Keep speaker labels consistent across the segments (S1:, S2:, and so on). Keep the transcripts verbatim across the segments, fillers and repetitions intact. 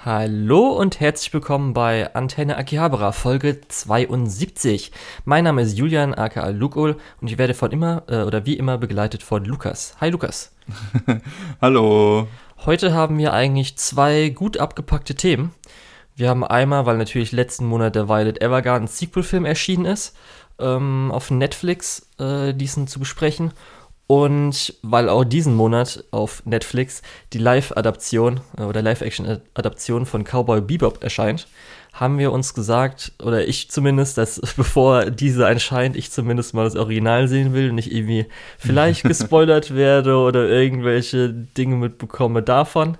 S1: Hallo und herzlich willkommen bei Antenne Akihabara, Folge zweiundsiebzig. Mein Name ist Julian, aka Lukol, und ich werde von immer, äh, oder wie immer, begleitet von Lukas. Hi Lukas.
S2: Hallo.
S1: Heute haben wir eigentlich zwei gut abgepackte Themen. Wir haben einmal, weil natürlich letzten Monat der Violet Evergarden Sequel-Film erschienen ist, ähm, auf Netflix äh, diesen zu besprechen. Und weil auch diesen Monat auf Netflix die Live-Adaption äh, oder Live-Action-Adaption von Cowboy Bebop erscheint, haben wir uns gesagt, oder ich zumindest, dass bevor diese erscheint, ich zumindest mal das Original sehen will und nicht irgendwie vielleicht gespoilert werde oder irgendwelche Dinge mitbekomme davon.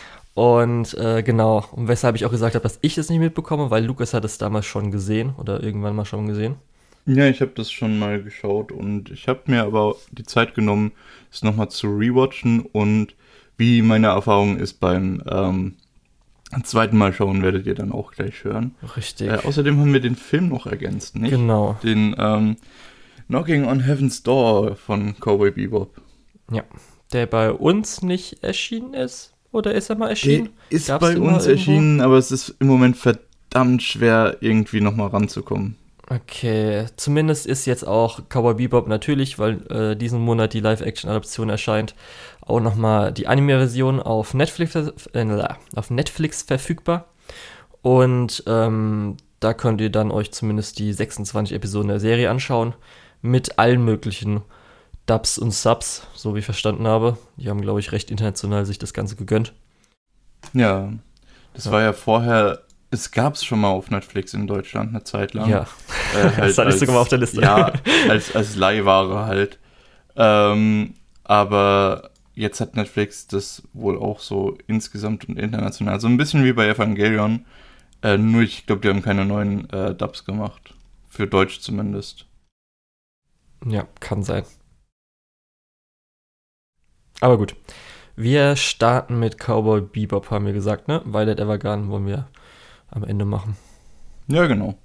S1: Und äh, genau, und weshalb ich auch gesagt habe, dass ich es nicht mitbekomme, weil Lukas hat es damals schon gesehen oder irgendwann mal schon gesehen.
S2: Ja, ich habe das schon mal geschaut und ich habe mir aber die Zeit genommen, es nochmal zu rewatchen, und wie meine Erfahrung ist beim ähm, zweiten Mal schauen, werdet ihr dann auch gleich hören.
S1: Richtig.
S2: Äh, außerdem haben wir den Film noch ergänzt, nicht?
S1: Genau.
S2: Den ähm, Knocking on Heaven's Door von Cowboy Bebop.
S1: Ja, der bei uns nicht erschienen ist. Oder ist er mal erschienen?
S2: Der ist
S1: Gab's
S2: bei
S1: den mal
S2: uns
S1: irgendwo?
S2: erschienen, aber es ist im Moment verdammt schwer, irgendwie nochmal ranzukommen.
S1: Okay, zumindest ist jetzt auch Cowboy Bebop natürlich, weil äh, diesen Monat die Live-Action-Adaption erscheint, auch nochmal die Anime-Version auf Netflix, äh, auf Netflix verfügbar. Und ähm, da könnt ihr dann euch zumindest die sechsundzwanzig Episoden der Serie anschauen, mit allen möglichen Dubs und Subs, so wie ich verstanden habe. Die haben, glaube ich, recht international sich das Ganze gegönnt.
S2: Ja, das
S1: Ja.
S2: war ja vorher, es gab es schon mal auf Netflix in Deutschland eine Zeit lang.
S1: Ja,
S2: Äh,
S1: das
S2: halt
S1: hatte ich sogar mal auf der Liste.
S2: Ja, als, als Leihware halt. Ähm, aber jetzt hat Netflix das wohl auch so insgesamt und international, so ein bisschen wie bei Evangelion. Äh, nur ich glaube, die haben keine neuen äh, Dubs gemacht. Für Deutsch zumindest.
S1: Ja, kann sein. Aber gut. Wir starten mit Cowboy Bebop, haben wir gesagt, ne? Violet Evergarden wollen wir am Ende machen.
S2: Ja, genau.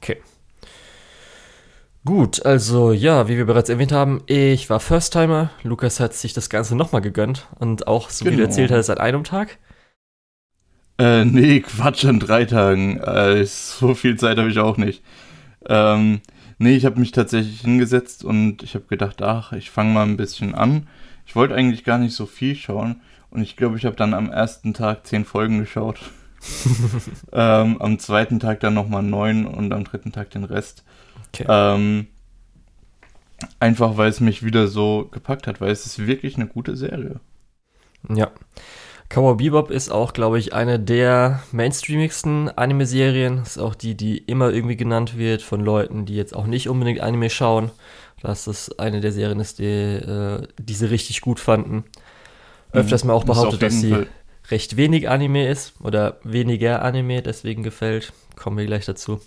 S1: Gut, also ja, wie wir bereits erwähnt haben, ich war First-Timer. Lukas hat sich das Ganze nochmal gegönnt. Und auch, so wie du
S2: Genau.
S1: erzählt hast, an einem Tag.
S2: Äh, nee, Quatsch, an drei Tagen. Äh, so viel Zeit habe ich auch nicht. Ähm, nee, ich habe mich tatsächlich hingesetzt und ich habe gedacht, ach, ich fange mal ein bisschen an. Ich wollte eigentlich gar nicht so viel schauen und ich glaube, ich habe dann am ersten Tag zehn Folgen geschaut. ähm, am zweiten Tag dann nochmal neun und am dritten Tag den Rest.
S1: Okay.
S2: Ähm, einfach, weil es mich wieder so gepackt hat, weil es ist wirklich eine gute Serie.
S1: Ja. Cowboy Bebop ist auch, glaube ich, eine der mainstreamigsten Anime-Serien. Ist auch die, die immer irgendwie genannt wird von Leuten, die jetzt auch nicht unbedingt Anime schauen. Dass das eine der Serien ist, die, äh, die sie richtig gut fanden. Öfters mal auch
S2: Das ist auf
S1: behauptet, dass
S2: jeden
S1: sie
S2: Fall-
S1: recht wenig Anime ist oder weniger Anime deswegen gefällt. Kommen wir gleich dazu.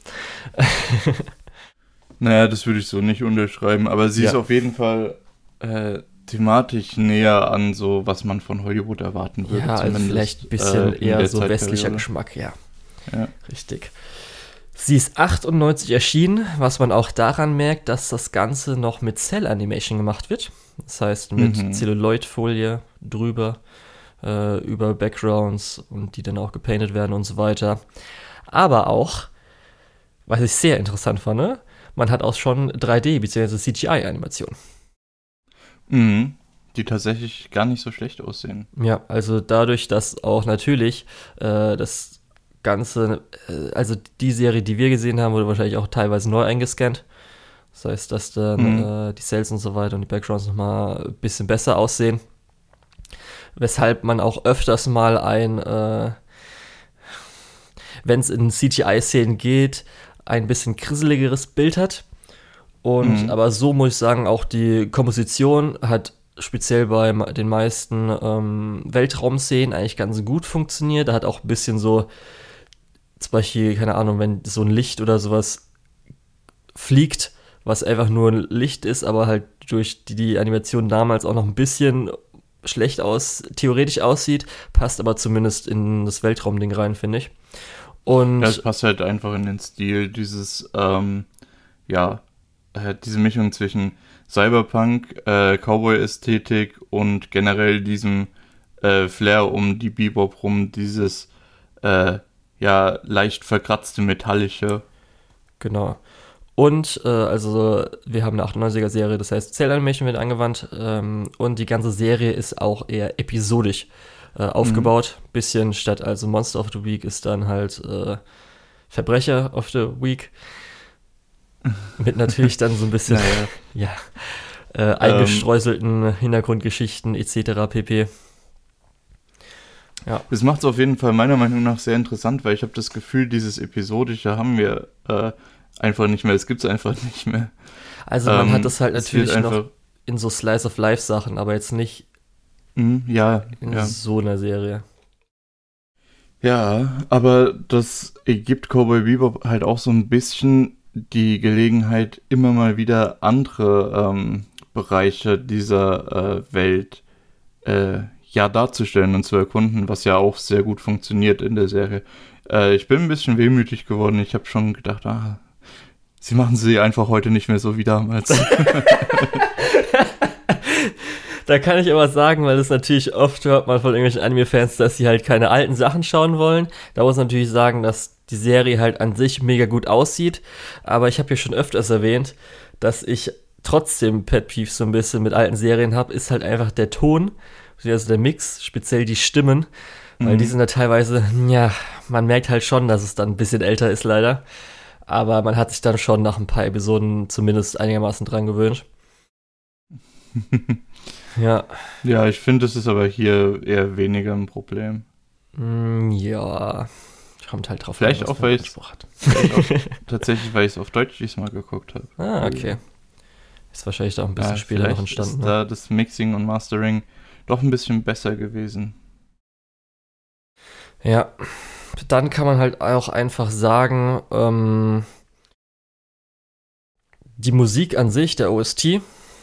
S2: Naja, das würde ich so nicht unterschreiben, aber sie
S1: Ja.
S2: ist auf jeden Fall äh, thematisch näher an so, was man von Hollywood erwarten würde.
S1: Ja, also
S2: zumindest,
S1: vielleicht ein bisschen
S2: äh, in
S1: eher
S2: der
S1: so westlicher
S2: Zeitperiode.
S1: Geschmack, ja.
S2: Ja.
S1: Richtig. Sie ist achtundneunzig erschienen, was man auch daran merkt, dass das Ganze noch mit Cell-Animation gemacht wird. Das heißt, mit
S2: Mhm.
S1: Celluloid-Folie drüber, äh, über Backgrounds und die dann auch gepainted werden und so weiter. Aber auch, was ich sehr interessant fand, ne? Man hat auch schon drei D- bzw. C G I-Animationen.
S2: Mhm. Die tatsächlich gar nicht so schlecht aussehen.
S1: Ja, also dadurch, dass auch natürlich äh, das Ganze, äh, also die Serie, die wir gesehen haben, wurde wahrscheinlich auch teilweise neu eingescannt. Das heißt, dass dann
S2: Mhm.
S1: äh, die Cells und so weiter und die Backgrounds nochmal ein bisschen besser aussehen. Weshalb man auch öfters mal ein, äh, wenn es in C G I-Szenen geht, ein bisschen grisseligeres Bild hat. Und
S2: Mhm.
S1: aber so muss ich sagen, auch die Komposition hat speziell bei ma- den meisten ähm, Weltraumszenen eigentlich ganz gut funktioniert. Da hat auch ein bisschen so, zum Beispiel, keine Ahnung, wenn so ein Licht oder sowas fliegt, was einfach nur ein Licht ist, aber halt durch die, die Animation damals auch noch ein bisschen schlecht aus, theoretisch aussieht, passt aber zumindest in das Weltraumding rein, finde ich. Und
S2: Ja, es passt halt einfach in den Stil, dieses, ähm, ja, äh, diese Mischung zwischen Cyberpunk, äh, Cowboy-Ästhetik und generell diesem äh, Flair um die Bebop rum, dieses äh, ja, leicht verkratzte metallische.
S1: Genau. Und, äh, also, wir haben eine achtundneunziger-Serie, das heißt, Cell Animation wird angewandt. Ähm, und die ganze Serie ist auch eher episodisch äh, aufgebaut. Mhm. Bisschen statt, also Monster of the Week ist dann halt äh, Verbrecher of the Week. Mit natürlich dann so ein bisschen,
S2: naja.
S1: ja, äh, eingestreuselten ähm, Hintergrundgeschichten et cetera pp.
S2: Ja. Das macht es auf jeden Fall meiner Meinung nach sehr interessant, weil ich habe das Gefühl, dieses Episodische haben wir äh, einfach nicht mehr. Es gibt es einfach nicht mehr.
S1: Also man ähm, hat das halt natürlich
S2: noch
S1: einfach in so Slice-of-Life-Sachen, aber jetzt nicht
S2: mm, ja,
S1: in
S2: ja.
S1: so einer Serie.
S2: Ja, aber das gibt Cowboy Bebop halt auch so ein bisschen die Gelegenheit, immer mal wieder andere ähm, Bereiche dieser äh, Welt äh, ja darzustellen und zu erkunden, was ja auch sehr gut funktioniert in der Serie. Äh, ich bin ein bisschen wehmütig geworden. Ich habe schon gedacht, ah, sie machen sie einfach heute nicht mehr so wie damals.
S1: Da kann ich aber sagen, weil das natürlich oft hört man von irgendwelchen Anime-Fans, dass sie halt keine alten Sachen schauen wollen. Da muss man natürlich sagen, dass die Serie halt an sich mega gut aussieht. Aber ich habe ja schon öfters erwähnt, dass ich trotzdem Pet Peeves so ein bisschen mit alten Serien habe, ist halt einfach der Ton, also der Mix, speziell die Stimmen. Mhm. Weil die sind da teilweise, ja, man merkt halt schon, dass es dann ein bisschen älter ist leider. Aber man hat sich dann schon nach ein paar Episoden zumindest einigermaßen dran gewöhnt. Ja.
S2: Ja, ich finde, das ist aber hier eher weniger ein Problem.
S1: Mm, ja, kommt halt drauf
S2: Vielleicht
S1: an,
S2: auch, weil ich es tatsächlich, weil ich es auf Deutsch diesmal geguckt habe.
S1: Ah, okay. Ist wahrscheinlich auch ein bisschen ja, später noch entstanden.
S2: Ist ne? da das Mixing und Mastering doch ein bisschen besser gewesen.
S1: Ja, dann kann man halt auch einfach sagen, ähm, die Musik an sich, der O S T,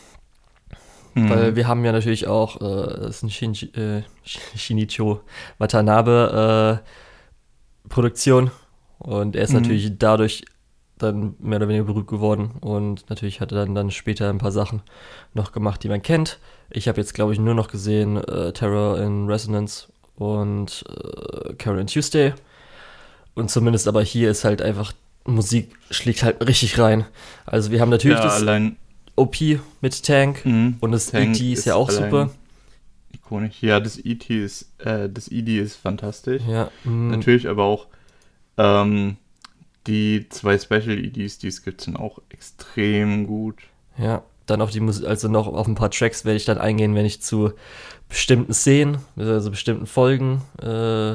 S1: mhm. weil wir haben ja natürlich auch, äh, das ist ein Shin- äh, Shinichiro Watanabe äh, Produktion und er ist mhm. natürlich dadurch dann mehr oder weniger berühmt geworden und natürlich hat er dann, dann später ein paar Sachen noch gemacht, die man kennt. Ich habe jetzt, glaube ich, nur noch gesehen äh, Terror in Resonance und äh, Carol and Tuesday und zumindest aber hier ist halt einfach, Musik schlägt halt richtig rein. Also wir haben natürlich
S2: ja,
S1: das
S2: allein
S1: O P mit Tank
S2: mhm.
S1: und das
S2: Tank
S1: E T ist, ist ja auch super.
S2: Ikonisch. Ja, das E T ist, äh, das E D ist fantastisch.
S1: Ja,
S2: natürlich aber auch ähm, die zwei Special E Ds, die es gibt, sind auch extrem gut.
S1: Ja, dann auf die Musik, also noch auf ein paar Tracks werde ich dann eingehen, wenn ich zu bestimmten Szenen, also bestimmten Folgen äh,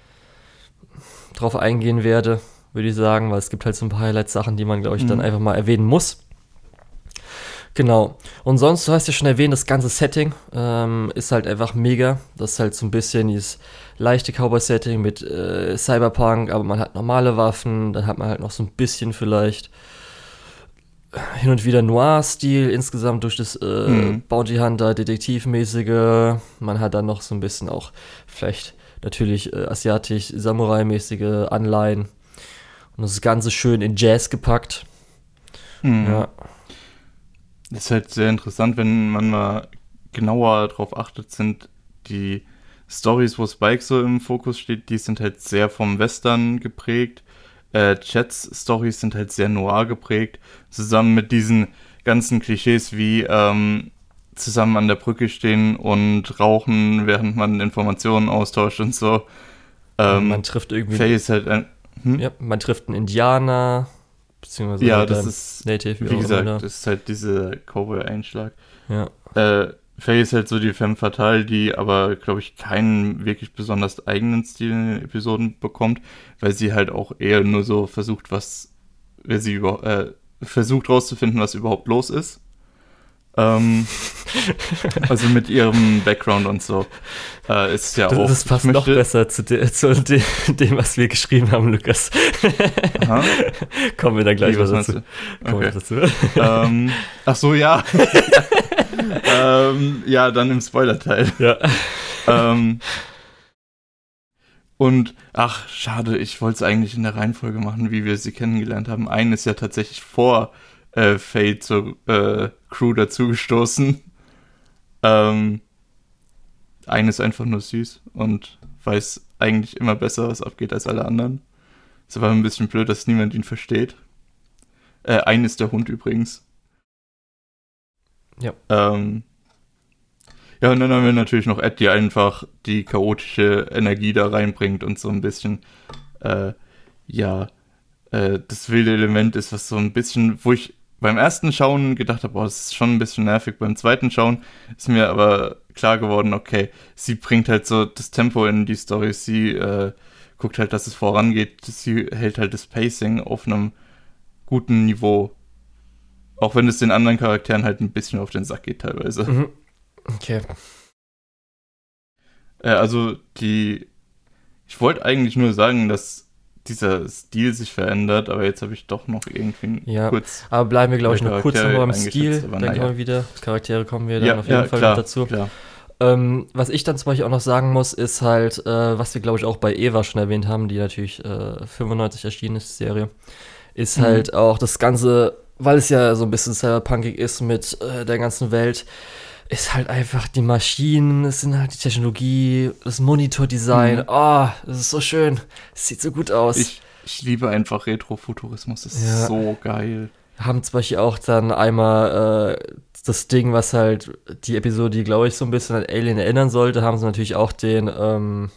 S1: drauf eingehen werde, würde ich sagen, weil es gibt halt so ein paar Highlight-Sachen, die man, glaube ich, mhm. dann einfach mal erwähnen muss. Genau. Und sonst, du hast ja schon erwähnt, das ganze Setting ähm, ist halt einfach mega. Das ist halt so ein bisschen dieses leichte Cowboy-Setting mit äh, Cyberpunk, aber man hat normale Waffen, dann hat man halt noch so ein bisschen vielleicht hin und wieder Noir-Stil insgesamt durch das äh, mhm. Bounty Hunter, Detektivmäßige. Man hat dann noch so ein bisschen auch vielleicht natürlich äh, asiatisch, Samurai-mäßige Anleihen. Und das Ganze schön in Jazz gepackt.
S2: Mhm.
S1: Ja.
S2: Das ist halt sehr interessant, wenn man mal genauer drauf achtet, sind die Storys, wo Spike so im Fokus steht, die sind halt sehr vom Western geprägt. Äh, Chats Storys sind halt sehr noir geprägt, zusammen mit diesen ganzen Klischees wie ähm, zusammen an der Brücke stehen und rauchen, während man Informationen austauscht und so. Ähm,
S1: man trifft irgendwie...
S2: Faye ist halt ein... Hm?
S1: Ja, man trifft einen Indianer... Beziehungsweise
S2: ja,
S1: halt
S2: das ist,
S1: Native,
S2: wie, wie gesagt, das ist halt dieser Cowboy-Einschlag.
S1: Ja.
S2: Äh, Faye ist halt so die Femme Fatale, die aber, glaube ich, keinen wirklich besonders eigenen Stil in den Episoden bekommt, weil sie halt auch eher nur so versucht, was, wer sie über, äh, versucht rauszufinden, was überhaupt los ist. Ähm, also mit ihrem Background und so. Äh, ist ja
S1: das,
S2: auch.
S1: Das passt noch besser zu, de, zu de, dem, was wir geschrieben haben, Lukas.
S2: Aha.
S1: Kommen wir dann gleich
S2: Wie,
S1: was dazu. Kommen
S2: okay.
S1: wir dazu.
S2: ähm, ach so, ja. ähm, ja, dann im Spoiler-Teil.
S1: Ja.
S2: ähm, und, ach, schade, ich wollte es eigentlich in der Reihenfolge machen, wie wir sie kennengelernt haben. Einen ist ja tatsächlich vor äh, Faye zur äh, Crew dazugestoßen. Ähm, eine ist einfach nur süß und weiß eigentlich immer besser, was abgeht, als alle anderen. Ist aber ein bisschen blöd, dass niemand ihn versteht. Äh, ein ist der Hund übrigens.
S1: Ja.
S2: Ähm, ja, und dann haben wir natürlich noch Ed, die einfach die chaotische Energie da reinbringt und so ein bisschen, äh, ja, äh, das wilde Element ist, was so ein bisschen, wo ich beim ersten Schauen gedacht habe, boah, das ist schon ein bisschen nervig. Beim zweiten Schauen ist mir aber klar geworden, okay, sie bringt halt so das Tempo in die Story, sie äh, guckt halt, dass es vorangeht, sie hält halt das Pacing auf einem guten Niveau. Auch wenn es den anderen Charakteren halt ein bisschen auf den Sack geht teilweise.
S1: Mhm. Okay.
S2: Äh, also die, ich wollte eigentlich nur sagen, dass dieser Stil sich verändert, aber jetzt habe ich doch noch irgendwie
S1: ja,
S2: kurz...
S1: aber bleiben wir, glaube ich, noch kurz noch beim Stil,
S2: aber
S1: dann
S2: naja.
S1: kommen wir wieder, Charaktere kommen wir dann
S2: Ja,
S1: auf jeden
S2: ja,
S1: Fall
S2: klar,
S1: mit dazu.
S2: klar.
S1: Ähm, was ich dann zum Beispiel auch noch sagen muss, ist halt, äh, was wir, glaube ich, auch bei Eva schon erwähnt haben, die natürlich äh, fünfundneunzig erschienen ist, die Serie, ist
S2: Mhm.
S1: halt auch das Ganze, weil es ja so ein bisschen cyberpunkig ist mit äh, der ganzen Welt, ist halt einfach die Maschinen, es sind halt die Technologie, das Monitordesign,
S2: Mhm.
S1: oh, das ist so schön, es sieht so gut aus.
S2: Ich, ich liebe einfach Retrofuturismus, das ist
S1: Ja.
S2: so geil.
S1: Wir haben zum Beispiel auch dann einmal äh, das Ding, was halt die Episode, die, glaube ich, so ein bisschen an Alien erinnern sollte, haben sie natürlich auch den, ähm,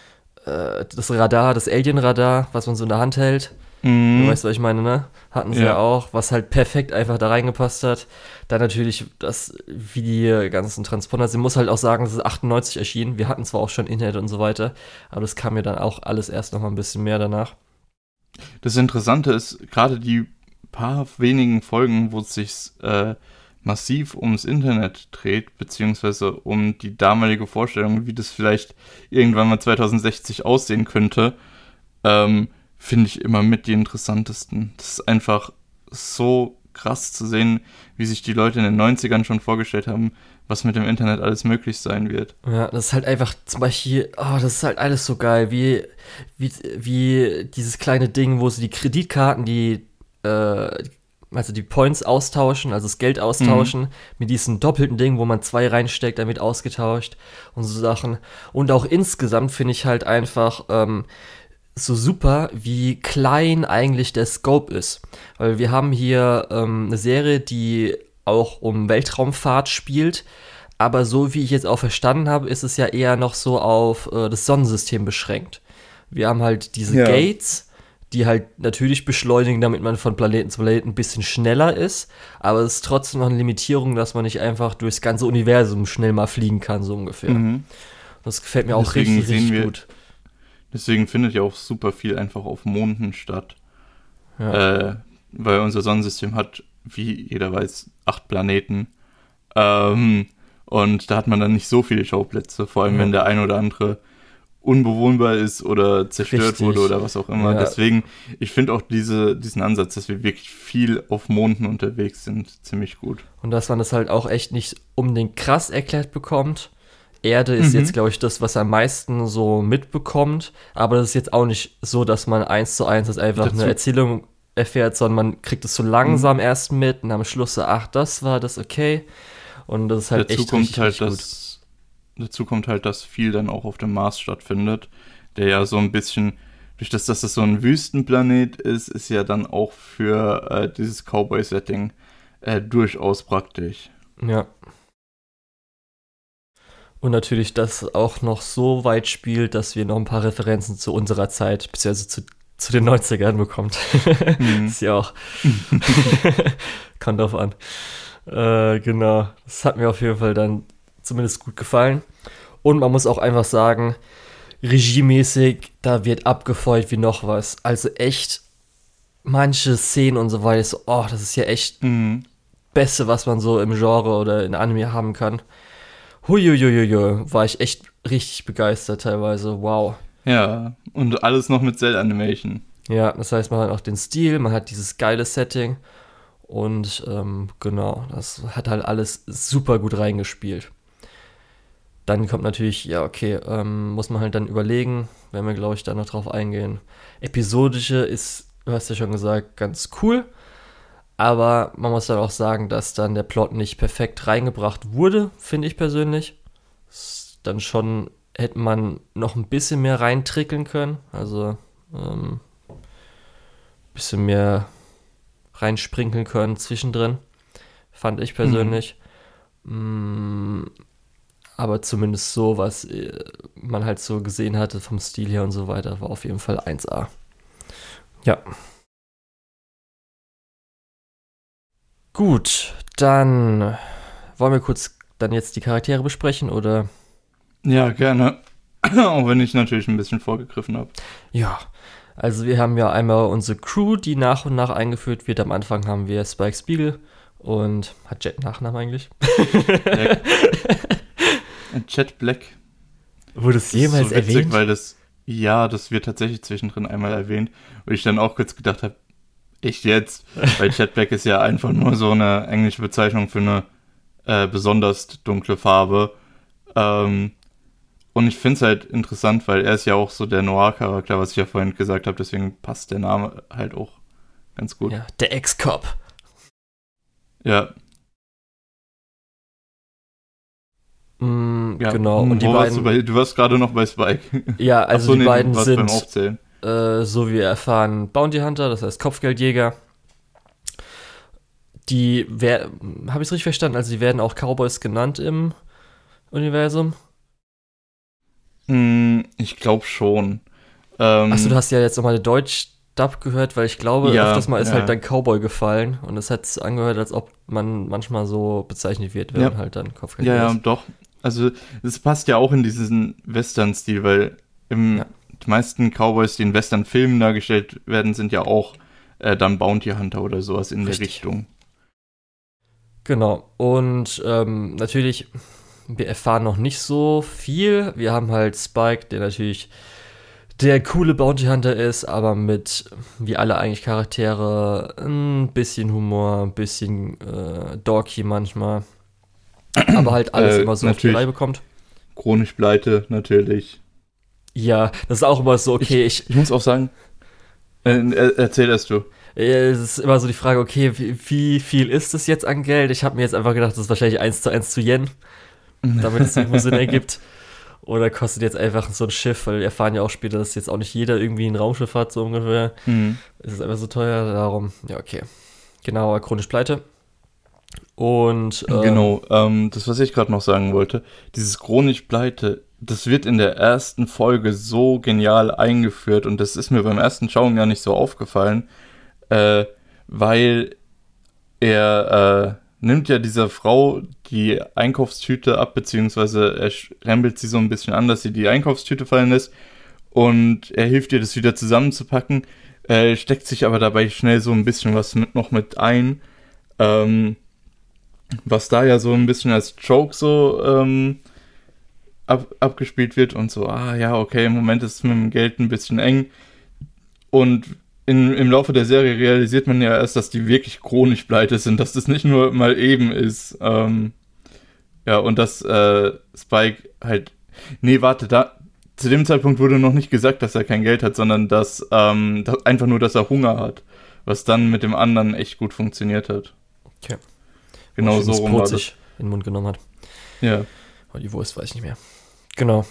S1: äh, das Radar, das Alien-Radar, was man so in der Hand hält.
S2: Mhm.
S1: Du weißt, was ich meine, ne? Hatten sie ja.
S2: Ja.
S1: auch, was halt perfekt einfach da reingepasst hat. Dann natürlich das, wie die ganzen Transponder sind. Muss halt auch sagen, es ist achtundneunzig erschienen. Wir hatten zwar auch schon Internet und so weiter, aber das kam mir dann auch alles erst noch mal ein bisschen mehr danach.
S2: Das Interessante ist, gerade die paar wenigen Folgen, wo es sich äh, massiv ums Internet dreht, beziehungsweise um die damalige Vorstellung, wie das vielleicht irgendwann mal zwanzig sechzig aussehen könnte, ähm, finde ich immer mit die interessantesten. Das ist einfach so krass zu sehen, wie sich die Leute in den neunzigern schon vorgestellt haben, was mit dem Internet alles möglich sein wird.
S1: Ja, das ist halt einfach zum Beispiel, oh, das ist halt alles so geil, wie, wie, wie dieses kleine Ding, wo sie die Kreditkarten, die, äh, also die Points austauschen, also das Geld austauschen, mhm. mit diesem doppelten Ding, wo man zwei reinsteckt, damit ausgetauscht und so Sachen. Und auch insgesamt finde ich halt einfach, ähm, so super, wie klein eigentlich der Scope ist. Weil wir haben hier ähm, eine Serie, die auch um Weltraumfahrt spielt, aber so wie ich jetzt auch verstanden habe, ist es ja eher noch so auf äh, das Sonnensystem beschränkt. Wir haben halt diese
S2: Ja.
S1: Gates, die halt natürlich beschleunigen, damit man von Planeten zu Planeten ein bisschen schneller ist, aber es ist trotzdem noch eine Limitierung, dass man nicht einfach durchs ganze Universum schnell mal fliegen kann, so ungefähr.
S2: Mhm.
S1: Das gefällt mir auch
S2: Deswegen
S1: richtig,
S2: sehen
S1: richtig
S2: wir-
S1: gut.
S2: Deswegen findet ja auch super viel einfach auf Monden statt.
S1: Ja.
S2: Äh, weil unser Sonnensystem hat, wie jeder weiß, acht Planeten. Ähm, und da hat man dann nicht so viele Schauplätze, vor allem
S1: Ja.
S2: wenn der ein oder andere unbewohnbar ist oder zerstört
S1: Richtig.
S2: wurde oder was auch immer.
S1: Ja.
S2: Deswegen, ich finde auch diese, diesen Ansatz, dass wir wirklich viel auf Monden unterwegs sind, ziemlich gut.
S1: Und dass man das halt auch echt nicht unbedingt krass erklärt bekommt. Erde ist
S2: Mhm.
S1: jetzt, glaube ich, das, was er am meisten so mitbekommt. Aber das ist jetzt auch nicht so, dass man eins zu eins das einfach
S2: Dazu-
S1: eine Erzählung erfährt, sondern man kriegt es so langsam erst mit und am Schluss so, ach, das war das, okay. Und das ist halt
S2: dazu
S1: echt
S2: kommt
S1: richtig,
S2: halt,
S1: richtig gut.
S2: dass, dazu kommt halt, dass viel dann auch auf dem Mars stattfindet, der ja so ein bisschen, durch das, dass das so ein Wüstenplanet ist, ist ja dann auch für äh, dieses Cowboy-Setting äh, durchaus praktisch.
S1: Ja. Und natürlich, dass auch noch so weit spielt, dass wir noch ein paar Referenzen zu unserer Zeit, beziehungsweise zu, zu den neunzigern bekommt.
S2: Mhm.
S1: Ist ja auch. Kommt drauf an. Äh, genau. Das hat mir auf jeden Fall dann zumindest gut gefallen. Und man muss auch einfach sagen, regiemäßig, da wird abgefeuert wie noch was. Also echt, manche Szenen und so weiter, so, oh, das ist ja echt
S2: Mhm.
S1: Beste, was man so im Genre oder in Anime haben kann. Huiuiuiui, war ich echt richtig begeistert teilweise, wow.
S2: Ja, und alles noch mit Cell-Animation.
S1: Ja, das heißt, man hat auch den Stil, man hat dieses geile Setting und ähm, genau, das hat halt alles super gut reingespielt. Dann kommt natürlich, ja okay, ähm, muss man halt dann überlegen, werden wir glaube ich da noch drauf eingehen. Episodische ist, du hast ja schon gesagt, ganz cool, aber man muss dann auch sagen, dass dann der Plot nicht perfekt reingebracht wurde, finde ich persönlich. Ist dann schon hätte man noch ein bisschen mehr reintrickeln können. Also ähm, ein bisschen mehr reinsprinkeln können zwischendrin. Fand ich persönlich. Mhm. Mm, aber zumindest so, was man halt so gesehen hatte vom Stil her und so weiter, war auf jeden Fall eins A. Ja. Gut, dann wollen wir kurz dann jetzt die Charaktere besprechen, oder?
S2: Ja, gerne. Auch wenn ich natürlich ein bisschen vorgegriffen habe.
S1: Ja, also wir haben ja einmal unsere Crew, die nach und nach eingeführt wird. Am Anfang haben wir Spike Spiegel und hat Jet Nachnamen eigentlich?
S2: Black. Jet Black.
S1: Wurde es jemals
S2: so witzig,
S1: erwähnt?
S2: Weil das, ja, das wird tatsächlich zwischendrin einmal erwähnt. Und ich dann auch kurz gedacht habe, echt jetzt? Weil Jet Black ist ja einfach nur so eine englische Bezeichnung für eine äh, besonders dunkle Farbe. Ähm, und ich finde es halt interessant, weil er ist ja auch so der Noir-Charakter, was ich ja vorhin gesagt habe. Deswegen passt der Name halt auch ganz gut.
S1: Ja, der Ex-Cop.
S2: Ja.
S1: Mm,
S2: Ja,
S1: genau. Und die
S2: wo warst
S1: beiden,
S2: du, bei, du warst gerade noch bei Spike.
S1: ja, also
S2: Ach so,
S1: die
S2: nee,
S1: beiden
S2: du warst
S1: sind,
S2: beim Aufzählen.
S1: äh, so wie wir erfahren, Bounty Hunter, das heißt Kopfgeldjäger. Die werden, habe ich es richtig verstanden? Also die werden auch Cowboys genannt im Universum.
S2: Hm, ich glaube schon. Ähm,
S1: Achso, du hast ja jetzt nochmal den Deutsch-Dub gehört, weil ich glaube,
S2: Ja,
S1: öfters mal ist
S2: ja.
S1: halt dann Cowboy gefallen und es hat sich angehört, als ob man manchmal so bezeichnet wird, wenn
S2: Ja.
S1: man halt dann Kopfgeldjäger
S2: Ja, ja,
S1: ist.
S2: doch. Also, es passt ja auch in diesen Western-Stil, weil im,
S1: Ja.
S2: die meisten Cowboys, die in Western-Filmen dargestellt werden, sind ja auch äh, dann Bounty Hunter oder sowas in der
S1: Richtig.
S2: Richtung.
S1: Genau. Und ähm, natürlich, wir erfahren noch nicht so viel. Wir haben halt Spike, der natürlich der coole Bounty Hunter ist, aber mit, wie alle eigentlich Charaktere, ein bisschen Humor, ein bisschen äh, dorky manchmal. Aber halt alles
S2: Äh,
S1: immer so auf die
S2: natürlich.
S1: Reihe bekommt.
S2: Chronisch pleite, natürlich.
S1: Ja, das ist auch immer so, okay, ich,
S2: Ich muss auch sagen, äh, er, erzähl das du.
S1: äh, es ist immer so die Frage, okay, wie, wie viel ist das jetzt an Geld? Ich habe mir jetzt einfach gedacht, das ist wahrscheinlich eins zu eins zu Yen, damit es irgendwo Sinn ergibt. Oder kostet jetzt einfach so ein Schiff, weil wir erfahren ja auch später, dass jetzt auch nicht jeder irgendwie ein Raumschiff hat, so ungefähr.
S2: Mhm.
S1: Es ist einfach so teuer, darum, ja, okay. Genau, aber chronisch pleite. Und, äh,
S2: Genau, ähm, das, was ich gerade noch sagen wollte, dieses chronisch pleite, das wird in der ersten Folge so genial eingeführt und das ist mir beim ersten Schauen gar nicht so aufgefallen, äh, weil er äh, nimmt ja dieser Frau die Einkaufstüte ab, beziehungsweise er rempelt sie so ein bisschen an, dass sie die Einkaufstüte fallen lässt und er hilft ihr, das wieder zusammenzupacken, äh, steckt sich aber dabei schnell so ein bisschen was mit, noch mit ein, ähm, was da ja so ein bisschen als Joke so ähm, ab, abgespielt wird und so, ah ja, okay, im Moment ist es mit dem Geld ein bisschen eng. Und in, im Laufe der Serie realisiert man ja erst, dass die wirklich chronisch pleite sind, dass das nicht nur mal eben ist. Ähm, ja, und dass äh, Spike halt, nee, warte, da, zu dem Zeitpunkt wurde noch nicht gesagt, dass er kein Geld hat, sondern dass, ähm, dass einfach nur, dass er Hunger hat, was dann mit dem anderen echt gut funktioniert hat.
S1: Okay.
S2: Genau
S1: Schönes
S2: so rum
S1: Brot
S2: war
S1: sich in den Mund genommen hat.
S2: das. Ja.
S1: Oh, die Wurst weiß ich nicht mehr. Genau.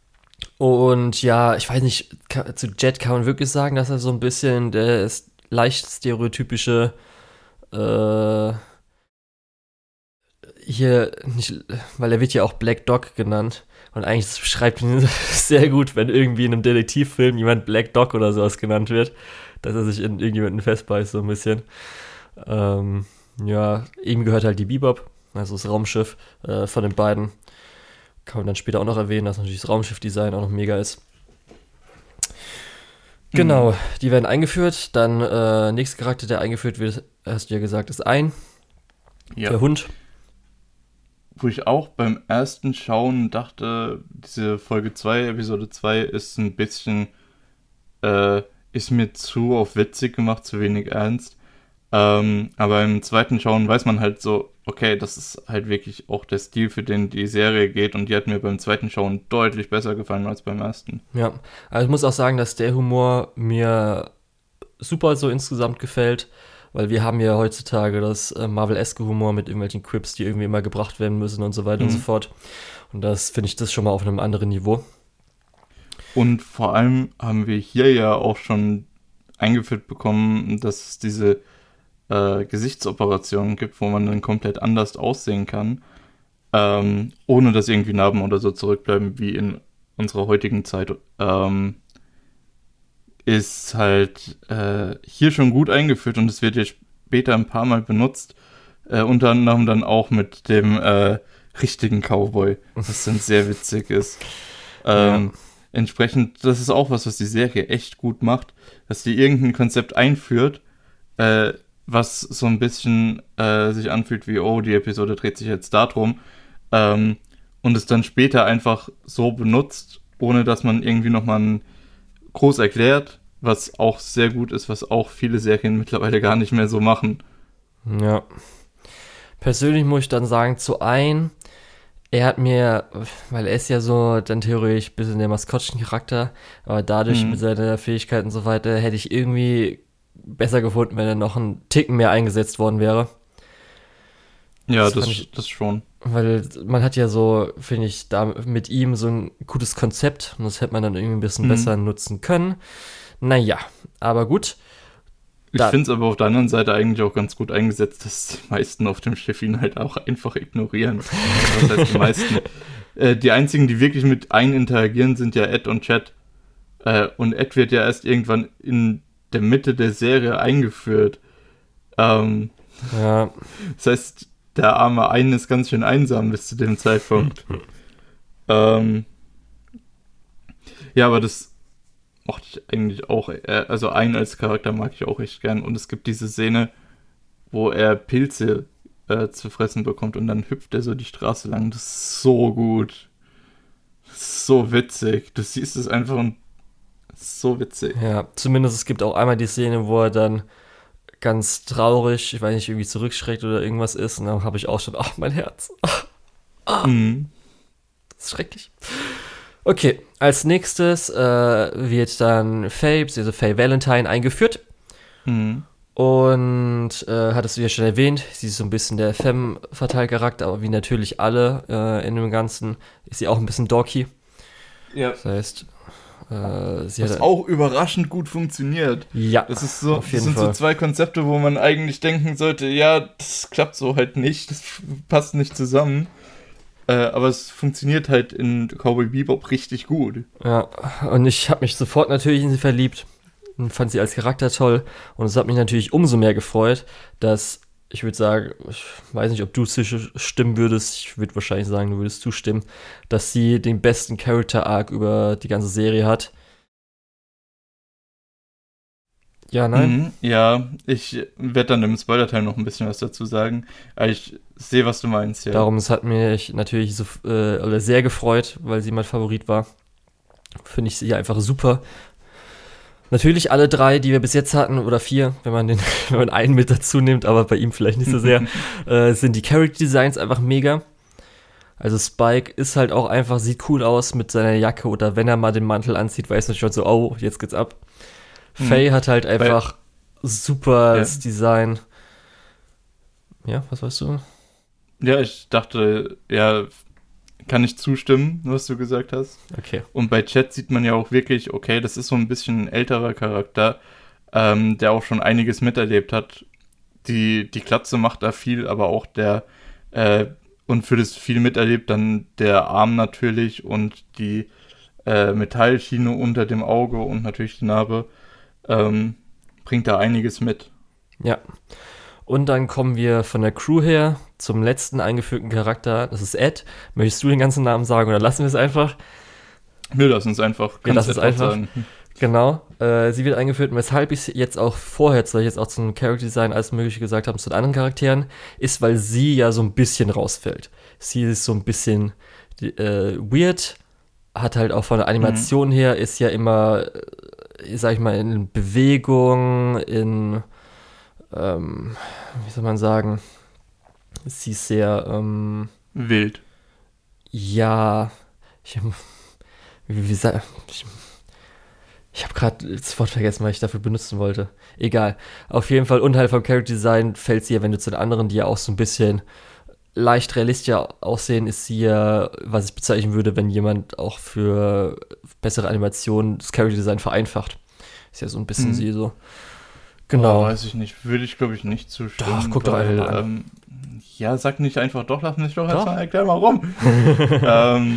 S1: Und ja, ich weiß nicht, kann, zu Jet kann man wirklich sagen, dass er so ein bisschen der ist leicht stereotypische äh, hier nicht, weil er wird ja auch Black Dog genannt und eigentlich das beschreibt ihn sehr gut, wenn irgendwie in einem Detektivfilm jemand Black Dog oder sowas genannt wird, dass er sich in irgendjemanden festbeißt so ein bisschen. Ähm, ja, ihm gehört halt die Bebop, also das Raumschiff äh, von den beiden. Kann man dann später auch noch erwähnen, dass natürlich das Raumschiffdesign auch noch mega ist. Genau, mhm. Die werden eingeführt. Dann äh, nächster Charakter, der eingeführt wird, hast du ja gesagt, ist ein.
S2: Ja.
S1: Der Hund.
S2: Wo ich auch beim ersten Schauen dachte, diese Folge zwei, Episode zwei ist ein bisschen, äh, ist mir zu auf witzig gemacht, zu wenig ernst. Ähm, aber im zweiten Schauen weiß man halt so, okay, das ist halt wirklich auch der Stil, für den die Serie geht und die hat mir beim zweiten Schauen deutlich besser gefallen als beim ersten.
S1: Ja, also ich muss auch sagen, dass der Humor mir super so insgesamt gefällt. weil wir haben ja heutzutage das äh, Marvel-eske Humor mit irgendwelchen Quips, die irgendwie immer gebracht werden müssen und so weiter
S2: Mhm.
S1: und so fort. Und das finde ich das schon mal auf einem anderen Niveau.
S2: Und vor allem haben wir hier ja auch schon eingeführt bekommen, dass es diese äh, Gesichtsoperationen gibt, wo man dann komplett anders aussehen kann, ähm, ohne dass irgendwie Narben oder so zurückbleiben, wie in unserer heutigen Zeit. Ähm, ist halt äh, hier schon gut eingeführt und es wird ja später ein paar Mal benutzt. Äh, unter anderem dann auch mit dem äh, richtigen Cowboy, was dann sehr witzig ist. Ähm,
S1: Ja.
S2: Entsprechend, das ist auch was, was die Serie echt gut macht, dass die irgendein Konzept einführt, äh, was so ein bisschen äh, sich anfühlt wie, oh, die Episode dreht sich jetzt darum, ähm, und es dann später einfach so benutzt, ohne dass man irgendwie nochmal groß erklärt, was auch sehr gut ist, was auch viele Serien mittlerweile gar nicht mehr so machen.
S1: Ja. Persönlich muss ich dann sagen, zu ein, er hat mir, weil er ist ja so dann theoretisch ein bisschen der Maskottchen-Charakter, aber dadurch
S2: Mhm.
S1: mit seiner Fähigkeit und so weiter, hätte ich irgendwie besser gefunden, wenn er noch einen Ticken mehr eingesetzt worden wäre.
S2: Ja,
S1: Das
S2: das,
S1: fand ich,
S2: das schon.
S1: weil man hat ja so, finde ich, da mit ihm so ein gutes Konzept und das hätte man dann irgendwie ein bisschen
S2: Mhm.
S1: besser nutzen können. Naja, aber gut.
S2: Ich
S1: Da-
S2: finde es aber auf der anderen Seite eigentlich auch ganz gut eingesetzt, dass die meisten auf dem Schiff ihn halt auch einfach ignorieren. Was heißt die meisten? Äh, die einzigen, die wirklich mit ein interagieren, sind ja Ed und Chad. Äh, und Ed wird ja erst irgendwann in der Mitte der Serie eingeführt. Ähm,
S1: Ja,
S2: das heißt, der arme Ein ist ganz schön einsam bis zu dem Zeitpunkt. ähm, ja, aber das mochte ich eigentlich auch. Äh, also Ein als Charakter mag ich auch echt gern. Und es gibt diese Szene, wo er Pilze äh, zu fressen bekommt und dann hüpft er so die Straße lang. Das ist so gut. Das ist so witzig. Du siehst es einfach und es ist so witzig.
S1: ja, zumindest es gibt auch einmal die Szene, wo er dann ganz traurig, ich weiß nicht, irgendwie zurückschreckt oder irgendwas ist und dann habe ich auch schon, ach, mein Herz,
S2: Mhm.
S1: das ist schrecklich. Okay, als nächstes äh, wird dann Faye, also Faye Valentine eingeführt.
S2: Mhm.
S1: Und äh, hattest du ja schon erwähnt, sie ist so ein bisschen der Femme-Fatale-Charakter, aber wie natürlich alle äh, in dem Ganzen ist sie auch ein bisschen dorky.
S2: Ja.
S1: Das heißt, äh, sie
S2: Was
S1: hat.
S2: auch überraschend gut funktioniert.
S1: Ja,
S2: Das ist so,
S1: auf
S2: das
S1: jeden
S2: sind
S1: Fall.
S2: so zwei Konzepte, wo man eigentlich denken sollte, ja, das klappt so halt nicht, das passt nicht zusammen. Äh, aber es funktioniert halt in Cowboy Bebop richtig gut.
S1: Ja, und ich habe mich sofort natürlich in sie verliebt und fand sie als Charakter toll. Und es hat mich natürlich umso mehr gefreut, dass ich würde sagen, ich weiß nicht, ob du stimmen würdest, ich würde wahrscheinlich sagen, du würdest zustimmen, dass sie den besten Character-Arc über die ganze Serie hat. Ja, nein?
S2: Mhm, ja, ich werde dann im Spoiler-Teil noch ein bisschen was dazu sagen. Aber ich sehe, was du meinst, ja.
S1: Darum, es hat mich natürlich so, äh, oder sehr gefreut, weil sie mein Favorit war. Finde ich sie einfach super. Natürlich alle drei, die wir bis jetzt hatten, oder vier, wenn man den, wenn man einen mit dazu nimmt, aber bei ihm vielleicht nicht so sehr, äh, sind die Character Designs einfach mega. Also Spike ist halt auch einfach, sieht cool aus mit seiner Jacke oder wenn er mal den Mantel anzieht, weiß man schon so, oh, jetzt geht's ab.
S2: Mhm.
S1: Faye hat halt einfach super
S2: Ja.
S1: das Design. Ja, was weißt du?
S2: Ja, ich dachte, ja, kann ich zustimmen, was du gesagt hast.
S1: Okay.
S2: Und bei Chat sieht man ja auch wirklich, okay, das ist so ein bisschen ein älterer Charakter, ähm, der auch schon einiges miterlebt hat. Die, die Glatze macht da viel, aber auch der, äh, und für das viel miterlebt dann der Arm natürlich und die äh, Metallschiene unter dem Auge und natürlich die Narbe, ähm, bringt da einiges mit.
S1: Ja. Und dann kommen wir von der Crew her zum letzten eingeführten Charakter. Das ist Ed. Möchtest du den ganzen Namen sagen oder lassen wir es einfach?
S2: Wir lassen es einfach.
S1: Wir lassen es
S2: Kannst etwas
S1: einfach. Genau. Äh, sie wird eingeführt, und weshalb ich jetzt auch vorher, zwar jetzt auch zum Character Design alles Mögliche gesagt habe, zu den anderen Charakteren, ist, weil sie ja so ein bisschen rausfällt. Sie ist so ein bisschen äh, weird, hat halt auch von der Animation mhm. her, ist ja immer, äh, sag ich mal, in Bewegung, in Ähm, wie soll man sagen, sie ist sehr, ähm, Ich habe gerade das Wort vergessen, was ich dafür benutzen wollte. Egal. Auf jeden Fall, und halt vom Character Design fällt sie ja, wenn du zu den anderen, die ja auch so ein bisschen leicht realistischer aussehen, ist sie ja, was ich bezeichnen würde, wenn jemand auch für bessere Animationen das Character Design vereinfacht. Ist ja so ein bisschen
S2: Mhm.
S1: sie so. Genau.
S2: Oh, weiß ich nicht. Würde ich, glaube ich, nicht zustimmen.
S1: Doch, guck doch
S2: weil,
S1: einen an.
S2: ähm, ja, sag nicht einfach doch, lass mich doch
S1: Doch.
S2: erstmal erklären, warum. ähm,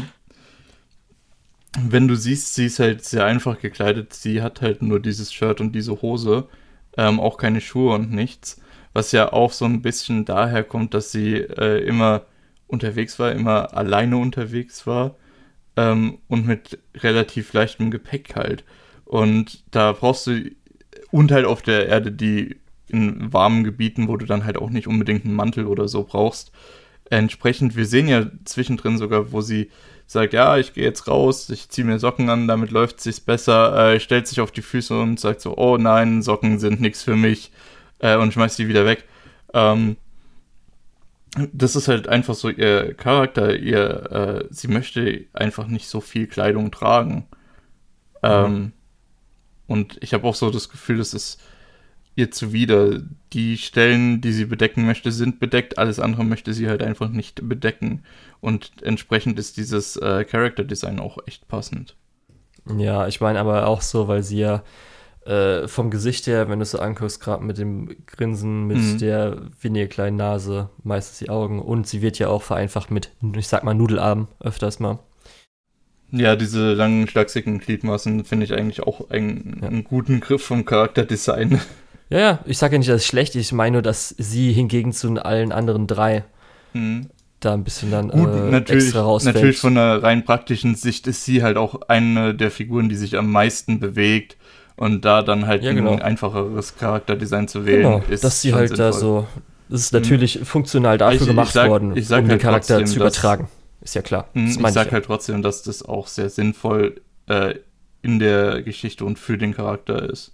S2: wenn du siehst, sie ist halt sehr einfach gekleidet. Sie hat halt nur dieses Shirt und diese Hose. Ähm, auch keine Schuhe und nichts. Was ja auch so ein bisschen daher kommt, dass sie äh, immer unterwegs war, immer alleine unterwegs war. Ähm, und mit relativ leichtem Gepäck halt. Und da brauchst du, und halt auf der Erde, die in warmen Gebieten, wo du dann halt auch nicht unbedingt einen Mantel oder so brauchst. Entsprechend, wir sehen ja zwischendrin sogar, wo sie sagt, ja, ich gehe jetzt raus, ich ziehe mir Socken an, damit läuft es sich besser, äh, stellt sich auf die Füße und sagt so, oh nein, Socken sind nichts für mich, äh, und schmeißt die wieder weg. Ähm, das ist halt einfach so ihr Charakter, ihr, äh, sie möchte einfach nicht so viel Kleidung tragen. Ähm, und ich habe auch so das Gefühl, das ist ihr zuwider. Die Stellen, die sie bedecken möchte, sind bedeckt, alles andere möchte sie halt einfach nicht bedecken. Und entsprechend ist dieses äh, Character Design auch echt passend.
S1: Ja, ich meine aber auch so, weil sie ja äh, vom Gesicht her, wenn du es so anguckst, gerade mit dem Grinsen, mit
S2: Mhm.
S1: der windige kleinen Nase, meistens die Augen, und sie wird ja auch vereinfacht mit, ich sag mal, Nudelarm öfters mal.
S2: Ja, diese langen, schlachsigen Gliedmaßen finde ich eigentlich auch einen,
S1: Ja.
S2: einen guten Griff vom Charakterdesign.
S1: Ja, ja, ich sage ja nicht, dass es schlecht ist, ich meine nur, dass sie hingegen zu allen anderen drei
S2: Mhm.
S1: da ein bisschen dann
S2: Gut,
S1: äh,
S2: natürlich,
S1: extra rausfällt.
S2: natürlich von einer rein praktischen Sicht ist sie halt auch eine der Figuren, die sich am meisten bewegt. Und da dann halt
S1: Ja, genau.
S2: ein einfacheres Charakterdesign zu wählen,
S1: Genau,
S2: ist
S1: dass sie
S2: schon
S1: halt da
S2: sinnvoll.
S1: so, das ist natürlich funktional dafür
S2: Ich- ich
S1: gemacht
S2: sag-
S1: worden,
S2: ich sag
S1: um den
S2: halt
S1: Charakter
S2: trotzdem,
S1: zu
S2: dass-
S1: übertragen. Ist ja klar.
S2: Mhm,
S1: Das
S2: Ich
S1: meine
S2: sag
S1: ja.
S2: halt trotzdem, dass das auch sehr sinnvoll äh, in der Geschichte und für den Charakter ist.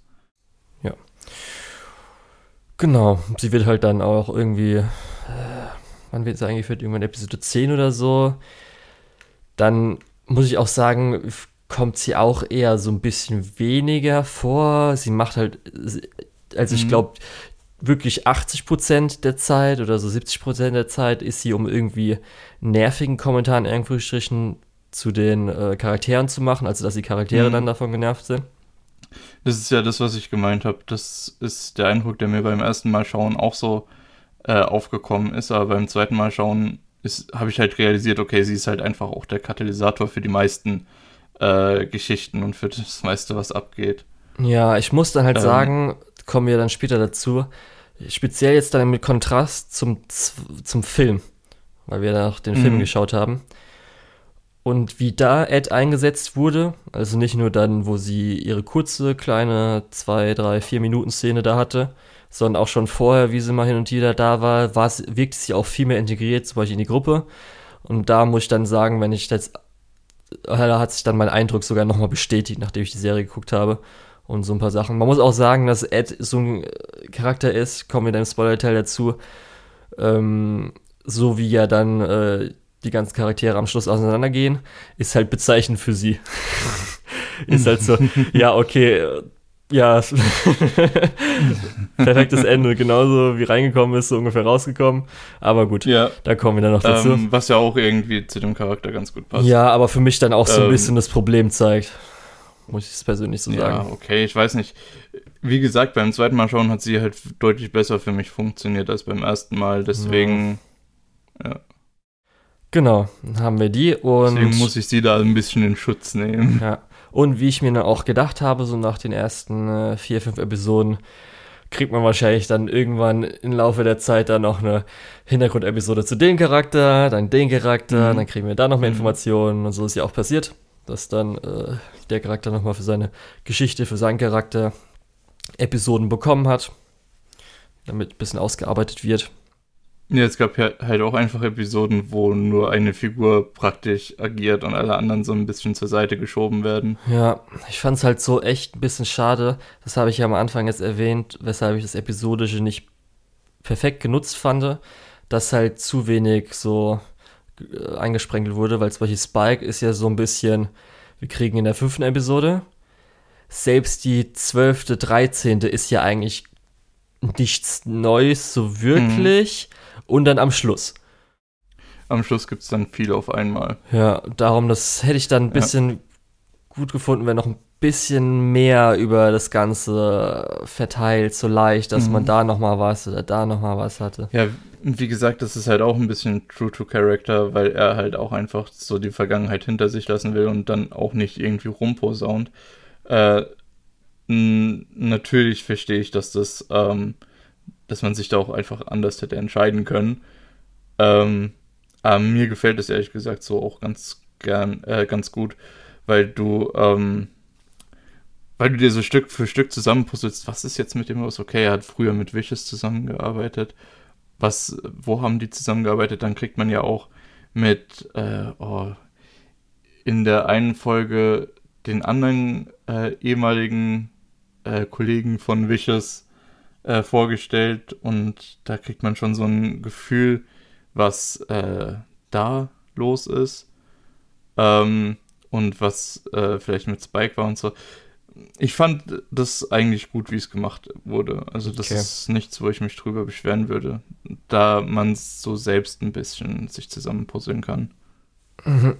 S1: Genau, sie wird halt dann auch irgendwie, äh, wann wird sie eingeführt? Irgendwann Episode zehn oder so. Dann muss ich auch sagen, f- kommt sie auch eher so ein bisschen weniger vor. Sie macht halt, also ich
S2: Mhm.
S1: glaube, wirklich achtzig Prozent der Zeit oder so siebzig Prozent der Zeit ist sie, um irgendwie nervigen Kommentar in Anführungsstrichen zu den äh, Charakteren zu machen, also dass die Charaktere
S2: Mhm.
S1: dann davon genervt sind.
S2: Das ist ja das, was ich gemeint habe. Das ist der Eindruck, der mir beim ersten Mal schauen auch so äh, aufgekommen ist. Aber beim zweiten Mal schauen habe ich halt realisiert, okay, sie ist halt einfach auch der Katalysator für die meisten äh, Geschichten und für das meiste, was abgeht.
S1: Ja, ich muss dann halt
S2: Ähm.
S1: sagen, kommen wir dann später dazu, speziell jetzt dann mit Kontrast zum, Z- zum Film, weil wir da auch den Film
S2: Mhm.
S1: geschaut haben. Und wie da Ed eingesetzt wurde, also nicht nur dann, wo sie ihre kurze, kleine zwei, drei, vier Minuten Szene da hatte, sondern auch schon vorher, wie sie mal hin und wieder da war, war sie, wirkte sie auch viel mehr integriert, zum Beispiel in die Gruppe. Und da muss ich dann sagen, wenn ich jetzt, da hat sich dann mein Eindruck sogar nochmal bestätigt, nachdem ich die Serie geguckt habe. Und so ein paar Sachen. Man muss auch sagen, dass Ed so ein äh, Charakter ist, kommen wir dann im Spoiler-Teil dazu, ähm, so wie ja dann äh, die ganzen Charaktere am Schluss auseinandergehen, ist halt bezeichnend für sie. Ist halt so, ja, okay, äh, ja, perfektes Ende, genauso wie reingekommen ist, so ungefähr rausgekommen. Aber gut,
S2: Ja,
S1: da kommen wir dann noch dazu.
S2: ähm, was ja auch irgendwie zu dem Charakter ganz gut passt.
S1: Ja, aber für mich dann auch so ein
S2: Ähm,
S1: bisschen das Problem zeigt. Muss ich es persönlich so
S2: Ja,
S1: sagen.
S2: okay, ich weiß nicht. Wie gesagt, beim zweiten Mal schauen hat sie halt deutlich besser für mich funktioniert als beim ersten Mal. Deswegen,
S1: Genau, dann haben wir die und
S2: deswegen muss ich sie da ein bisschen in Schutz nehmen.
S1: ja. Und wie ich mir dann auch gedacht habe, so nach den ersten äh, vier, fünf Episoden, kriegt man wahrscheinlich dann irgendwann im Laufe der Zeit dann noch eine Hintergrundepisode zu dem Charakter, dann den Charakter,
S2: Mhm.
S1: dann kriegen wir da noch mehr
S2: Mhm.
S1: Informationen und so ist ja auch passiert, dass dann äh, der Charakter nochmal für seine Geschichte, für seinen Charakter Episoden bekommen hat, damit ein bisschen ausgearbeitet wird.
S2: Ja, es gab ja halt auch einfach Episoden, wo nur eine Figur praktisch agiert und alle anderen so ein bisschen zur Seite geschoben werden.
S1: Ja, ich fand es halt so echt ein bisschen schade. Das habe ich ja am Anfang jetzt erwähnt, weshalb ich das Episodische nicht perfekt genutzt fand, dass halt zu wenig so äh, eingesprenkelt wurde, weil zum Beispiel Spike ist ja so ein bisschen, wir kriegen in der fünften Episode selbst die zwölfte, dreizehnte ist ja eigentlich nichts Neues, so wirklich. Mhm. Und dann am Schluss.
S2: Am Schluss gibt es dann viel auf einmal.
S1: Ja, darum, das hätte ich dann ein bisschen ja. gut gefunden, wenn noch ein bisschen mehr über das Ganze verteilt, so leicht, dass mhm. man da nochmal was oder da nochmal was hatte.
S2: Ja, wie gesagt, das ist halt auch ein bisschen true to character, weil er halt auch einfach so die Vergangenheit hinter sich lassen will und dann auch nicht irgendwie rumposaunt. Äh, n- natürlich verstehe ich, dass das, ähm, dass man sich da auch einfach anders hätte entscheiden können. Ähm, aber mir gefällt es ehrlich gesagt so auch ganz gern, äh, ganz gut, weil du, ähm, weil du dir so Stück für Stück zusammenpuzzelst, was ist jetzt mit dem los? Okay, er hat früher mit Vicious zusammengearbeitet. Was, wo haben die zusammengearbeitet? Dann kriegt man ja auch mit äh, oh, in der einen Folge den anderen äh, ehemaligen äh, Kollegen von Vicious äh, vorgestellt und da kriegt man schon so ein Gefühl, was äh, da los ist ähm, und was äh, vielleicht mit Spike war und so. Ich fand das eigentlich gut, wie es gemacht wurde. Also das okay. ist nichts, wo ich mich drüber beschweren würde, da man es so selbst ein bisschen sich zusammenpuzzeln kann.
S1: Mhm.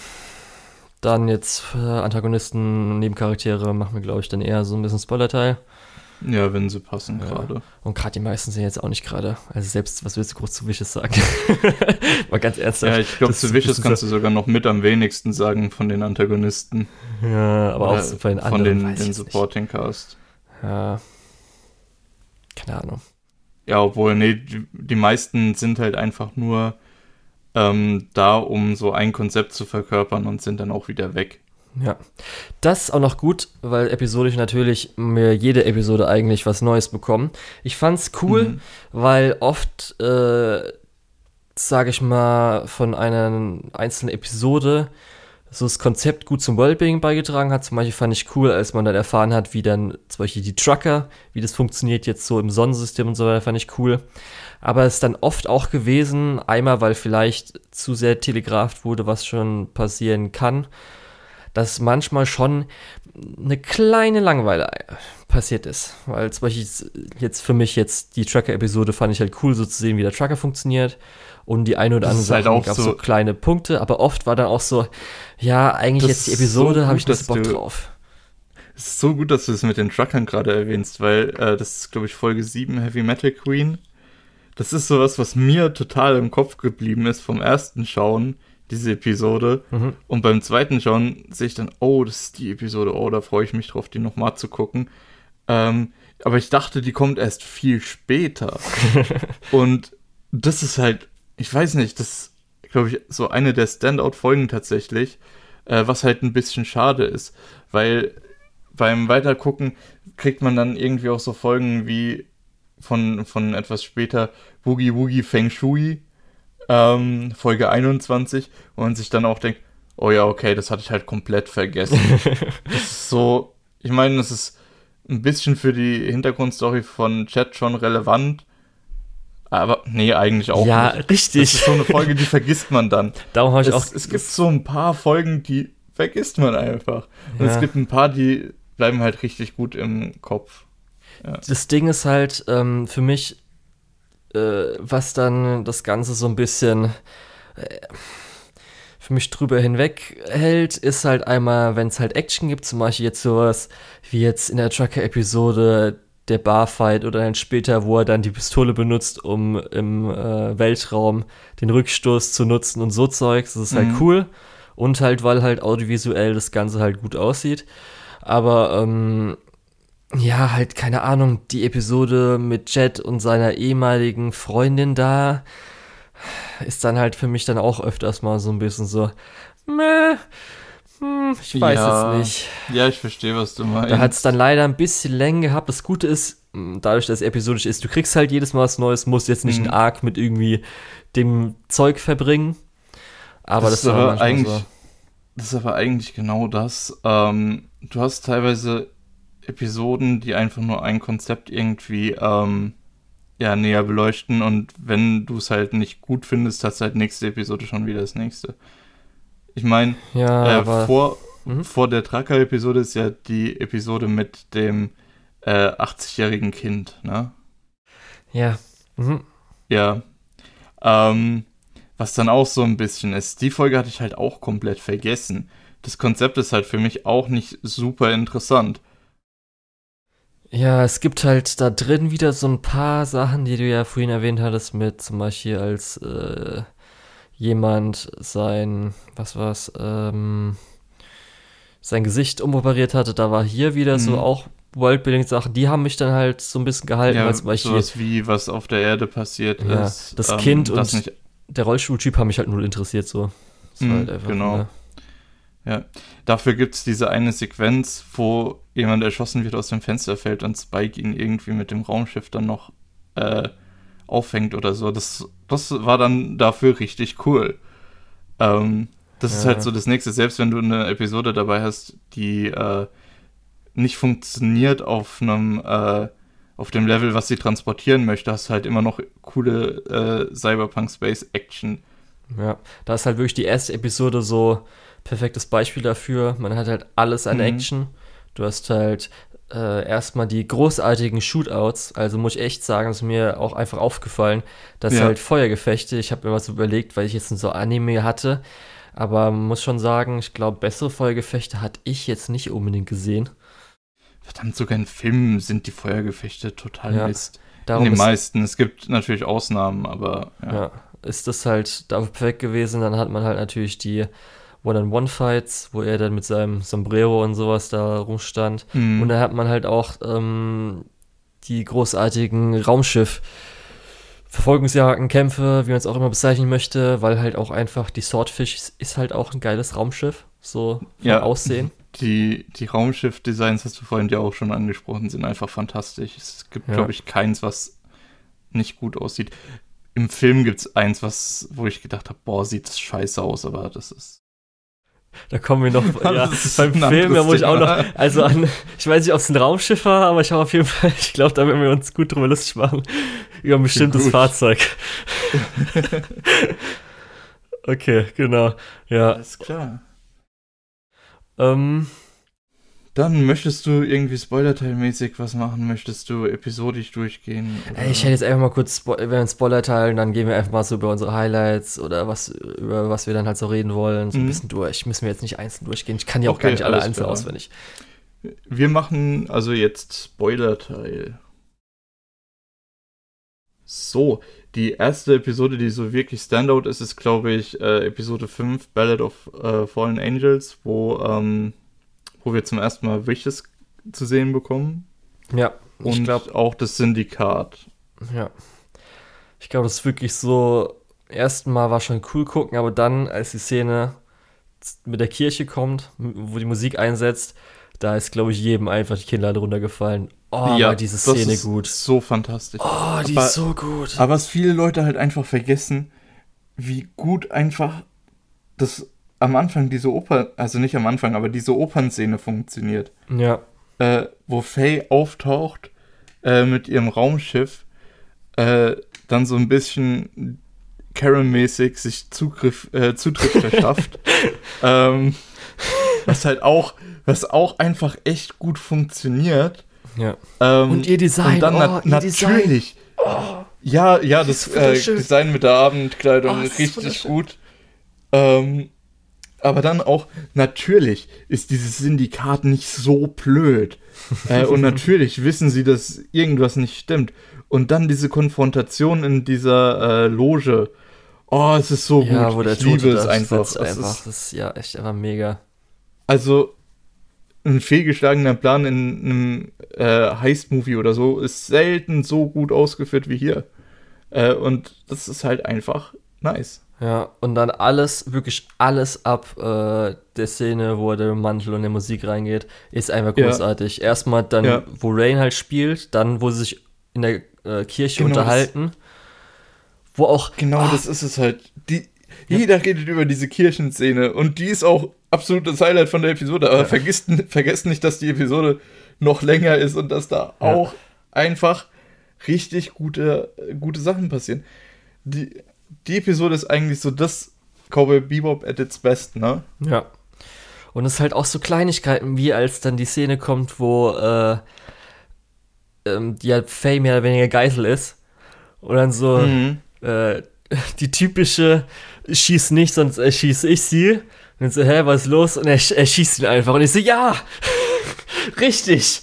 S1: Dann jetzt äh, Antagonisten, Nebencharaktere machen wir, glaube ich, dann eher so ein bisschen Spoiler-Teil.
S2: Ja, wenn sie passen
S1: ja.
S2: gerade.
S1: Und gerade die meisten sind jetzt auch nicht gerade. Also selbst, was willst du groß zu Vicious sagen? Mal ganz ernsthaft.
S2: Ja, ich glaube, zu Vicious kannst so du sogar noch mit am wenigsten sagen von den Antagonisten.
S1: Ja, aber
S2: Oder
S1: auch so von den
S2: von
S1: anderen.
S2: Von den, den Supporting Cast.
S1: Ja. Keine Ahnung.
S2: Ja, obwohl, nee, die, die meisten sind halt einfach nur ähm, da, um so ein Konzept zu verkörpern und sind dann auch wieder weg.
S1: Ja, das ist auch noch gut, weil episodisch natürlich mir jede Episode eigentlich was Neues bekommen. Ich fand's cool, mhm. weil oft, äh, sage ich mal, von einer einzelnen Episode so das Konzept gut zum Worldbuilding beigetragen hat. Zum Beispiel fand ich cool, als man dann erfahren hat, wie dann zum Beispiel die Trucker, wie das funktioniert jetzt so im Sonnensystem und so weiter, fand ich cool. Aber es ist dann oft auch gewesen, einmal, weil vielleicht zu sehr telegraft wurde, was schon passieren kann, dass manchmal schon eine kleine Langeweile passiert ist. Weil zum Beispiel jetzt für mich jetzt die Trucker-Episode fand ich halt cool, so zu sehen, wie der Trucker funktioniert. Und die eine oder andere Sache
S2: halt
S1: gab
S2: so,
S1: so kleine Punkte, aber oft war dann auch so, ja, eigentlich jetzt die Episode, so habe ich nicht Bock drauf.
S2: Es ist so gut, dass du es mit den Truckern gerade erwähnst, weil äh, das ist, glaube ich, Folge sieben, Heavy Metal Queen. Das ist sowas, was mir total im Kopf geblieben ist vom ersten Schauen, diese Episode. Mhm. Und beim zweiten Schauen sehe ich dann, oh, das ist die Episode, oh, da freue ich mich drauf, die nochmal zu gucken. Ähm, aber ich dachte, die kommt erst viel später. Und das ist halt, ich weiß nicht, das ist, glaube ich, so eine der Standout-Folgen tatsächlich, äh, was halt ein bisschen schade ist, weil beim Weitergucken kriegt man dann irgendwie auch so Folgen wie von, von etwas später Boogie Woogie Feng Shui, ähm, Folge einundzwanzig, wo man sich dann auch denkt, oh ja, okay, das hatte ich halt komplett vergessen. Das ist so, ich meine, das ist ein bisschen für die Hintergrundstory von Chat schon relevant, aber nee, eigentlich auch
S1: ja,
S2: nicht.
S1: Ja, richtig.
S2: Das ist so eine Folge, die vergisst man dann.
S1: Darum habe ich
S2: es,
S1: auch...
S2: Es gibt so ein paar Folgen, die vergisst man einfach. Und
S1: ja.
S2: es gibt ein paar, die bleiben halt richtig gut im Kopf. Ja.
S1: Das Ding ist halt ähm, für mich, äh, was dann das Ganze so ein bisschen äh, für mich drüber hinweg hält, ist halt einmal, wenn es halt Action gibt, zum Beispiel jetzt sowas wie jetzt in der Trucker-Episode der Barfight oder dann später, wo er dann die Pistole benutzt, um im äh, Weltraum den Rückstoß zu nutzen und so Zeugs. Das ist halt mhm. cool. Und halt, weil halt audiovisuell das Ganze halt gut aussieht. Aber, ähm, ja, halt, keine Ahnung, die Episode mit Jet und seiner ehemaligen Freundin da ist dann halt für mich dann auch öfters mal so ein bisschen so, meh, hm, ich weiß
S2: ja,
S1: jetzt nicht.
S2: Ja, ich verstehe, was du meinst.
S1: Da hat es dann leider ein bisschen Länge gehabt. Das Gute ist, dadurch, dass es episodisch ist, du kriegst halt jedes Mal was Neues, musst jetzt nicht mhm. einen Arc mit irgendwie dem Zeug verbringen. Aber das, das ist aber eigentlich so.
S2: Das ist aber eigentlich genau das. Ähm, du hast teilweise Episoden, die einfach nur ein Konzept irgendwie ähm, ja, näher beleuchten und wenn du es halt nicht gut findest, hast du halt nächste Episode schon wieder das nächste. Ich meine,
S1: ja,
S2: äh, vor,
S1: Mhm.
S2: vor der Tracker-Episode ist ja die Episode mit dem äh, achtzig-jährigen Kind, ne?
S1: Ja. Mhm.
S2: Ja. Ähm, was dann auch so ein bisschen ist, die Folge hatte ich halt auch komplett vergessen. Das Konzept ist halt für mich auch nicht super interessant.
S1: Ja, es gibt halt da drin wieder so ein paar Sachen, die du ja vorhin erwähnt hattest, mit zum Beispiel als äh, jemand sein, was war's, ähm, sein Gesicht umoperiert hatte, da war hier wieder so
S2: Mhm.
S1: auch Worldbuilding-Sachen, die haben mich dann halt so ein bisschen gehalten,
S2: Ja,
S1: weil zum Beispiel
S2: sowas wie, was auf der Erde passiert
S1: ja,
S2: ist.
S1: das
S2: ähm,
S1: Kind
S2: das
S1: und
S2: nicht.
S1: der Rollstuhltyp haben mich halt null interessiert, so. Das war
S2: Mhm,
S1: halt einfach,
S2: genau.
S1: ne?
S2: Ja, dafür gibt es diese eine Sequenz, wo jemand erschossen wird, aus dem Fenster fällt und Spike ihn irgendwie mit dem Raumschiff dann noch äh, auffängt oder so. Das, das war dann dafür richtig cool. Ähm, das ist
S1: Ja.
S2: halt so das Nächste, selbst wenn du eine Episode dabei hast, die äh, nicht funktioniert auf einem äh, auf dem Level, was sie transportieren möchte, hast du halt immer noch coole äh, Cyberpunk-Space-Action.
S1: Ja, da ist halt wirklich die erste Episode so perfektes Beispiel dafür. Man hat halt alles an
S2: Mhm.
S1: Action. Du hast halt äh, erstmal die großartigen Shootouts. Also muss ich echt sagen, ist mir auch einfach aufgefallen, dass
S2: Ja.
S1: halt Feuergefechte, ich habe mir was überlegt, weil ich jetzt so Anime hatte, aber man muss schon sagen, ich glaube, bessere Feuergefechte hatte ich jetzt nicht unbedingt gesehen.
S2: Verdammt, sogar in Filmen sind die Feuergefechte total
S1: Ja,
S2: Mist. In
S1: Darum
S2: den
S1: ist,
S2: meisten. Es gibt natürlich Ausnahmen, aber ja.
S1: ja, ist das halt da perfekt gewesen. Dann hat man halt natürlich die One-on-One-Fights, wo er dann mit seinem Sombrero und sowas da rumstand.
S2: Mhm.
S1: Und dann hat man halt auch ähm, die großartigen Raumschiff Verfolgungsjagden, Kämpfe, wie man es auch immer bezeichnen möchte, weil halt auch einfach die Swordfish ist, ist halt auch ein geiles Raumschiff, so vom
S2: Ja.
S1: Aussehen.
S2: Die, die Raumschiff-Designs, hast du vorhin ja auch schon angesprochen, sind einfach fantastisch. Es gibt,
S1: Ja.
S2: glaube ich, keins, was nicht gut aussieht. Im Film gibt es eins, was, wo ich gedacht habe, boah, sieht das scheiße aus, aber das ist.
S1: Da kommen wir noch, ja,
S2: Das ist
S1: beim
S2: ein
S1: Film, da
S2: anderes
S1: muss ich auch noch,
S2: Thema.
S1: also an, ich weiß nicht, ob es ein Raumschiff war, aber ich habe auf jeden Fall, ich glaube, da werden wir uns gut drüber lustig machen, über ein bestimmtes
S2: Gut.
S1: Fahrzeug. Okay, genau, ja.
S2: Alles klar.
S1: Ähm,
S2: Dann möchtest du irgendwie spoilerteilmäßig was machen? Möchtest du episodisch durchgehen? Oder?
S1: ey, ich hätte jetzt einfach mal kurz, Spo- wenn wir einen Spoiler teilen, dann gehen wir einfach mal so über unsere Highlights oder was, über was wir dann halt so reden wollen, so ein
S2: Mhm.
S1: bisschen durch. Müssen wir jetzt nicht einzeln durchgehen. Ich kann ja auch
S2: Okay,
S1: gar nicht alle
S2: alles
S1: einzeln
S2: klar.
S1: auswendig.
S2: Wir machen also jetzt Spoiler-Teil. So, die erste Episode, die so wirklich Standout ist, ist, glaube ich, äh, Episode fünf, Ballad of äh, Fallen Angels, wo, ähm, wo wir zum ersten Mal Wishes zu sehen bekommen.
S1: Ja, ich
S2: Und
S1: glaube,
S2: auch das Syndikat.
S1: ja. Ich glaube, das ist wirklich so, ersten Mal war schon cool gucken, aber dann, als die Szene z- mit der Kirche kommt, m- wo die Musik einsetzt, da ist, glaube ich, jedem einfach die Kinnlade runtergefallen. Oh, war diese
S2: das
S1: Szene
S2: ist
S1: gut.
S2: so fantastisch.
S1: Oh, die
S2: Aber-
S1: ist so gut.
S2: Aber was viele Leute halt einfach vergessen, wie gut einfach das am Anfang diese Oper, also nicht am Anfang, aber diese Opernszene funktioniert.
S1: Ja,
S2: Äh, wo Faye auftaucht äh, mit ihrem Raumschiff, äh, dann so ein bisschen Karen-mäßig sich Zugriff, äh, Zutritt verschafft. ähm, was halt auch, was auch einfach echt gut funktioniert.
S1: ja.
S2: Ähm,
S1: Und ihr Design,
S2: und dann
S1: oh,
S2: na-
S1: ihr Design.
S2: natürlich. Ja, ja,
S1: Das
S2: das
S1: ist
S2: äh,
S1: wunderschön.
S2: Design mit der Abendkleidung
S1: Oh, das
S2: ist
S1: ist
S2: richtig
S1: wunderschön.
S2: gut. Ähm, aber dann auch, natürlich ist dieses Syndikat nicht so blöd. äh, und natürlich wissen sie, dass irgendwas nicht stimmt. Und dann diese Konfrontation in dieser äh, Loge. Oh, es ist so
S1: Ja,
S2: gut.
S1: wo der
S2: Ich liebe
S1: Tote
S2: es
S1: da
S2: einfach.
S1: sitzt
S2: Es
S1: einfach.
S2: ist,
S1: Das ist ja echt einfach mega.
S2: also, ein fehlgeschlagener Plan in einem äh, Heist-Movie oder so ist selten so gut ausgeführt wie hier. Äh, und das ist halt einfach nice.
S1: Ja, und dann alles, wirklich alles ab äh, der Szene, wo der Mantel und der Musik reingeht, ist einfach
S2: Ja.
S1: großartig. Erstmal dann,
S2: Ja.
S1: wo Rain halt spielt, dann, wo sie sich in der äh, Kirche
S2: Genau,
S1: unterhalten. Wo auch,
S2: Genau,
S1: Ah.
S2: das ist es halt. Die, jeder redet über diese Kirchenszene und die ist auch absolutes Highlight von der Episode. Aber
S1: Ja.
S2: vergisst, vergesst nicht, dass die Episode noch länger ist und dass da
S1: Ja.
S2: auch einfach richtig gute, gute Sachen passieren. Die, die Episode ist eigentlich so das Cowboy Bebop at its best, ne?
S1: ja. Und es ist halt auch so Kleinigkeiten, wie als dann die Szene kommt, wo äh, ähm, die halt Faye mehr oder weniger Geisel ist. Und dann so
S2: Mhm.
S1: äh, die typische schieß nicht, sonst erschieße ich sie. Und dann so, hä, was ist los? Und er, er schießt ihn einfach. Und ich so, ja, richtig.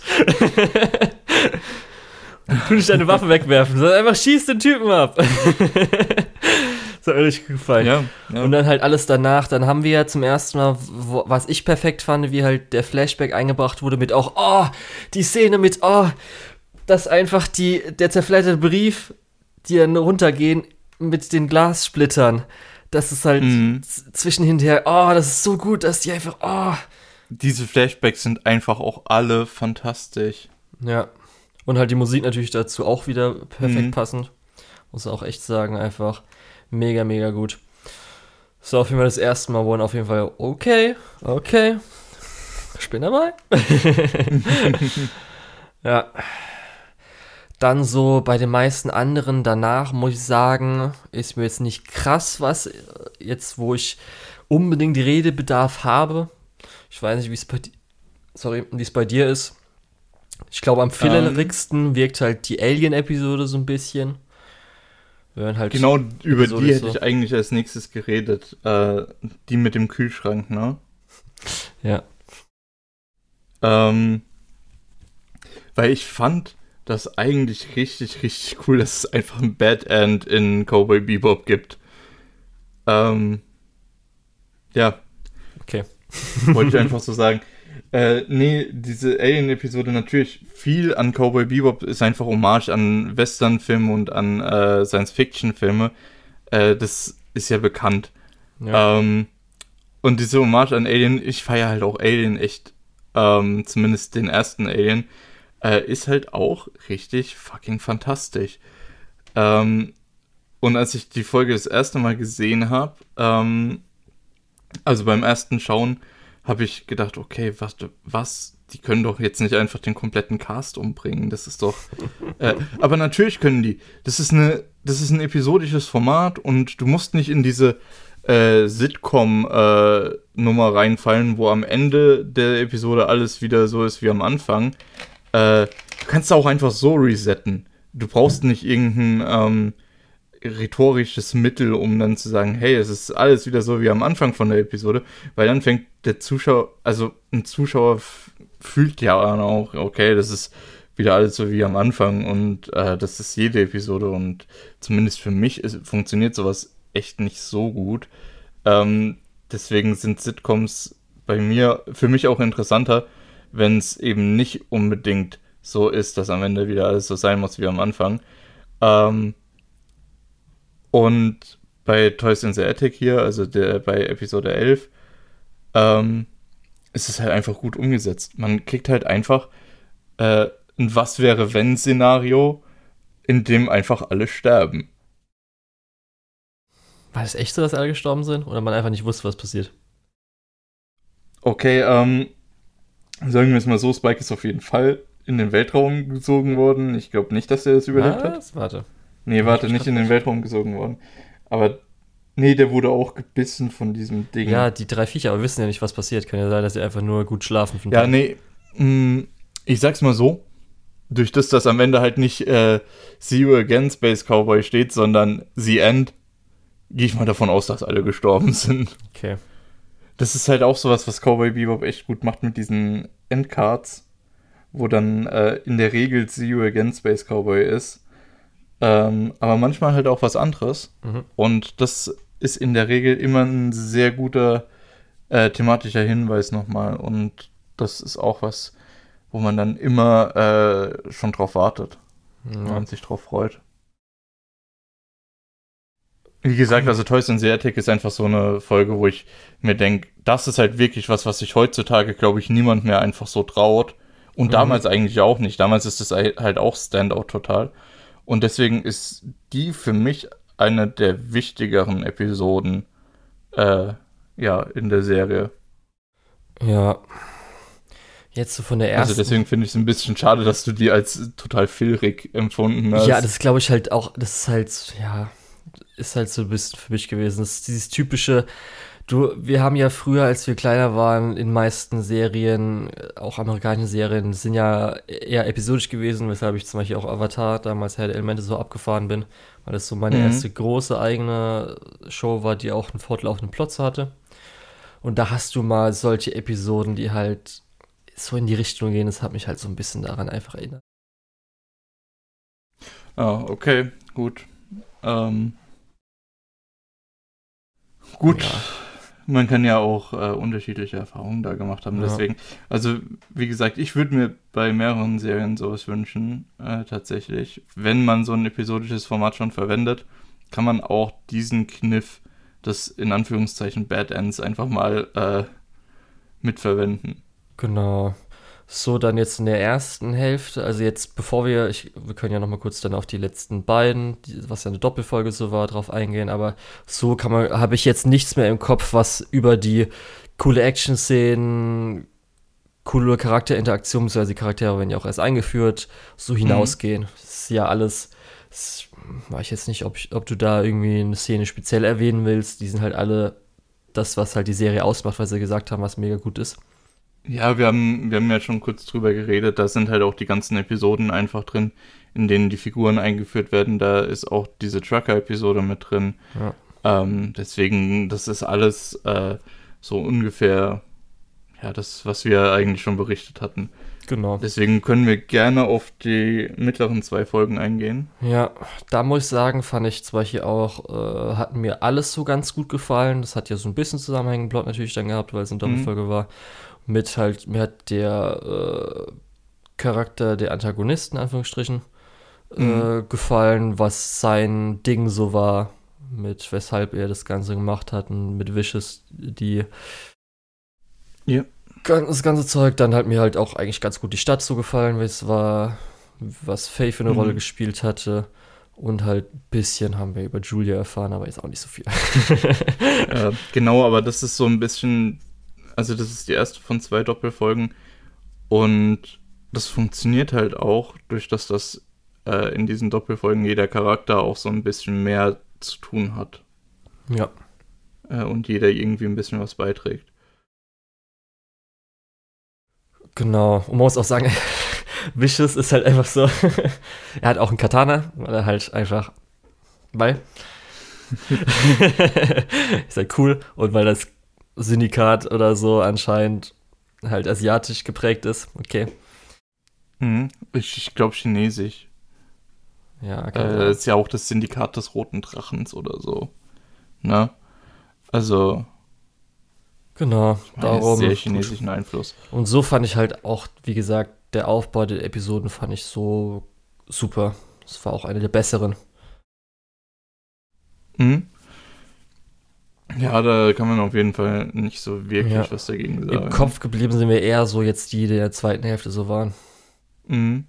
S1: Tu nicht deine Waffe wegwerfen, sondern einfach schieß den Typen ab. Das hat mir richtig gefallen.
S2: Ja, ja.
S1: Und dann halt alles danach, dann haben wir ja zum ersten Mal, wo, was ich perfekt fand, wie halt der Flashback eingebracht wurde mit auch, oh, die Szene mit, oh, dass einfach die, der zerfledderte Brief, die dann runtergehen mit den Glassplittern, das ist halt
S2: Mhm.
S1: z- zwischen hinterher, oh, das ist so gut, dass die einfach, oh.
S2: Diese Flashbacks sind einfach auch alle fantastisch.
S1: Ja. Und halt die Musik natürlich dazu auch wieder perfekt
S2: Mhm.
S1: passend. Muss auch echt sagen, einfach mega, mega gut. So, auf jeden Fall das erste Mal, wo man auf jeden Fall, okay, okay, ich bin dabei. Ja. Dann so bei den meisten anderen danach, muss ich sagen, ist mir jetzt nicht krass, was äh, jetzt, wo ich unbedingt Redebedarf habe. Ich weiß nicht, wie es bei dir, sorry, wie es bei dir ist. Ich glaube, am fehlerigsten wirkt halt die Alien-Episode so ein bisschen. Wir hören halt
S2: Genau über
S1: Episode
S2: die
S1: ist
S2: hätte
S1: so.
S2: ich eigentlich als nächstes geredet. Äh, die mit dem Kühlschrank, ne?
S1: Ja.
S2: Ähm, weil ich fand das eigentlich richtig, richtig cool, dass es einfach ein Bad End in Cowboy Bebop gibt. Ähm, ja,
S1: Okay.
S2: wollte ich einfach so sagen. Äh, nee, diese Alien-Episode natürlich viel an Cowboy Bebop ist einfach Hommage an Western-Filme und an äh, Science-Fiction-Filme. Äh, das ist ja bekannt.
S1: Ja.
S2: Ähm, und diese Hommage an Alien, ich feiere halt auch Alien echt, ähm, zumindest den ersten Alien, äh, ist halt auch richtig fucking fantastisch. Ähm, und als ich die Folge das erste Mal gesehen habe, ähm, also beim ersten Schauen, habe ich gedacht, okay, was, was, die können doch jetzt nicht einfach den kompletten Cast umbringen, das ist doch, äh, aber natürlich können die, das ist eine, das ist ein episodisches Format und du musst nicht in diese äh, Sitcom-Nummer reinfallen, wo am Ende der Episode alles wieder so ist wie am Anfang. Äh, du kannst auch einfach so resetten. Du brauchst nicht irgendein ähm, rhetorisches Mittel, um dann zu sagen, hey, es ist alles wieder so wie am Anfang von der Episode, weil dann fängt der Zuschauer, also ein Zuschauer f- fühlt ja dann auch, okay, das ist wieder alles so wie am Anfang und äh, das ist jede Episode und zumindest für mich ist, funktioniert sowas echt nicht so gut. Ähm, deswegen sind Sitcoms bei mir, für mich auch interessanter, wenn es eben nicht unbedingt so ist, dass am Ende wieder alles so sein muss wie am Anfang. Ähm, und bei Toys in the Attic hier, also der, bei Episode elf, ähm, ist es halt einfach gut umgesetzt. Man kriegt halt einfach äh, ein Was-wäre-wenn-Szenario, in dem einfach alle sterben.
S1: War das echt so, dass alle gestorben sind? Oder man einfach nicht wusste, was passiert?
S2: Okay, ähm, sagen wir es mal so, Spike ist auf jeden Fall in den Weltraum gesogen worden. Ich glaube nicht, dass er das überlebt hat.
S1: Was? Warte.
S2: Nee, warte,
S1: Ich
S2: nicht
S1: glaub
S2: in den
S1: nicht.
S2: Weltraum gesogen worden. Aber nee, der wurde auch gebissen von diesem Ding.
S1: Ja, die drei Viecher, aber wir wissen ja nicht, was passiert. Kann ja sein, dass sie einfach nur gut schlafen. für einen
S2: Ja,
S1: Tag.
S2: nee, mh, ich sag's mal so, durch das, dass am Ende halt nicht äh, See You Again Space Cowboy steht, sondern The End, gehe ich mal davon aus, dass alle gestorben sind.
S1: Okay.
S2: Das ist halt auch sowas, was Cowboy Bebop echt gut macht mit diesen Endcards, wo dann äh, in der Regel See You Again Space Cowboy ist. Ähm, aber manchmal halt auch was anderes.
S1: Mhm.
S2: Und das ist in der Regel immer ein sehr guter äh, thematischer Hinweis nochmal. Und das ist auch was, wo man dann immer äh, schon drauf wartet, wenn
S1: Ja.
S2: man sich drauf freut. Wie gesagt, also Toys in the Attic ist einfach so eine Folge, wo ich mir denke, das ist halt wirklich was, was sich heutzutage, glaube ich, niemand mehr einfach so traut. Und
S1: Mhm.
S2: damals eigentlich auch nicht. Damals ist es halt auch Standout total. Und deswegen ist die für mich eine der wichtigeren Episoden äh, ja, in der Serie.
S1: Ja. Jetzt so von der ersten.
S2: Also deswegen finde ich es ein bisschen schade, dass du die als total filrig empfunden hast.
S1: Ja, das glaube ich halt auch, das ist halt, ja, ist halt so ein bisschen für mich gewesen. Das ist dieses typische, Du, wir haben ja früher, als wir kleiner waren, in meisten Serien, äh, auch amerikanischen Serien, sind ja eher episodisch gewesen, weshalb ich zum Beispiel auch Avatar, damals Herr der Elemente, so abgefahren bin, weil das so meine
S2: Mhm.
S1: erste große eigene Show war, die auch einen fortlaufenden Plot so hatte. Und da hast du mal solche Episoden, die halt so in die Richtung gehen, das hat mich halt so ein bisschen daran einfach erinnert.
S2: Ah, okay, gut. Ähm, gut,
S1: Ja,
S2: man kann ja auch äh, unterschiedliche Erfahrungen da gemacht haben.
S1: ja,
S2: Deswegen, also wie gesagt, ich würde mir bei mehreren Serien sowas wünschen, äh, tatsächlich. Wenn man so ein episodisches Format schon verwendet, kann man auch diesen Kniff des in Anführungszeichen Bad Ends einfach mal äh, mitverwenden.
S1: genau. So, dann jetzt in der ersten Hälfte, also jetzt, bevor wir, ich, wir können ja noch mal kurz dann auf die letzten beiden, die, was ja eine Doppelfolge so war, drauf eingehen, aber so kann man, habe ich jetzt nichts mehr im Kopf, was über die coole Action-Szenen, coole Charakterinteraktionen, beziehungsweise die Charaktere werden ja auch erst eingeführt, so
S2: Mhm.
S1: hinausgehen. Das ist ja alles, das weiß ich jetzt nicht, ob, ich, ob du da irgendwie eine Szene speziell erwähnen willst, die sind halt alle das, was halt die Serie ausmacht, weil sie gesagt haben, was mega gut ist.
S2: Ja, wir haben, wir haben ja schon kurz drüber geredet, da sind halt auch die ganzen Episoden einfach drin, in denen die Figuren eingeführt werden. Da ist auch diese Trucker-Episode mit drin.
S1: Ja,
S2: Ähm, deswegen, das ist alles äh, so ungefähr, ja, das, was wir eigentlich schon berichtet hatten.
S1: genau.
S2: Deswegen können wir gerne auf die mittleren zwei Folgen eingehen.
S1: Ja, da muss ich sagen, fand ich zum Beispiel auch, äh, hat mir alles so ganz gut gefallen. Das hat ja so ein bisschen Zusammenhang mit Plot natürlich dann gehabt, weil es eine
S2: Mhm.
S1: Doppelfolge war. Mit halt, mir hat der äh, Charakter der Antagonisten, in Anführungsstrichen,
S2: Mhm.
S1: äh, gefallen, was sein Ding so war, mit weshalb er das Ganze gemacht hat und mit Vicious, die
S2: Ja.
S1: das ganze Zeug. Dann hat mir halt auch eigentlich ganz gut die Stadt so gefallen, wie es war, was Faye für eine Rolle
S2: Mhm.
S1: gespielt hatte. Und halt ein bisschen haben wir über Julia erfahren, aber jetzt auch nicht so viel.
S2: Äh, genau, aber das ist so ein bisschen, also das ist die erste von zwei Doppelfolgen. Und das funktioniert halt auch, durch dass das äh, in diesen Doppelfolgen jeder Charakter auch so ein bisschen mehr zu tun hat.
S1: Ja,
S2: Äh, und jeder irgendwie ein bisschen was beiträgt.
S1: genau. Und man muss auch sagen, Vicious ist halt einfach so. Er hat auch einen Katana, weil er halt einfach. Weil. Ist halt cool. Und weil das Syndikat oder so anscheinend halt asiatisch geprägt ist. Okay.
S2: Mhm. Ich, ich glaube Chinesisch.
S1: Ja, kann
S2: Äh,
S1: sein.
S2: ist ja auch das Syndikat des Roten Drachens oder so. Ne? Also,
S1: Genau,
S2: ich meine, sehr
S1: darum gut.
S2: chinesischen Einfluss.
S1: Und so fand ich halt auch, wie gesagt, der Aufbau der Episoden fand ich so super. Das war auch eine der besseren.
S2: Mhm. Ja, da kann man auf jeden Fall nicht so
S1: Ja.
S2: wirklich was dagegen
S1: Im
S2: sagen.
S1: Kopf geblieben sind mir eher so jetzt die, die in der zweiten Hälfte so waren.
S2: Mhm.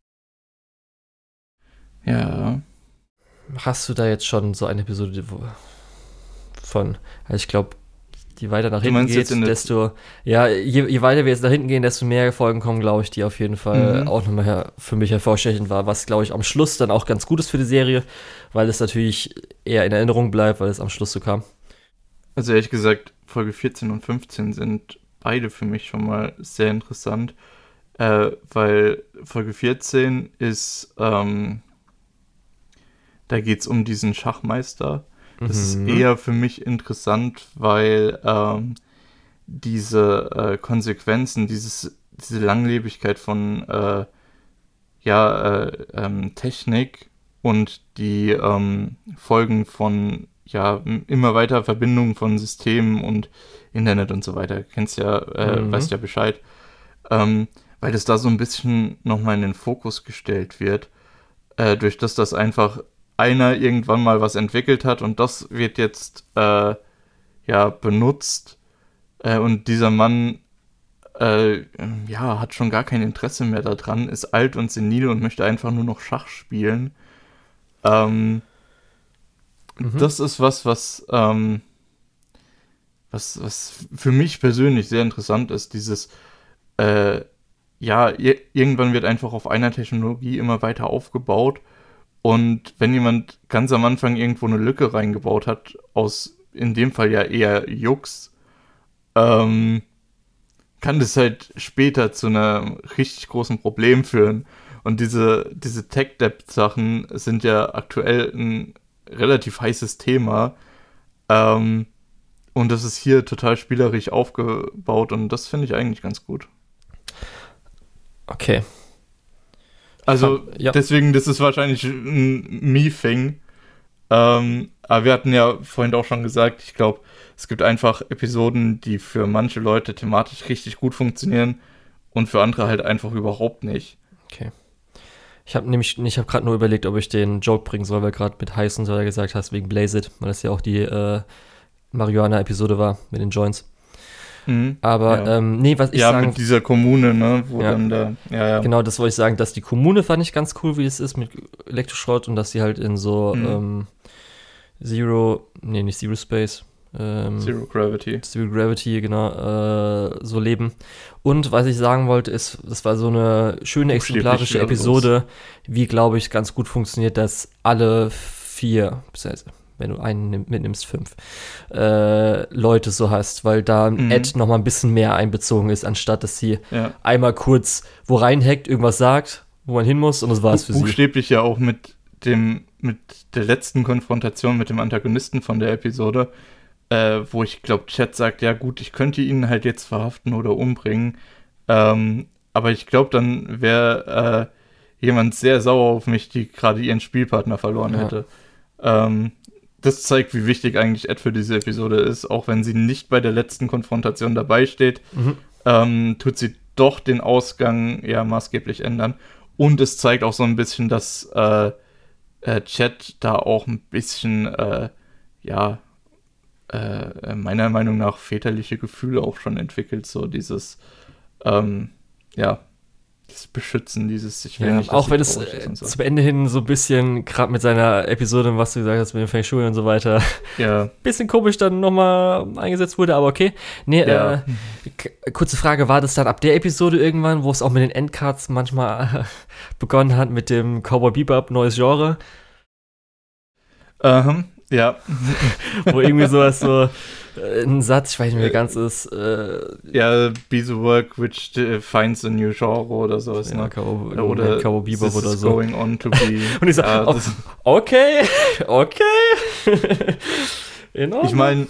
S2: Ja.
S1: Hast du da jetzt schon so eine Episode wo- von, also ich glaube, die weiter nach
S2: Du
S1: hinten
S2: meinst jetzt in
S1: geht,
S2: der.
S1: desto, ja, je, je weiter wir jetzt nach hinten gehen, desto mehr Folgen kommen, glaube ich, die auf jeden Fall
S2: Mhm.
S1: auch nochmal her, für mich hervorstechend war, was, glaube ich, am Schluss dann auch ganz gut ist für die Serie, weil es natürlich eher in Erinnerung bleibt, weil es am Schluss so kam.
S2: Also ehrlich gesagt, Folge vierzehn und fünfzehn sind beide für mich schon mal sehr interessant, äh, weil Folge vierzehn ist, ähm, da geht es um diesen Schachmeister. Das ist
S1: Mhm.
S2: eher für mich interessant, weil ähm, diese äh, Konsequenzen, dieses, diese Langlebigkeit von äh, ja, äh, ähm, Technik und die ähm, Folgen von ja, m- immer weiter Verbindungen von Systemen und Internet und so weiter. Kennst ja, äh,
S1: Mhm.
S2: weißt ja Bescheid. Ähm, weil das da so ein bisschen nochmal in den Fokus gestellt wird, äh, durch das das einfach einer irgendwann mal was entwickelt hat und das wird jetzt äh, ja benutzt äh, und dieser Mann äh, ja, hat schon gar kein Interesse mehr daran, ist alt und senil und möchte einfach nur noch Schach spielen. Ähm,
S1: Mhm.
S2: das ist was, was, ähm, was, was für mich persönlich sehr interessant ist. Dieses, äh, ja, ir irgendwann wird einfach auf einer Technologie immer weiter aufgebaut. Und wenn jemand ganz am Anfang irgendwo eine Lücke reingebaut hat, aus in dem Fall ja eher Jux, ähm, kann das halt später zu einem richtig großen Problem führen. Und diese, diese Tech-Debt-Sachen sind ja aktuell ein relativ heißes Thema. Ähm, und das ist hier total spielerisch aufgebaut und das finde ich eigentlich ganz gut.
S1: Okay.
S2: Also
S1: Fand, ja.
S2: deswegen, das ist wahrscheinlich ein Me-Thing. Ähm, aber wir hatten ja vorhin auch schon gesagt, ich glaube, es gibt einfach Episoden, die für manche Leute thematisch richtig gut funktionieren und für andere halt einfach überhaupt nicht.
S1: Okay. Ich habe nämlich, ich habe gerade nur überlegt, ob ich den Joke bringen soll, weil gerade mit Heißen soll er gesagt hast, wegen Blaze It, weil das ja auch die äh, Marihuana-Episode war mit den Joints.
S2: Mhm,
S1: Aber,
S2: ja.
S1: ähm, nee, was ich
S2: ja,
S1: sagen...
S2: Ja, mit dieser Kommune, ne, wo
S1: ja.
S2: dann da, ja, ja.
S1: Genau, das wollte ich sagen, dass die Kommune fand ich ganz cool, wie es ist mit Elektroschrott und dass sie halt in so
S2: mhm.
S1: ähm, Zero, nee, nicht Zero Space, ähm,
S2: Zero Gravity.
S1: Zero Gravity, genau, äh, so leben. Und was ich sagen wollte, ist, das war so eine schöne exemplarische Episode, wie, glaube ich, ganz gut funktioniert, dass alle vier, wenn du einen mitnimmst, fünf, äh, Leute so hast, weil da mhm. Ed noch mal ein bisschen mehr einbezogen ist, anstatt dass sie ja. einmal kurz wo reinhackt, irgendwas sagt, wo man hin muss und das war's für sie.
S2: Buchstäblich ja auch mit dem, mit der letzten Konfrontation mit dem Antagonisten von der Episode, äh, wo ich glaube, Chad sagt, ja gut, ich könnte ihn halt jetzt verhaften oder umbringen, ähm, aber ich glaube, dann wäre äh, jemand sehr sauer auf mich, die gerade ihren Spielpartner verloren ja. hätte. Ähm, Das zeigt, wie wichtig eigentlich Ed für diese Episode ist. Auch wenn sie nicht bei der letzten Konfrontation dabei steht, mhm. ähm, tut sie doch den Ausgang ja maßgeblich ändern. Und es zeigt auch so ein bisschen, dass äh, äh, Chad da auch ein bisschen, äh, ja, äh, meiner Meinung nach väterliche Gefühle auch schon entwickelt. So dieses, ähm, ja, das Beschützen, dieses ich will
S1: ja,
S2: nicht,
S1: auch wenn es äh, so. zum Ende hin so ein bisschen, gerade mit seiner Episode, was du gesagt hast, mit dem Feng Shui und so weiter,
S2: ja.
S1: bisschen komisch dann nochmal eingesetzt wurde, aber okay. Nee,
S2: ja.
S1: äh, k- kurze Frage, war das dann ab der Episode irgendwann, wo es auch mit den Endcards manchmal äh, begonnen hat, mit dem Cowboy Bebop, neues Genre?
S2: Ähm, ja.
S1: Wo irgendwie sowas so, äh, ein Satz, ich weiß nicht mehr ganz ist. Äh,
S2: ja, be the work which finds a new genre oder sowas.
S1: Ja,
S2: ne?
S1: Cowboy,
S2: oder
S1: Cowboy Bebop oder so.
S2: Going on to be.
S1: Und ich so,
S2: uh,
S1: oh, okay, okay. In
S2: ich meine,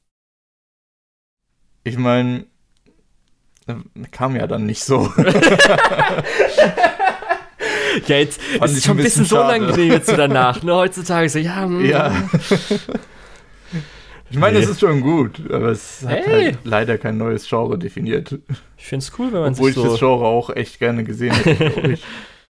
S2: ich meine, kam ja dann nicht so.
S1: Ja, jetzt
S2: Fand
S1: ist es schon ein bisschen, bisschen so unangenehm jetzt so danach, ne? Heutzutage so, ja. Mh.
S2: Ja. Ich meine, es nee. ist schon gut, aber es hat hey. halt leider kein neues Genre definiert.
S1: Ich finde es cool, wenn man
S2: Obwohl
S1: sich so...
S2: Obwohl ich das Genre auch echt gerne gesehen hätte, glaube ich.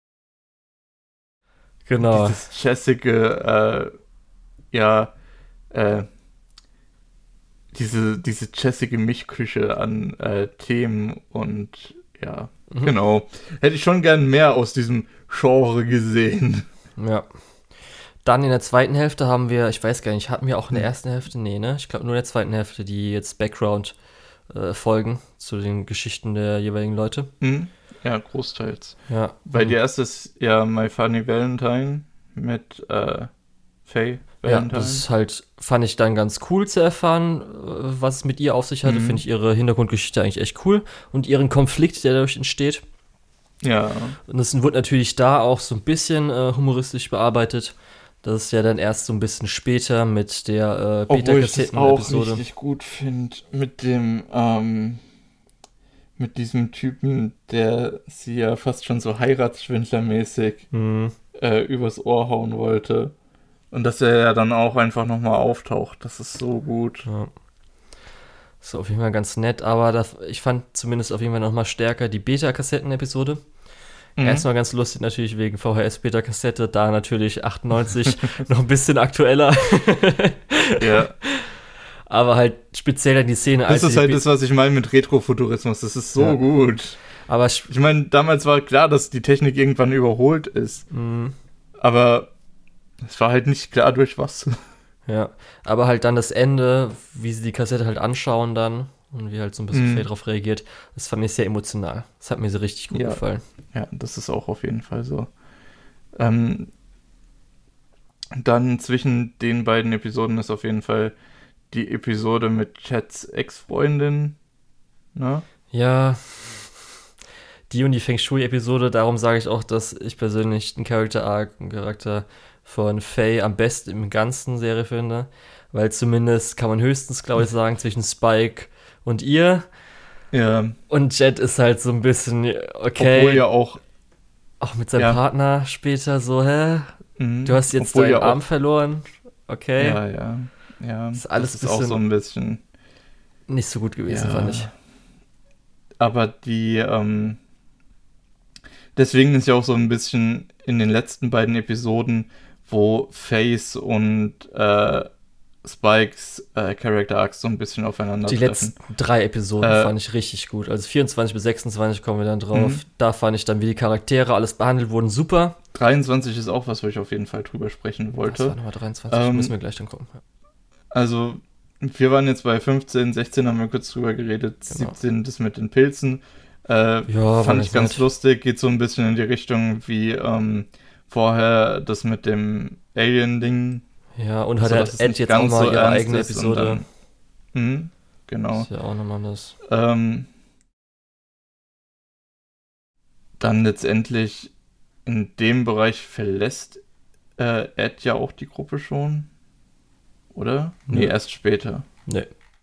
S1: Genau.
S2: Dieses jazzige, äh, ja, äh, diese, diese jazzige Mischküche an äh, Themen und ja, mhm. genau. Hätte ich schon gern mehr aus diesem Genre gesehen.
S1: Ja. Dann in der zweiten Hälfte haben wir, ich weiß gar nicht, hatten wir auch in der ersten Hälfte? Nee, ne? Ich glaube nur in der zweiten Hälfte, die jetzt Background-Folgen äh, zu den Geschichten der jeweiligen Leute.
S2: Mhm. Ja, großteils.
S1: Ja.
S2: Weil mhm. die erste ist ja My Funny Valentine mit äh, Faye Valentine.
S1: Ja, das ist halt, fand ich dann ganz cool zu erfahren, was es mit ihr auf sich hatte. Mhm. Finde ich ihre Hintergrundgeschichte eigentlich echt cool. Und ihren Konflikt, der dadurch entsteht.
S2: Ja.
S1: Und das wird natürlich da auch so ein bisschen äh, humoristisch bearbeitet. Das ist ja dann erst so ein bisschen später mit der äh, Beta-Kassetten-Episode.
S2: Obwohl ich das auch richtig gut finde mit dem, ähm, mit diesem Typen, der sie ja fast schon so heiratsschwindlermäßig
S1: mhm.
S2: äh, übers Ohr hauen wollte. Und dass er ja dann auch einfach nochmal auftaucht. Das ist so gut.
S1: Ja. Das ist auf jeden Fall ganz nett, aber das, ich fand zumindest auf jeden Fall nochmal stärker die Beta-Kassetten-Episode. Mhm. Erstmal ganz lustig natürlich wegen V H S-Beta-Kassette, da natürlich achtundneunzig noch ein bisschen aktueller.
S2: Ja.
S1: Aber halt speziell dann die Szene.
S2: Das ist halt das, was ich meine mit Retrofuturismus. Das ist so ja. gut.
S1: Aber
S2: ich meine, damals war klar, dass die Technik irgendwann überholt ist.
S1: Mhm.
S2: Aber es war halt nicht klar, durch was.
S1: Ja, aber halt dann das Ende, wie sie die Kassette halt anschauen dann und wie halt so ein bisschen mhm. Faye drauf reagiert, das fand ich sehr emotional. Das hat mir so richtig gut
S2: ja.
S1: gefallen.
S2: Ja, das ist auch auf jeden Fall so. Ähm, dann zwischen den beiden Episoden ist auf jeden Fall die Episode mit Chads Ex-Freundin, ne?
S1: Ja, die und die Feng Shui-Episode, darum sage ich auch, dass ich persönlich den Character Arc, den Charakter von Faye am besten im ganzen Serie finde, weil zumindest kann man höchstens, glaube ich, sagen, zwischen Spike und ihr.
S2: Ja.
S1: Und Jet ist halt so ein bisschen, okay.
S2: Obwohl ja auch.
S1: Auch mit seinem
S2: ja.
S1: Partner später so, hä?
S2: Mhm.
S1: Du hast jetzt
S2: Obwohl
S1: deinen
S2: ja
S1: Arm
S2: auch,
S1: verloren. Okay.
S2: Ja, ja. Ja,
S1: das ist alles
S2: das ist auch so ein bisschen.
S1: Nicht so gut gewesen,
S2: ja.
S1: fand ich.
S2: Aber die, ähm. Deswegen ist ja auch so ein bisschen in den letzten beiden Episoden, wo Face und äh, Spikes äh, Character Arcs so ein bisschen aufeinander
S1: Die
S2: treffen.
S1: letzten drei Episoden
S2: äh,
S1: fand ich richtig gut. Also vierundzwanzig bis sechsundzwanzig kommen wir dann drauf.
S2: Mhm.
S1: Da fand ich dann, wie die Charaktere alles behandelt wurden, super.
S2: dreiundzwanzig ist auch was, wo ich auf jeden Fall drüber sprechen wollte.
S1: Das war Nummer dreiundzwanzig,
S2: Ähm,
S1: müssen wir gleich dann gucken. Ja.
S2: Also, wir waren jetzt bei fünfzehn, sechzehn haben wir kurz drüber geredet.
S1: Genau.
S2: siebzehn, das mit den Pilzen. Äh,
S1: Ja,
S2: fand ich ganz
S1: nett.
S2: lustig. Geht so ein bisschen in die Richtung wie ähm, vorher das mit dem Alien-Ding.
S1: Ja, und hat
S2: So,
S1: halt
S2: dass es
S1: Ed
S2: nicht
S1: jetzt auch
S2: ganz
S1: mal
S2: so
S1: ihre
S2: ernst
S1: eigene
S2: ist und
S1: Episode.
S2: dann- Mhm, genau.
S1: Ist ja auch nochmal das.
S2: Ähm, dann letztendlich in dem Bereich verlässt äh, Ed ja auch die Gruppe schon. Oder? Nee,
S1: Nö.
S2: erst später.
S1: Nee.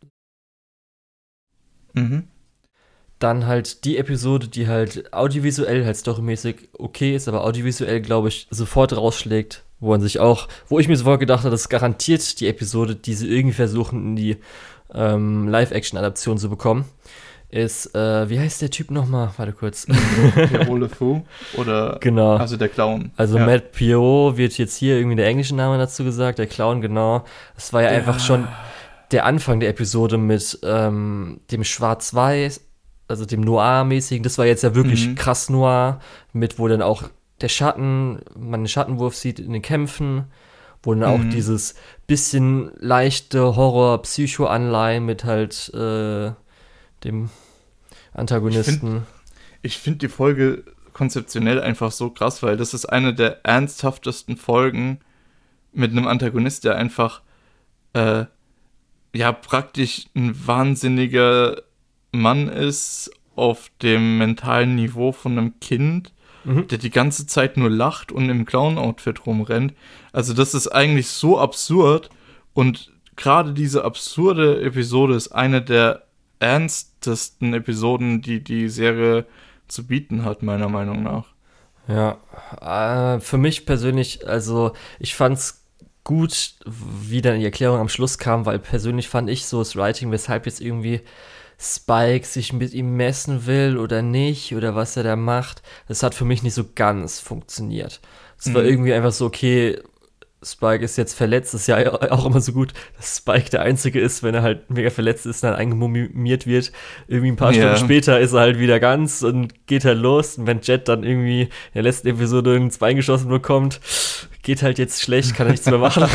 S2: Mhm.
S1: Dann halt die Episode, die halt audiovisuell, halt storymäßig okay ist, aber audiovisuell, glaube ich, sofort rausschlägt, wo man sich auch, wo ich mir sofort gedacht habe, das ist garantiert die Episode, die sie irgendwie versuchen, in die ähm, Live-Action-Adaption zu bekommen, ist, äh, wie heißt der Typ nochmal? Warte kurz.
S2: Pierrot Le Fou oder
S1: Genau.
S2: also der Clown.
S1: Also
S2: ja.
S1: Matt Pierrot wird jetzt hier irgendwie der englische Name dazu gesagt, der Clown, genau. Das war ja einfach schon der Anfang der Episode mit ähm, dem Schwarz-Weiß, also dem Noir-mäßigen. Das war jetzt ja wirklich
S2: Mhm.
S1: krass Noir, mit wo dann auch der Schatten, man den Schattenwurf sieht in den Kämpfen, wo dann auch
S2: Mhm.
S1: dieses bisschen leichte Horror-Psycho-Anleihen mit halt äh, dem Antagonisten.
S2: Ich finde die Folge konzeptionell einfach so krass, weil das ist eine der ernsthaftesten Folgen mit einem Antagonist, der einfach äh, ja praktisch ein wahnsinniger Mann ist auf dem mentalen Niveau von einem Kind,
S1: Mhm.
S2: der die ganze Zeit nur lacht und im Clown-Outfit rumrennt. Also das ist eigentlich so absurd und gerade diese absurde Episode ist eine der ernstesten Episoden, die die Serie zu bieten hat, meiner Meinung nach.
S1: Ja, äh, für mich persönlich, also ich fand's gut, wie dann die Erklärung am Schluss kam, weil persönlich fand ich so das Writing, weshalb jetzt irgendwie Spike sich mit ihm messen will oder nicht oder was er da macht, das hat für mich nicht so ganz funktioniert. Es war
S2: Mhm.
S1: irgendwie einfach so, okay, Spike ist jetzt verletzt, das ist ja auch immer so gut, dass Spike der Einzige ist, wenn er halt mega verletzt ist, dann eingemummiert wird. Irgendwie ein paar
S2: Ja.
S1: Stunden später ist er halt wieder ganz und geht halt los. Und wenn Jet dann irgendwie in der letzten Episode ins Bein geschossen bekommt, geht halt jetzt schlecht, kann er nichts mehr machen.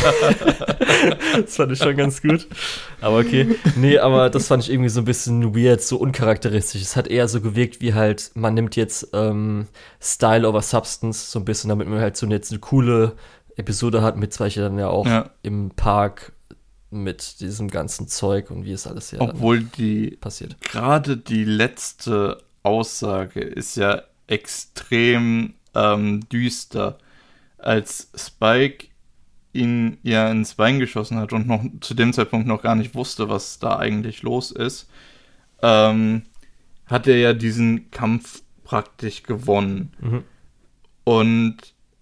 S1: Das fand ich schon ganz gut. Aber okay. Nee, aber das fand ich irgendwie so ein bisschen weird, so uncharakteristisch. Es hat eher so gewirkt, wie halt, man nimmt jetzt ähm, Style over Substance so ein bisschen, damit man halt so jetzt eine coole Episode hat, mit zum Beispiel dann ja auch
S2: Ja.
S1: im Park mit diesem ganzen Zeug und wie es alles ja
S2: Obwohl die
S1: dann passiert.
S2: gerade die letzte Aussage ist ja extrem ähm, düster, als Spike ihn ja ins Bein geschossen hat und noch zu dem Zeitpunkt noch gar nicht wusste, was da eigentlich los ist, ähm, hat er ja diesen Kampf praktisch gewonnen.
S1: Mhm.
S2: Und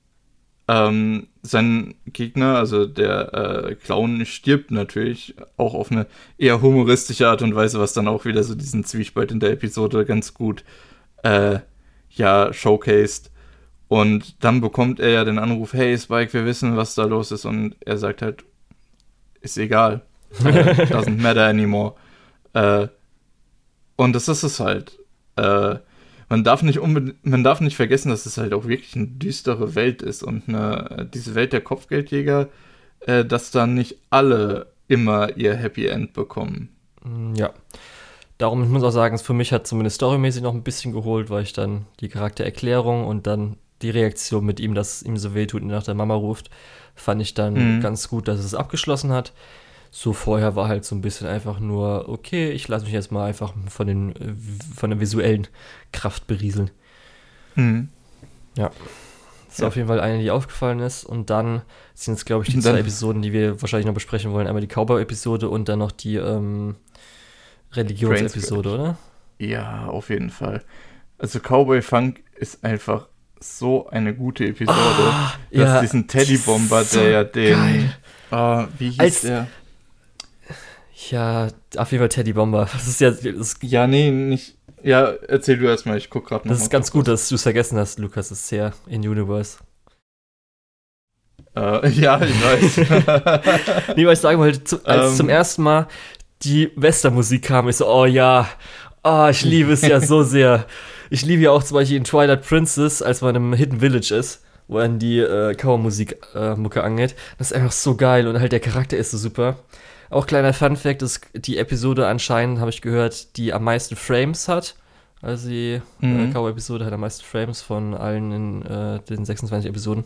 S2: ähm, sein Gegner, also der äh, Clown, stirbt natürlich auch auf eine eher humoristische Art und Weise, was dann auch wieder so diesen Zwiespalt in der Episode ganz gut äh, ja, showcased. Und dann bekommt er ja den Anruf, hey Spike, wir wissen, was da los ist. Und er sagt halt, ist egal. Äh, doesn't matter anymore. Äh, und das ist es halt. Äh, man darf nicht unbedingt, man darf nicht vergessen, dass es halt auch wirklich eine düstere Welt ist. Und eine, diese Welt der Kopfgeldjäger, äh, dass dann nicht alle immer ihr Happy End bekommen.
S1: Ja. Darum, ich muss auch sagen, für mich hat zumindest storymäßig noch ein bisschen geholt, weil ich dann die Charaktererklärung und dann die Reaktion mit ihm, dass es ihm so weh tut und nach der Mama ruft, fand ich dann
S2: Mhm.
S1: ganz gut, dass es abgeschlossen hat. So vorher war halt so ein bisschen einfach nur, okay, ich lasse mich jetzt mal einfach von, den, von der visuellen Kraft berieseln.
S2: Mhm.
S1: Ja. Das ist
S2: Ja.
S1: auf jeden Fall eine, die aufgefallen ist. Und dann sind es, glaube ich, die
S2: Und
S1: zwei
S2: dann-
S1: Episoden, die wir wahrscheinlich noch besprechen wollen. Einmal die Cowboy-Episode und dann noch die ähm, Religionsepisode, oder?
S2: Ja, auf jeden Fall. Also Cowboy Funk ist einfach so eine gute Episode.
S1: Ah,
S2: dass
S1: ja,
S2: diesen Teddybomber,
S1: so
S2: der ja den...
S1: geil.
S2: Ah, wie hieß
S1: Als-
S2: der?
S1: Ja, auf jeden Fall Teddy Bomber. Das ist ja, das,
S2: Ja, nee, nicht... Ja, erzähl du erstmal, ich guck gerade noch
S1: das
S2: mal
S1: ist ganz
S2: kurz
S1: gut, dass du es vergessen hast, Lukas. Das ist sehr in Universe.
S2: was. Äh, ja, ich weiß.
S1: Nee, weil ich sagen wollte, zu, als
S2: Ähm.
S1: zum ersten Mal die Western-Musik kam, ich so, oh ja, oh, ich liebe es ja so sehr. Ich liebe ja auch zum Beispiel in Twilight Princess, als man im Hidden Village ist, wo dann die äh, Cowboy-Musik-Mucke äh, angeht. Das ist einfach so geil und halt der Charakter ist so super. Auch kleiner Fun-Fact, ist die Episode anscheinend, habe ich gehört, die am meisten Frames hat. Also die
S2: Mhm.
S1: äh, Cowboy-Episode hat am meisten Frames von allen in äh, den sechsundzwanzig Episoden.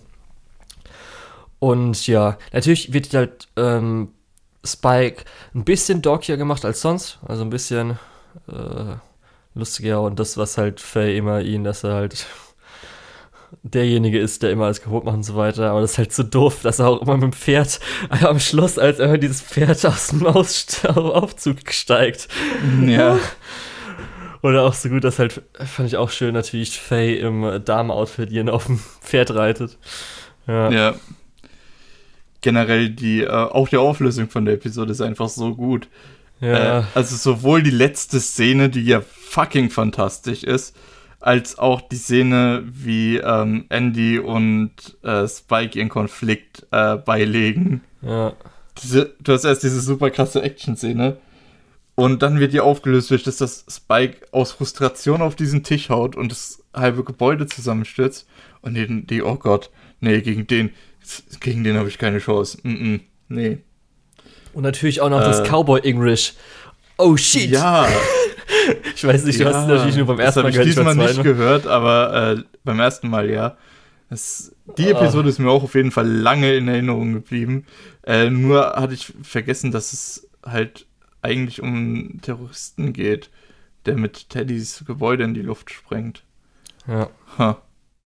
S1: Und ja, natürlich wird halt ähm, Spike ein bisschen dorkier gemacht als sonst. Also ein bisschen äh, lustiger und das, was halt Faye immer ihn, dass er halt derjenige ist, der immer alles kaputt macht und so weiter. Aber das ist halt so doof, dass er auch immer mit dem Pferd am Schluss, als er dieses Pferd aus dem Aus- Aufzug steigt.
S2: Ja.
S1: Oder auch so gut, dass halt, fand ich auch schön, natürlich Faye im Dame-Outfit ihren auf dem Pferd reitet. Ja.
S2: Ja. Generell die, äh, auch die Auflösung von der Episode ist einfach so gut.
S1: Ja.
S2: Äh, also sowohl die letzte Szene, die ja fucking fantastisch ist, als auch die Szene, wie ähm, Andy und äh, Spike ihren Konflikt äh, beilegen.
S1: ja.
S2: Diese, du hast erst diese super krasse Action-Szene und dann wird die aufgelöst durch, dass das Spike aus Frustration auf diesen Tisch haut und das halbe Gebäude zusammenstürzt und die, die oh Gott, nee, gegen den gegen den habe ich keine Chance. Mm-mm, nee.
S1: Und natürlich auch noch das
S2: Äh.
S1: Cowboy-English. Oh shit!
S2: Ja,
S1: Ich weiß nicht, du hast es natürlich nur beim
S2: das
S1: ersten
S2: habe
S1: Mal
S2: ich
S1: gehört.
S2: diesmal
S1: beim
S2: nicht
S1: zweiten Mal.
S2: gehört, aber äh, beim ersten Mal ja. Das, die
S1: Ah.
S2: Episode ist mir auch auf jeden Fall lange in Erinnerung geblieben. Äh, nur hatte ich vergessen, dass es halt eigentlich um einen Terroristen geht, der mit Teddys Gebäude in die Luft sprengt.
S1: Ja.
S2: Ha.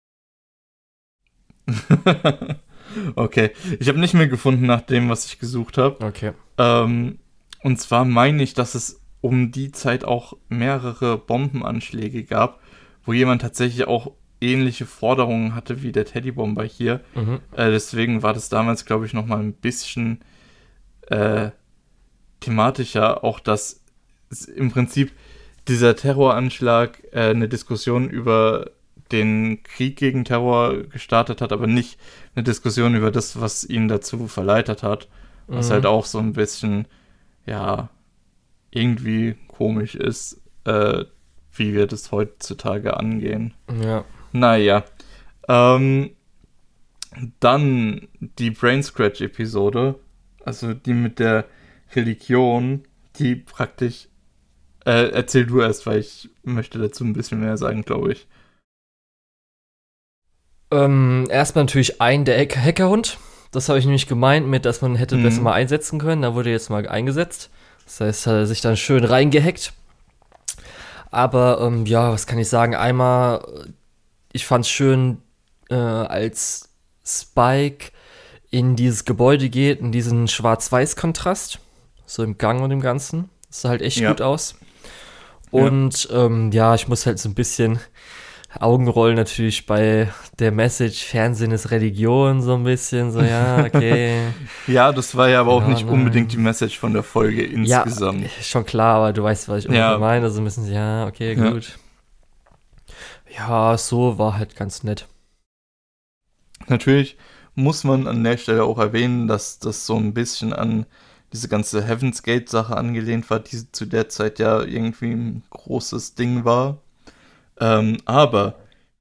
S2: Okay, ich habe nicht mehr gefunden nach dem, was ich gesucht habe.
S1: Okay.
S2: Ähm, und zwar meine ich, dass es um die Zeit auch mehrere Bombenanschläge gab, wo jemand tatsächlich auch ähnliche Forderungen hatte wie der Teddybomber hier.
S1: Mhm.
S2: Äh, deswegen war das damals, glaube ich, nochmal ein bisschen äh, thematischer, auch dass s- im Prinzip dieser Terroranschlag äh, eine Diskussion über den Krieg gegen Terror gestartet hat, aber nicht eine Diskussion über das, was ihn dazu verleitet hat. Was
S1: Mhm.
S2: halt auch so ein bisschen, ja, irgendwie komisch ist, äh, wie wir das heutzutage angehen.
S1: Ja.
S2: Naja. Ähm, dann die Brain Scratch-Episode, also die mit der Religion, die praktisch. Äh, erzähl du erst, weil ich möchte dazu ein bisschen mehr sagen, glaube ich.
S1: Ähm, erstmal natürlich ein, der Hack- Hackerhund. Das habe ich nämlich gemeint mit, dass man hätte
S2: Mhm.
S1: besser mal einsetzen können. Da wurde jetzt mal eingesetzt. Das heißt, hat er sich dann schön reingehackt. Aber ähm, ja, was kann ich sagen? Einmal, äh, ich fand es schön, äh, als Spike in dieses Gebäude geht, in diesen Schwarz-Weiß-Kontrast. So im Gang und im Ganzen. Das sah halt echt
S2: Ja.
S1: gut aus. Und ja. Ähm, ja, ich muss halt so ein bisschen Augenrollen natürlich bei der Message Fernsehen ist Religion so ein bisschen. So, ja, okay.
S2: Ja, das war ja aber auch
S1: Ja,
S2: nicht
S1: nein.
S2: unbedingt die Message von der Folge
S1: Ja,
S2: insgesamt.
S1: schon klar, aber du weißt, was ich ungefähr
S2: Ja.
S1: meine. Also müssen sie, ja, okay,
S2: Ja.
S1: gut. Ja, so war halt ganz nett.
S2: Natürlich muss man an der Stelle auch erwähnen, dass das so ein bisschen an diese ganze Heaven's Gate-Sache angelehnt war, die zu der Zeit ja irgendwie ein großes Ding war. Ähm, aber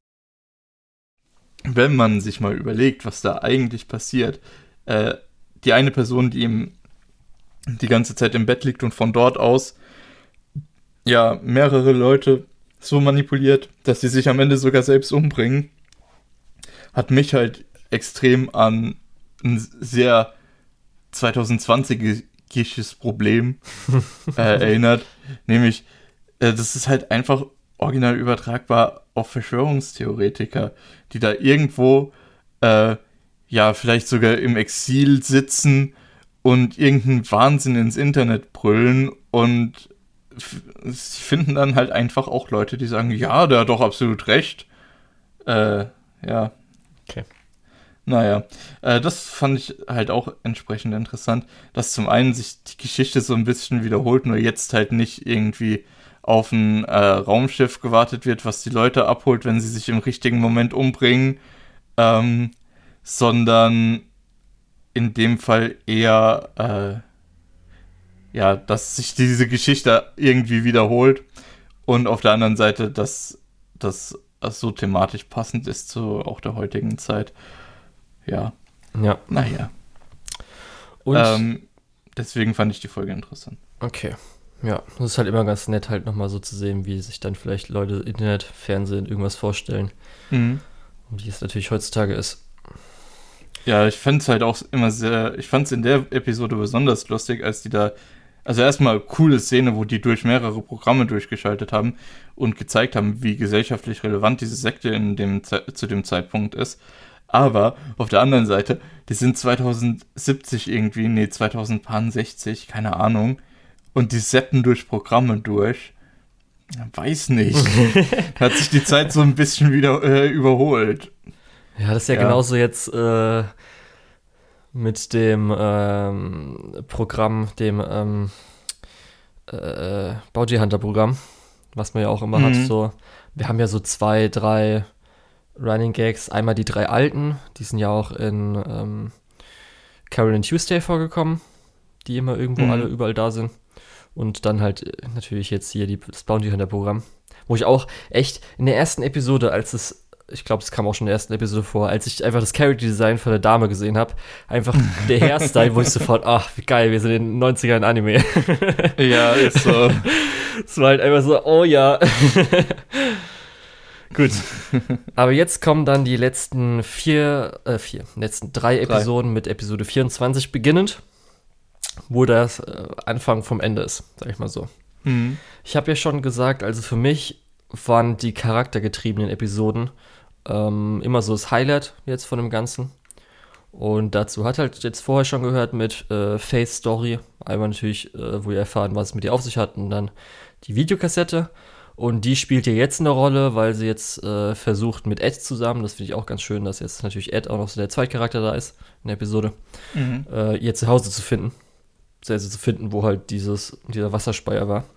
S2: wenn man sich mal überlegt, was da eigentlich passiert, äh, die eine Person, die ihm die ganze Zeit im Bett liegt und von dort aus ja mehrere Leute so manipuliert, dass sie sich am Ende sogar selbst umbringen, hat mich halt extrem an ein sehr zwanzig zwanzig Gisches Problem äh, erinnert. Nämlich, äh, das ist halt einfach original übertragbar auf Verschwörungstheoretiker, die da irgendwo äh, ja vielleicht sogar im Exil sitzen und irgendeinen Wahnsinn ins Internet brüllen und f- sie finden dann halt einfach auch Leute, die sagen, ja, der hat doch absolut recht. Äh, ja.
S1: Okay.
S2: Naja, äh, das fand ich halt auch entsprechend interessant, dass zum einen sich die Geschichte so ein bisschen wiederholt, nur jetzt halt nicht irgendwie auf ein äh, Raumschiff gewartet wird, was die Leute abholt, wenn sie sich im richtigen Moment umbringen, ähm, sondern in dem Fall eher, äh, ja, dass sich diese Geschichte irgendwie wiederholt und auf der anderen Seite, dass das so thematisch passend ist zu auch der heutigen Zeit. Ja.
S1: Ja.
S2: Naja.
S1: Und
S2: Ähm, deswegen fand ich die Folge interessant.
S1: okay. Ja, das ist halt immer ganz nett, halt nochmal so zu sehen, wie sich dann vielleicht Leute Internet, Fernsehen, irgendwas vorstellen.
S2: Mhm.
S1: Und wie es natürlich heutzutage ist.
S2: Ja, ich fand es halt auch immer sehr, ich fand es in der Episode besonders lustig, als die da, also erstmal coole Szene, wo die durch mehrere Programme durchgeschaltet haben und gezeigt haben, wie gesellschaftlich relevant diese Sekte in dem, Ze- zu dem Zeitpunkt ist. Aber auf der anderen Seite, die sind zwanzig siebzig irgendwie, nee, zwanzig sechzig, keine Ahnung, und die seppen durch Programme durch. Ja, weiß nicht. Hat sich die Zeit so ein bisschen wieder äh, überholt.
S1: Ja, das ist ja,
S2: Ja.
S1: genauso jetzt äh, mit dem ähm, Programm, dem ähm, äh, Bounty Hunter Programm, was man ja auch immer
S2: Mhm.
S1: hat. So, wir haben ja so zwei, drei Running Gags. Einmal die drei alten, die sind ja auch in ähm, Carol and Tuesday vorgekommen, die immer irgendwo
S2: Mhm.
S1: alle überall da sind. Und dann halt äh, natürlich jetzt hier die, das Bounty Hunter Programm, wo ich auch echt in der ersten Episode, als es, ich glaube, es kam auch schon in der ersten Episode vor, als ich einfach das Character Design von der Dame gesehen habe, einfach der Hairstyle, wo ich sofort, ach, wie geil, wir sind in den neunzigern Anime.
S2: Ja, ist so.
S1: Es war halt einfach so, oh ja. Gut. Aber jetzt kommen dann die letzten vier, äh, vier, letzten drei Episoden mit Episode vierundzwanzig beginnend, wo das äh, Anfang vom Ende ist, sag ich mal so.
S2: Mhm.
S1: Ich habe ja schon gesagt, also für mich waren die charaktergetriebenen Episoden ähm, immer so das Highlight jetzt von dem Ganzen. Und dazu hat halt jetzt vorher schon gehört mit äh, Faith's Story. Einmal natürlich, äh, wo ihr erfahren, was es mit ihr auf sich hat, und dann die Videokassette. Und die spielt ja jetzt eine Rolle, weil sie jetzt äh, versucht mit Ed zusammen, das finde ich auch ganz schön, dass jetzt natürlich Ed auch noch so der Zweitcharakter da ist in der Episode,
S2: Mhm.
S1: äh, ihr Zuhause zu finden. Also zu finden, wo halt dieses, dieser Wasserspeier war.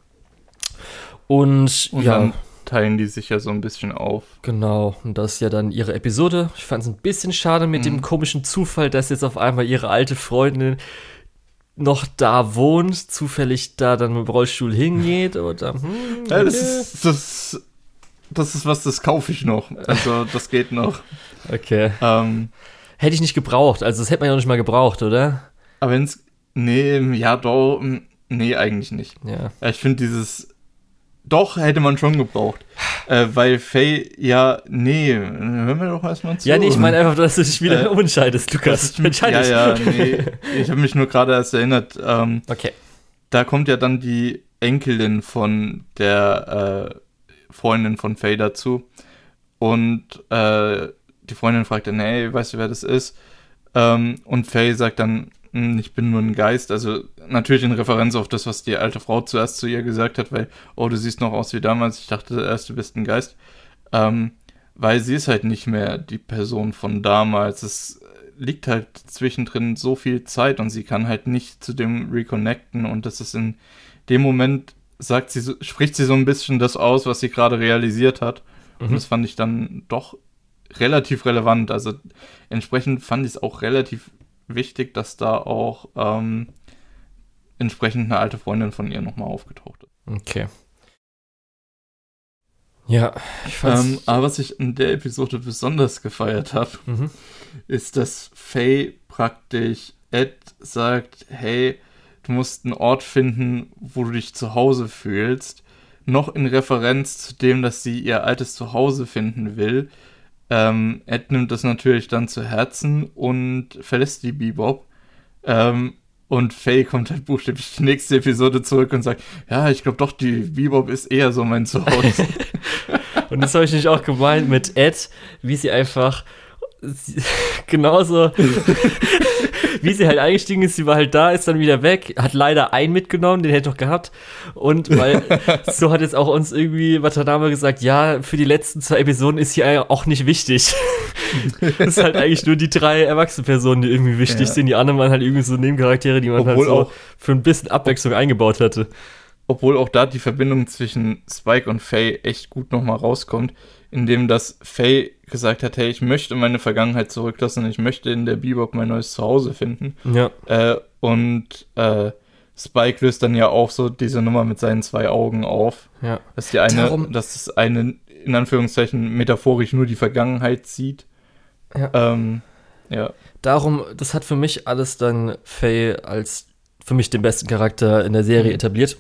S1: Und,
S2: Und
S1: ja,
S2: dann teilen die sich ja so ein bisschen auf.
S1: genau. Und das ist ja dann ihre Episode. Ich fand es ein bisschen schade mit
S2: Mhm.
S1: dem komischen Zufall, dass jetzt auf einmal ihre alte Freundin noch da wohnt, zufällig da dann mit dem Rollstuhl hingeht oder hm,
S2: Ja, das
S1: okay.
S2: ist, das, das ist was, das kaufe ich noch. Also, das geht noch.
S1: Okay.
S2: Ähm,
S1: Hätte ich nicht gebraucht, also das hätte man ja noch nicht mal gebraucht, oder?
S2: aber wenn's, nee, ja, doch, mm, nee, eigentlich nicht.
S1: Ja.
S2: Ja, ich finde dieses, doch, hätte man schon gebraucht. Äh, weil Faye, ja, nee, hören wir doch erstmal zu.
S1: Ja, nee, ich meine einfach, dass du dich wieder
S2: Äh,
S1: umentscheidest, Lukas. Entscheide
S2: ja,
S1: dich.
S2: ja, nee, ich habe mich nur gerade erst erinnert, ähm,
S1: Okay.
S2: da kommt ja dann die Enkelin von der äh, Freundin von Faye dazu. Und äh, die Freundin fragt dann, hey, weißt du, wer das ist? Ähm, und Faye sagt dann, "Hm, ich bin nur ein Geist." Also natürlich in Referenz auf das, was die alte Frau zuerst zu ihr gesagt hat, weil, oh, du siehst noch aus wie damals. Ich dachte erst, du bist ein Geist. Ähm, weil sie ist halt nicht mehr die Person von damals. Es liegt halt zwischendrin so viel Zeit und sie kann halt nicht zu dem reconnecten, und das ist in dem Moment, sagt sie so, spricht sie so ein bisschen das aus, was sie gerade realisiert hat. Und
S1: Mhm.
S2: das fand ich dann doch relativ relevant. Also entsprechend fand ich es auch relativ wichtig, dass da auch ähm, entsprechend eine alte Freundin von ihr nochmal aufgetaucht ist.
S1: Okay. Ja, ich fand's.
S2: Ähm, aber was ich in der Episode besonders gefeiert habe,
S1: mhm.
S2: ist, dass Faye praktisch Ed sagt, hey, du musst einen Ort finden, wo du dich zu Hause fühlst. Noch in Referenz zu dem, dass sie ihr altes Zuhause finden will. Ähm, Ed nimmt das natürlich dann zu Herzen und verlässt die Bebop. Ähm, Und Faye kommt halt buchstäblich die nächste Episode zurück und sagt, ja, ich glaube doch, die Bebop ist eher so mein Zuhause.
S1: Und das habe ich nicht auch gemeint mit Ed, wie sie einfach sie, genauso, wie sie halt eingestiegen ist, sie war halt da, ist dann wieder weg, hat leider einen mitgenommen, den hätte ich noch gehabt. Und weil, so hat jetzt auch uns irgendwie Watanabe gesagt, ja, für die letzten zwei Episoden ist hier auch nicht wichtig. Das ist halt eigentlich nur die drei Erwachsenen-Personen, die irgendwie wichtig ja. sind. Die anderen waren halt irgendwie so Nebencharaktere, die man Obwohl halt so auch, für ein bisschen Abwechslung eingebaut hatte.
S2: Obwohl auch da die Verbindung zwischen Spike und Faye echt gut nochmal rauskommt, indem das Faye gesagt hat, hey, ich möchte meine Vergangenheit zurücklassen und ich möchte in der Bebop mein neues Zuhause finden.
S1: Ja.
S2: Äh, und äh, Spike löst dann ja auch so diese Nummer mit seinen zwei Augen auf.
S1: Ja.
S2: Dass die eine,
S1: Darum,
S2: dass es eine, in Anführungszeichen, metaphorisch nur die Vergangenheit sieht.
S1: Ja.
S2: Ähm, ja.
S1: Darum, das hat für mich alles dann Faye als für mich den besten Charakter in der Serie mhm. etabliert.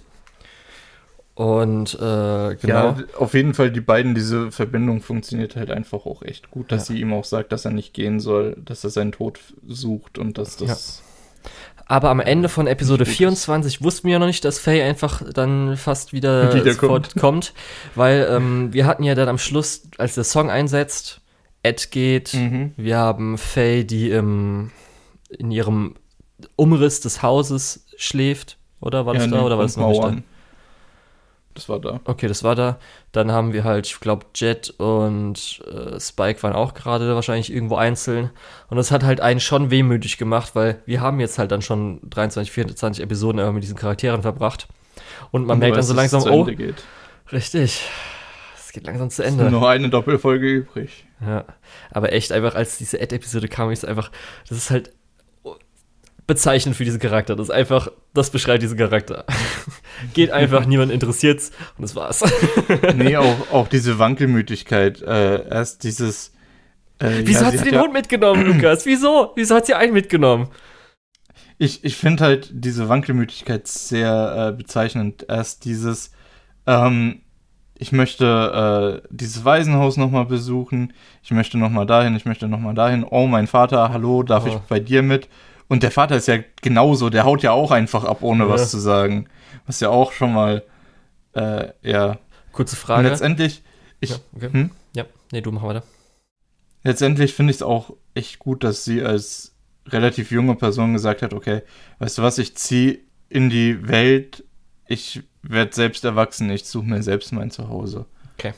S1: Und äh, genau.
S2: Ja, auf jeden Fall die beiden, diese Verbindung funktioniert halt einfach auch echt gut, dass ja. sie ihm auch sagt, dass er nicht gehen soll, dass er seinen Tod sucht und dass das...
S1: Ja. Aber am Ende von Episode vierundzwanzig wussten wir ja noch nicht, dass Faye einfach dann fast wieder sofort kommt, weil ähm, wir hatten ja dann am Schluss, als der Song einsetzt, Ed geht, mhm. wir haben Faye, die im, in ihrem Umriss des Hauses schläft, oder war das ja, da, oder war das noch nicht da?
S2: Das war da.
S1: Okay, das war da. Dann haben wir halt, ich glaube, Jet und äh, Spike waren auch gerade wahrscheinlich irgendwo einzeln. Und das hat halt einen schon wehmütig gemacht, weil wir haben jetzt halt dann schon dreiundzwanzig, vierundzwanzig Episoden immer mit diesen Charakteren verbracht. Und man und merkt dann so langsam, oh, geht. Richtig, es geht langsam zu Ende.
S2: Es ist nur noch eine Doppelfolge übrig.
S1: Ja, aber echt einfach, als diese Ed-Episode kam, ist einfach, das ist halt bezeichnend für diesen Charakter. Das ist einfach, das beschreibt diesen Charakter. Geht einfach, niemand interessiert's und das war's.
S2: Nee, auch, auch diese Wankelmütigkeit. Äh, erst dieses.
S1: Äh, Wieso ja, hat sie, sie den ja Hund mitgenommen, Lukas? Wieso? Wieso hat sie einen mitgenommen?
S2: Ich, ich finde halt diese Wankelmütigkeit sehr äh, bezeichnend. Erst dieses, ähm, ich möchte äh, dieses Waisenhaus nochmal besuchen, ich möchte nochmal dahin, ich möchte nochmal dahin. Oh, mein Vater, hallo, darf oh. ich bei dir mit? Und der Vater ist ja genauso, der haut ja auch einfach ab, ohne ja. was zu sagen. Was ja auch schon mal, äh, ja.
S1: Kurze Frage.
S2: Und letztendlich, ich,
S1: ja, okay.
S2: hm?
S1: ja, nee, du mach weiter.
S2: Letztendlich finde ich es auch echt gut, dass sie als relativ junge Person gesagt hat, okay, weißt du was, ich ziehe in die Welt, ich werde selbst erwachsen, ich suche mir selbst mein Zuhause.
S1: Okay.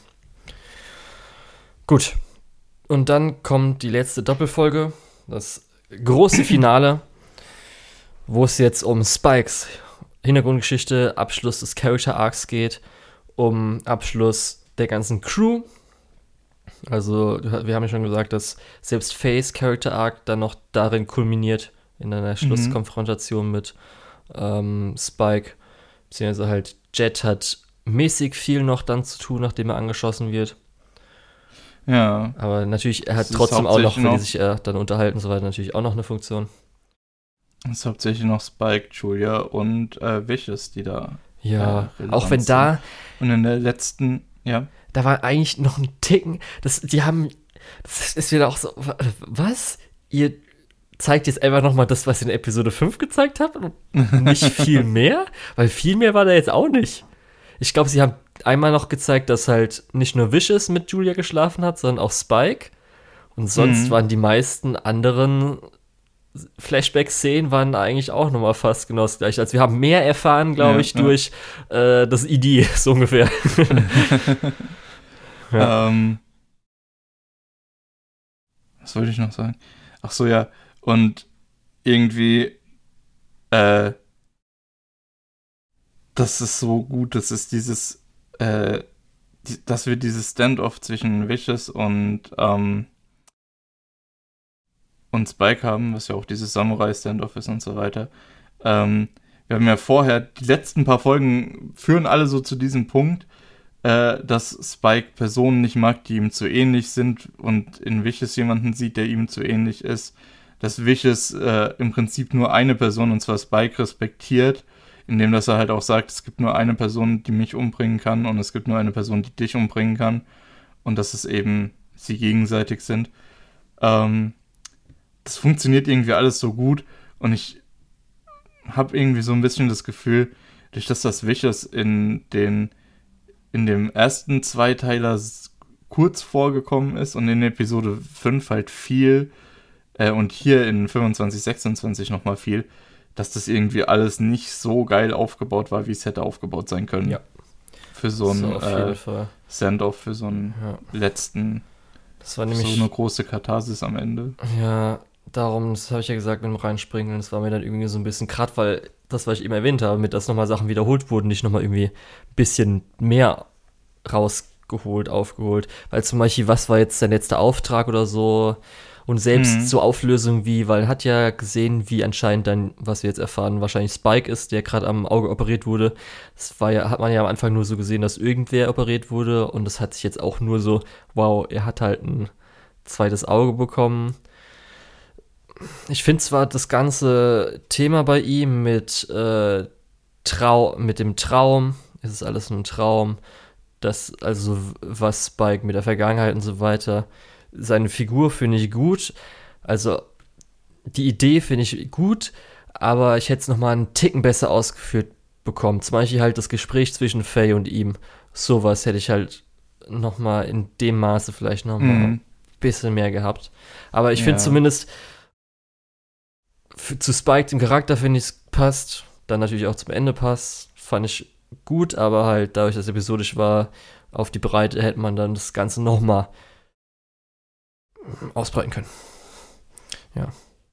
S1: Gut. Und dann kommt die letzte Doppelfolge, das große Finale, wo es jetzt um Spikes Hintergrundgeschichte, Abschluss des Character Arcs geht, um Abschluss der ganzen Crew. Also wir haben ja schon gesagt, dass selbst Faye's Character Arc dann noch darin kulminiert, in einer Schlusskonfrontation mhm. mit ähm, Spike, beziehungsweise halt Jet hat mäßig viel noch dann zu tun, nachdem er angeschossen wird.
S2: Ja.
S1: Aber natürlich, er hat trotzdem auch noch, wenn die sich äh, dann unterhalten und so weiter, natürlich auch noch eine Funktion.
S2: Es ist hauptsächlich noch Spike, Julia und äh, Vicious, die da
S1: Ja, äh, auch wenn da
S2: und in der letzten, ja.
S1: Da war eigentlich noch ein Ticken, das, die haben, das ist wieder auch so, was? Ihr zeigt jetzt einfach nochmal das, was ihr in Episode fünf gezeigt habt und nicht viel mehr? Weil viel mehr war da jetzt auch nicht. Ich glaube, sie haben einmal noch gezeigt, dass halt nicht nur Vicious mit Julia geschlafen hat, sondern auch Spike. Und sonst mhm. waren die meisten anderen Flashback-Szenen waren eigentlich auch nochmal fast genau das gleiche. Also wir haben mehr erfahren, glaube ja, ich, ja. durch äh, das I D, so ungefähr.
S2: ja. ähm, was wollte ich noch sagen? Ach so, ja. Und irgendwie äh, das ist so gut, das ist dieses äh, die, dass wir dieses Standoff zwischen Vicious und ähm, und Spike haben, was ja auch dieses Samurai-Standoff ist und so weiter. Ähm, wir haben ja vorher, die letzten paar Folgen führen alle so zu diesem Punkt, äh, dass Spike Personen nicht mag, die ihm zu ähnlich sind und in Vicious jemanden sieht, der ihm zu ähnlich ist. Dass Vicious äh, im Prinzip nur eine Person, und zwar Spike, respektiert, indem dass er halt auch sagt, es gibt nur eine Person, die mich umbringen kann und es gibt nur eine Person, die dich umbringen kann. Und dass es eben sie gegenseitig sind. Ähm, Das funktioniert irgendwie alles so gut und ich habe irgendwie so ein bisschen das Gefühl, durch das das Vicious in den in dem ersten Zweiteiler kurz vorgekommen ist und in Episode fünf halt viel äh, und hier in fünfundzwanzig, sechsundzwanzig nochmal viel, dass das irgendwie alles nicht so geil aufgebaut war, wie es hätte aufgebaut sein können.
S1: Ja.
S2: Für so einen
S1: So, auf
S2: äh,
S1: jeden Fall.
S2: Send-off, für so einen
S1: Ja.
S2: letzten,
S1: Das war nämlich
S2: so eine große Katharsis am Ende.
S1: Ja, darum, das habe ich ja gesagt mit dem Reinspringen, das war mir dann irgendwie so ein bisschen, gerade weil das, was ich eben erwähnt habe, mit dass nochmal Sachen wiederholt wurden, nicht nochmal irgendwie ein bisschen mehr rausgeholt, aufgeholt. Weil zum Beispiel, was war jetzt der letzte Auftrag oder so? Und selbst
S2: Mhm.
S1: so Auflösungen wie, weil hat ja gesehen, wie anscheinend dann, was wir jetzt erfahren, wahrscheinlich Spike ist, der gerade am Auge operiert wurde. Das war ja, hat man ja am Anfang nur so gesehen, dass irgendwer operiert wurde und das hat sich jetzt auch nur so, wow, er hat halt ein zweites Auge bekommen. Ich finde zwar das ganze Thema bei ihm mit, äh, Trau mit dem Traum, ist es alles nur ein Traum, das, also was Spike mit der Vergangenheit und so weiter, seine Figur finde ich gut, also die Idee finde ich gut, aber ich hätte es nochmal einen Ticken besser ausgeführt bekommen. Zum Beispiel halt das Gespräch zwischen Faye und ihm, sowas hätte ich halt nochmal in dem Maße vielleicht nochmal
S2: Mhm.
S1: ein bisschen mehr gehabt. Aber ich
S2: Ja.
S1: finde zumindest für, zu Spike, dem Charakter, finde ich, es passt. Dann natürlich auch zum Ende passt. Fand ich gut, aber halt dadurch, dass es episodisch war, auf die Breite hätte man dann das Ganze nochmal ausbreiten können. Ja.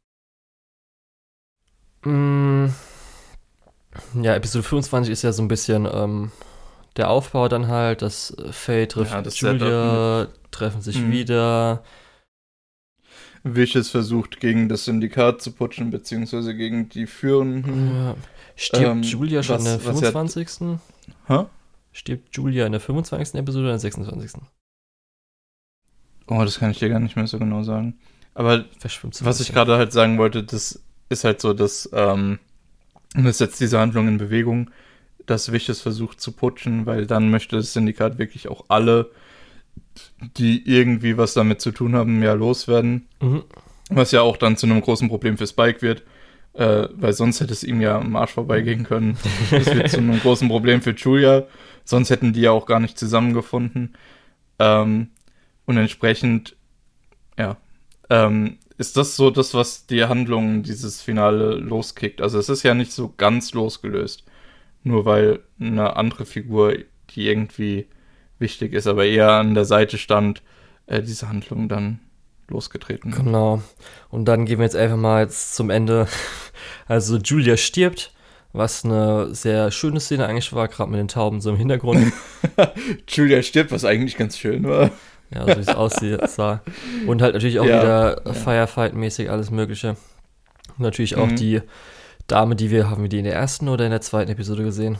S1: Mm, ja, Episode fünfundzwanzig ist ja so ein bisschen ähm, der Aufbau dann halt, dass äh, Faye trifft
S2: Ja, das
S1: Julia, treffen sich
S2: Mhm.
S1: wieder.
S2: Vicious versucht, gegen das Syndikat zu putschen, beziehungsweise gegen die Führenden.
S1: Ja. Stirbt
S2: Ähm,
S1: Julia schon
S2: was-
S1: in der
S2: was ja-
S1: fünfundzwanzigsten?
S2: Hä?
S1: Stirbt Julia in der fünfundzwanzigsten Episode oder in der sechsundzwanzigsten?
S2: Oh, das kann ich dir gar nicht mehr so genau sagen. Aber
S1: Verschwimmt so ein
S2: was ich
S1: bisschen.
S2: gerade halt sagen wollte, das ist halt so, dass ähm, das setzt diese Handlung in Bewegung, dass Vicious versucht zu putschen, weil dann möchte das Syndikat wirklich auch alle, die irgendwie was damit zu tun haben, ja loswerden.
S1: Mhm.
S2: Was ja auch dann zu einem großen Problem für Spike wird, äh, weil sonst hätte es ihm ja am Arsch vorbeigehen können. Das wird zu einem großen Problem für Julia, sonst hätten die ja auch gar nicht zusammengefunden. Ähm, und entsprechend, ja, ähm, ist das so das, was die Handlung dieses Finale loskickt. Also es ist ja nicht so ganz losgelöst, nur weil eine andere Figur, die irgendwie wichtig ist, aber eher an der Seite stand, äh, diese Handlung dann losgetreten.
S1: Genau. Und dann gehen wir jetzt einfach mal jetzt zum Ende. Also Julia stirbt, was eine sehr schöne Szene eigentlich war, gerade mit den Tauben so im Hintergrund.
S2: Julia stirbt, was eigentlich ganz schön war.
S1: Ja, so wie es aussah. Und halt natürlich auch
S2: Ja,
S1: wieder
S2: ja.
S1: Firefight-mäßig alles Mögliche. Und natürlich auch
S2: Mhm.
S1: die Dame, die wir, haben wir die in der ersten oder in der zweiten Episode gesehen?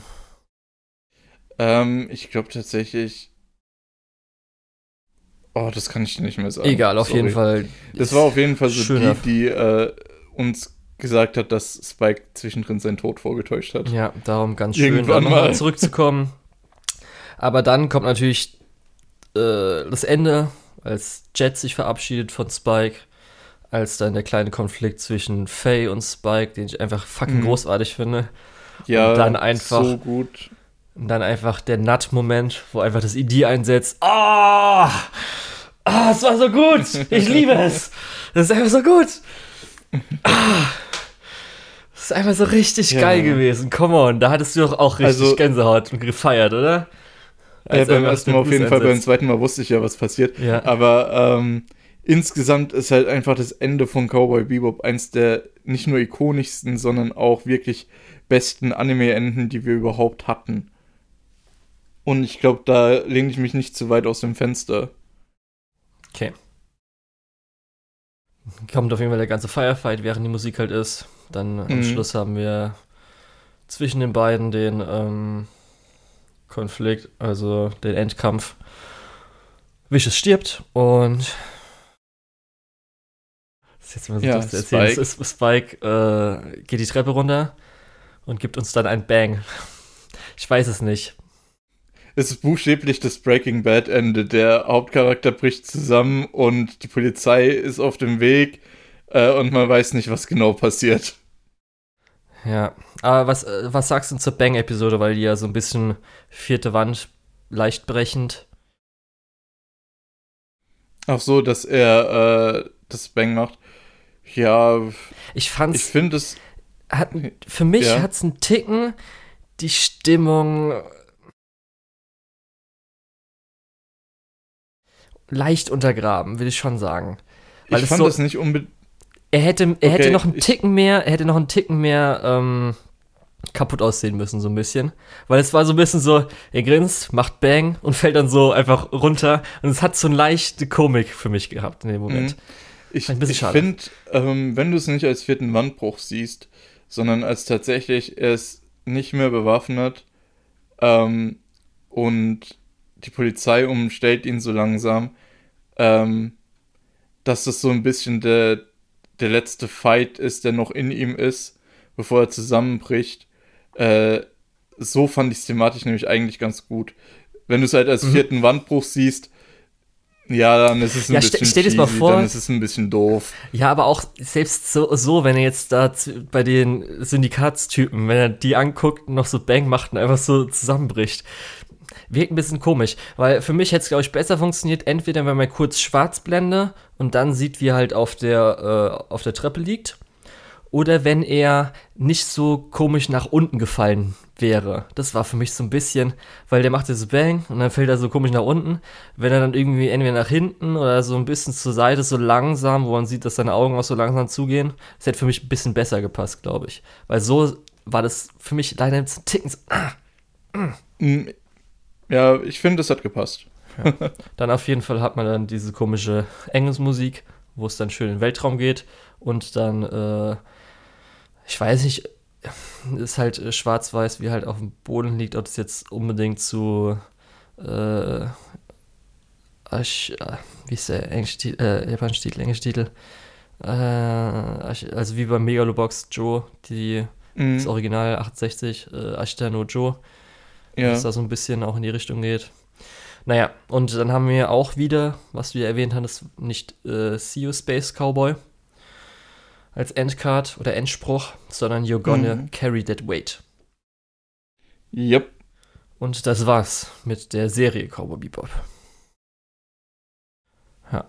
S2: Ähm, ich glaube tatsächlich. Oh, das kann ich dir nicht mehr sagen.
S1: Egal, auf
S2: Sorry.
S1: jeden Fall.
S2: Das war auf jeden Fall so
S1: schöner-
S2: die, die äh, uns gesagt hat, dass Spike zwischendrin seinen Tod vorgetäuscht hat.
S1: Ja, darum ganz schön,
S2: Irgendwann
S1: da nochmal
S2: mal.
S1: zurückzukommen. Aber dann kommt natürlich äh, das Ende, als Jet sich verabschiedet von Spike, als dann der kleine Konflikt zwischen Faye und Spike, den ich einfach fucking
S2: Mhm.
S1: großartig finde.
S2: Ja,
S1: Und dann einfach-
S2: so gut.
S1: Und dann einfach der Nut-Moment, wo einfach das I D einsetzt. Ah! Ah, es war so gut! Ich liebe es! Das ist einfach so gut! Ah! Das ist einfach so richtig
S2: Ja.
S1: geil gewesen. Come on, da hattest du doch auch richtig
S2: Also-
S1: Gänsehaut und gefeiert, oder?
S2: Ja,
S1: Als
S2: beim
S1: einfach
S2: ersten
S1: der
S2: Mal auf jeden
S1: Fuß
S2: Fall, beim
S1: einsetzt.
S2: zweiten Mal wusste ich ja, was passiert.
S1: Ja.
S2: Aber ähm, insgesamt ist halt einfach das Ende von Cowboy Bebop eins der nicht nur ikonischsten, sondern auch wirklich besten Anime-Enden, die wir überhaupt hatten. Und ich glaube, da lehne ich mich nicht zu weit aus dem Fenster.
S1: Okay. Kommt auf jeden Fall der ganze Firefight, während die Musik halt ist. Dann am
S2: Mhm.
S1: Schluss haben wir zwischen den beiden den ähm, Konflikt, also den Endkampf. Vicious stirbt und das ist jetzt mal so
S2: Ja,
S1: doof zu erzählen.
S2: Spike.
S1: Es ist, Spike äh, geht die Treppe runter und gibt uns dann ein Bang. Ich weiß es nicht.
S2: Es ist buchstäblich das Breaking Bad Ende. Der Hauptcharakter bricht zusammen und die Polizei ist auf dem Weg äh, und man weiß nicht, was genau passiert.
S1: Ja, aber was, äh, was sagst du zur Bang-Episode, weil die ja so ein bisschen vierte Wand leicht brechend.
S2: Ach so, dass er äh, das Bang macht. Ja,
S1: Ich
S2: ich
S1: fand's,
S2: finde es,
S1: hat, für mich
S2: ja,
S1: hat's einen Ticken die Stimmung leicht untergraben, will ich schon sagen. Weil
S2: ich
S1: es
S2: fand
S1: so,
S2: das nicht unbedingt,
S1: er hätte, er hätte
S2: okay,
S1: noch einen
S2: ich,
S1: Ticken mehr, er hätte noch einen Ticken mehr, ähm, kaputt aussehen müssen, so ein bisschen. Weil es war so ein bisschen so, er grinst, macht Bang und fällt dann so einfach runter. Und es hat so eine leichte Komik für mich gehabt in dem Moment.
S2: mh, ich,
S1: Fand ich ein bisschen
S2: ich
S1: schade.
S2: finde, ähm, wenn du es nicht als vierten Wandbruch siehst, sondern als tatsächlich, er ist nicht mehr bewaffnet, ähm, und die Polizei umstellt ihn so langsam, ähm, dass das so ein bisschen der, der letzte Fight ist, der noch in ihm ist, bevor er zusammenbricht. Äh, so fand ich es thematisch nämlich eigentlich ganz gut. Wenn du es halt als
S1: Mhm.
S2: vierten Wandbruch siehst, ja, dann ist es ein
S1: Ja, st
S2: bisschen
S1: stell dir das mal
S2: cheesy, dann
S1: vor,
S2: ist es ein bisschen doof.
S1: ja, aber auch selbst so, so wenn er jetzt da zu, bei den Syndikatstypen, wenn er die anguckt und noch so Bang macht und einfach so zusammenbricht, wirkt ein bisschen komisch. Weil für mich hätte es, glaube ich, besser funktioniert, entweder wenn man kurz schwarz blende und dann sieht, wie er halt auf der, äh, auf der Treppe liegt, oder wenn er nicht so komisch nach unten gefallen wäre. Das war für mich so ein bisschen, weil der macht jetzt Bang und dann fällt er so komisch nach unten. Wenn er dann irgendwie entweder nach hinten oder so ein bisschen zur Seite, so langsam, wo man sieht, dass seine Augen auch so langsam zugehen, das hätte für mich ein bisschen besser gepasst, glaube ich. Weil so war das für mich leider ein Ticken. So, ah,
S2: Mm, ja, ich finde, es hat gepasst.
S1: ja. Dann auf jeden Fall hat man dann diese komische Engelsmusik, wo es dann schön in den Weltraum geht und dann, äh, ich weiß nicht, ist halt äh, schwarz-weiß, wie halt auf dem Boden liegt, ob das jetzt unbedingt zu, äh, Arch, äh, wie ist der englische Titel, äh, japanische Titel, englische Titel, äh, Arch, also wie bei Megalobox Joe, die, das
S2: Mm,
S1: Original achtundsechzig, äh, Ashita no Joe, ob es
S2: ja,
S1: da so ein bisschen auch in die Richtung geht. Naja, und dann haben wir auch wieder, was du ja erwähnt hattest, nicht äh, See You Space Cowboy als Endcard oder Endspruch, sondern You're gonna
S2: mm,
S1: carry that weight.
S2: yep.
S1: Und das war's mit der Serie Cowboy Bebop. Ja.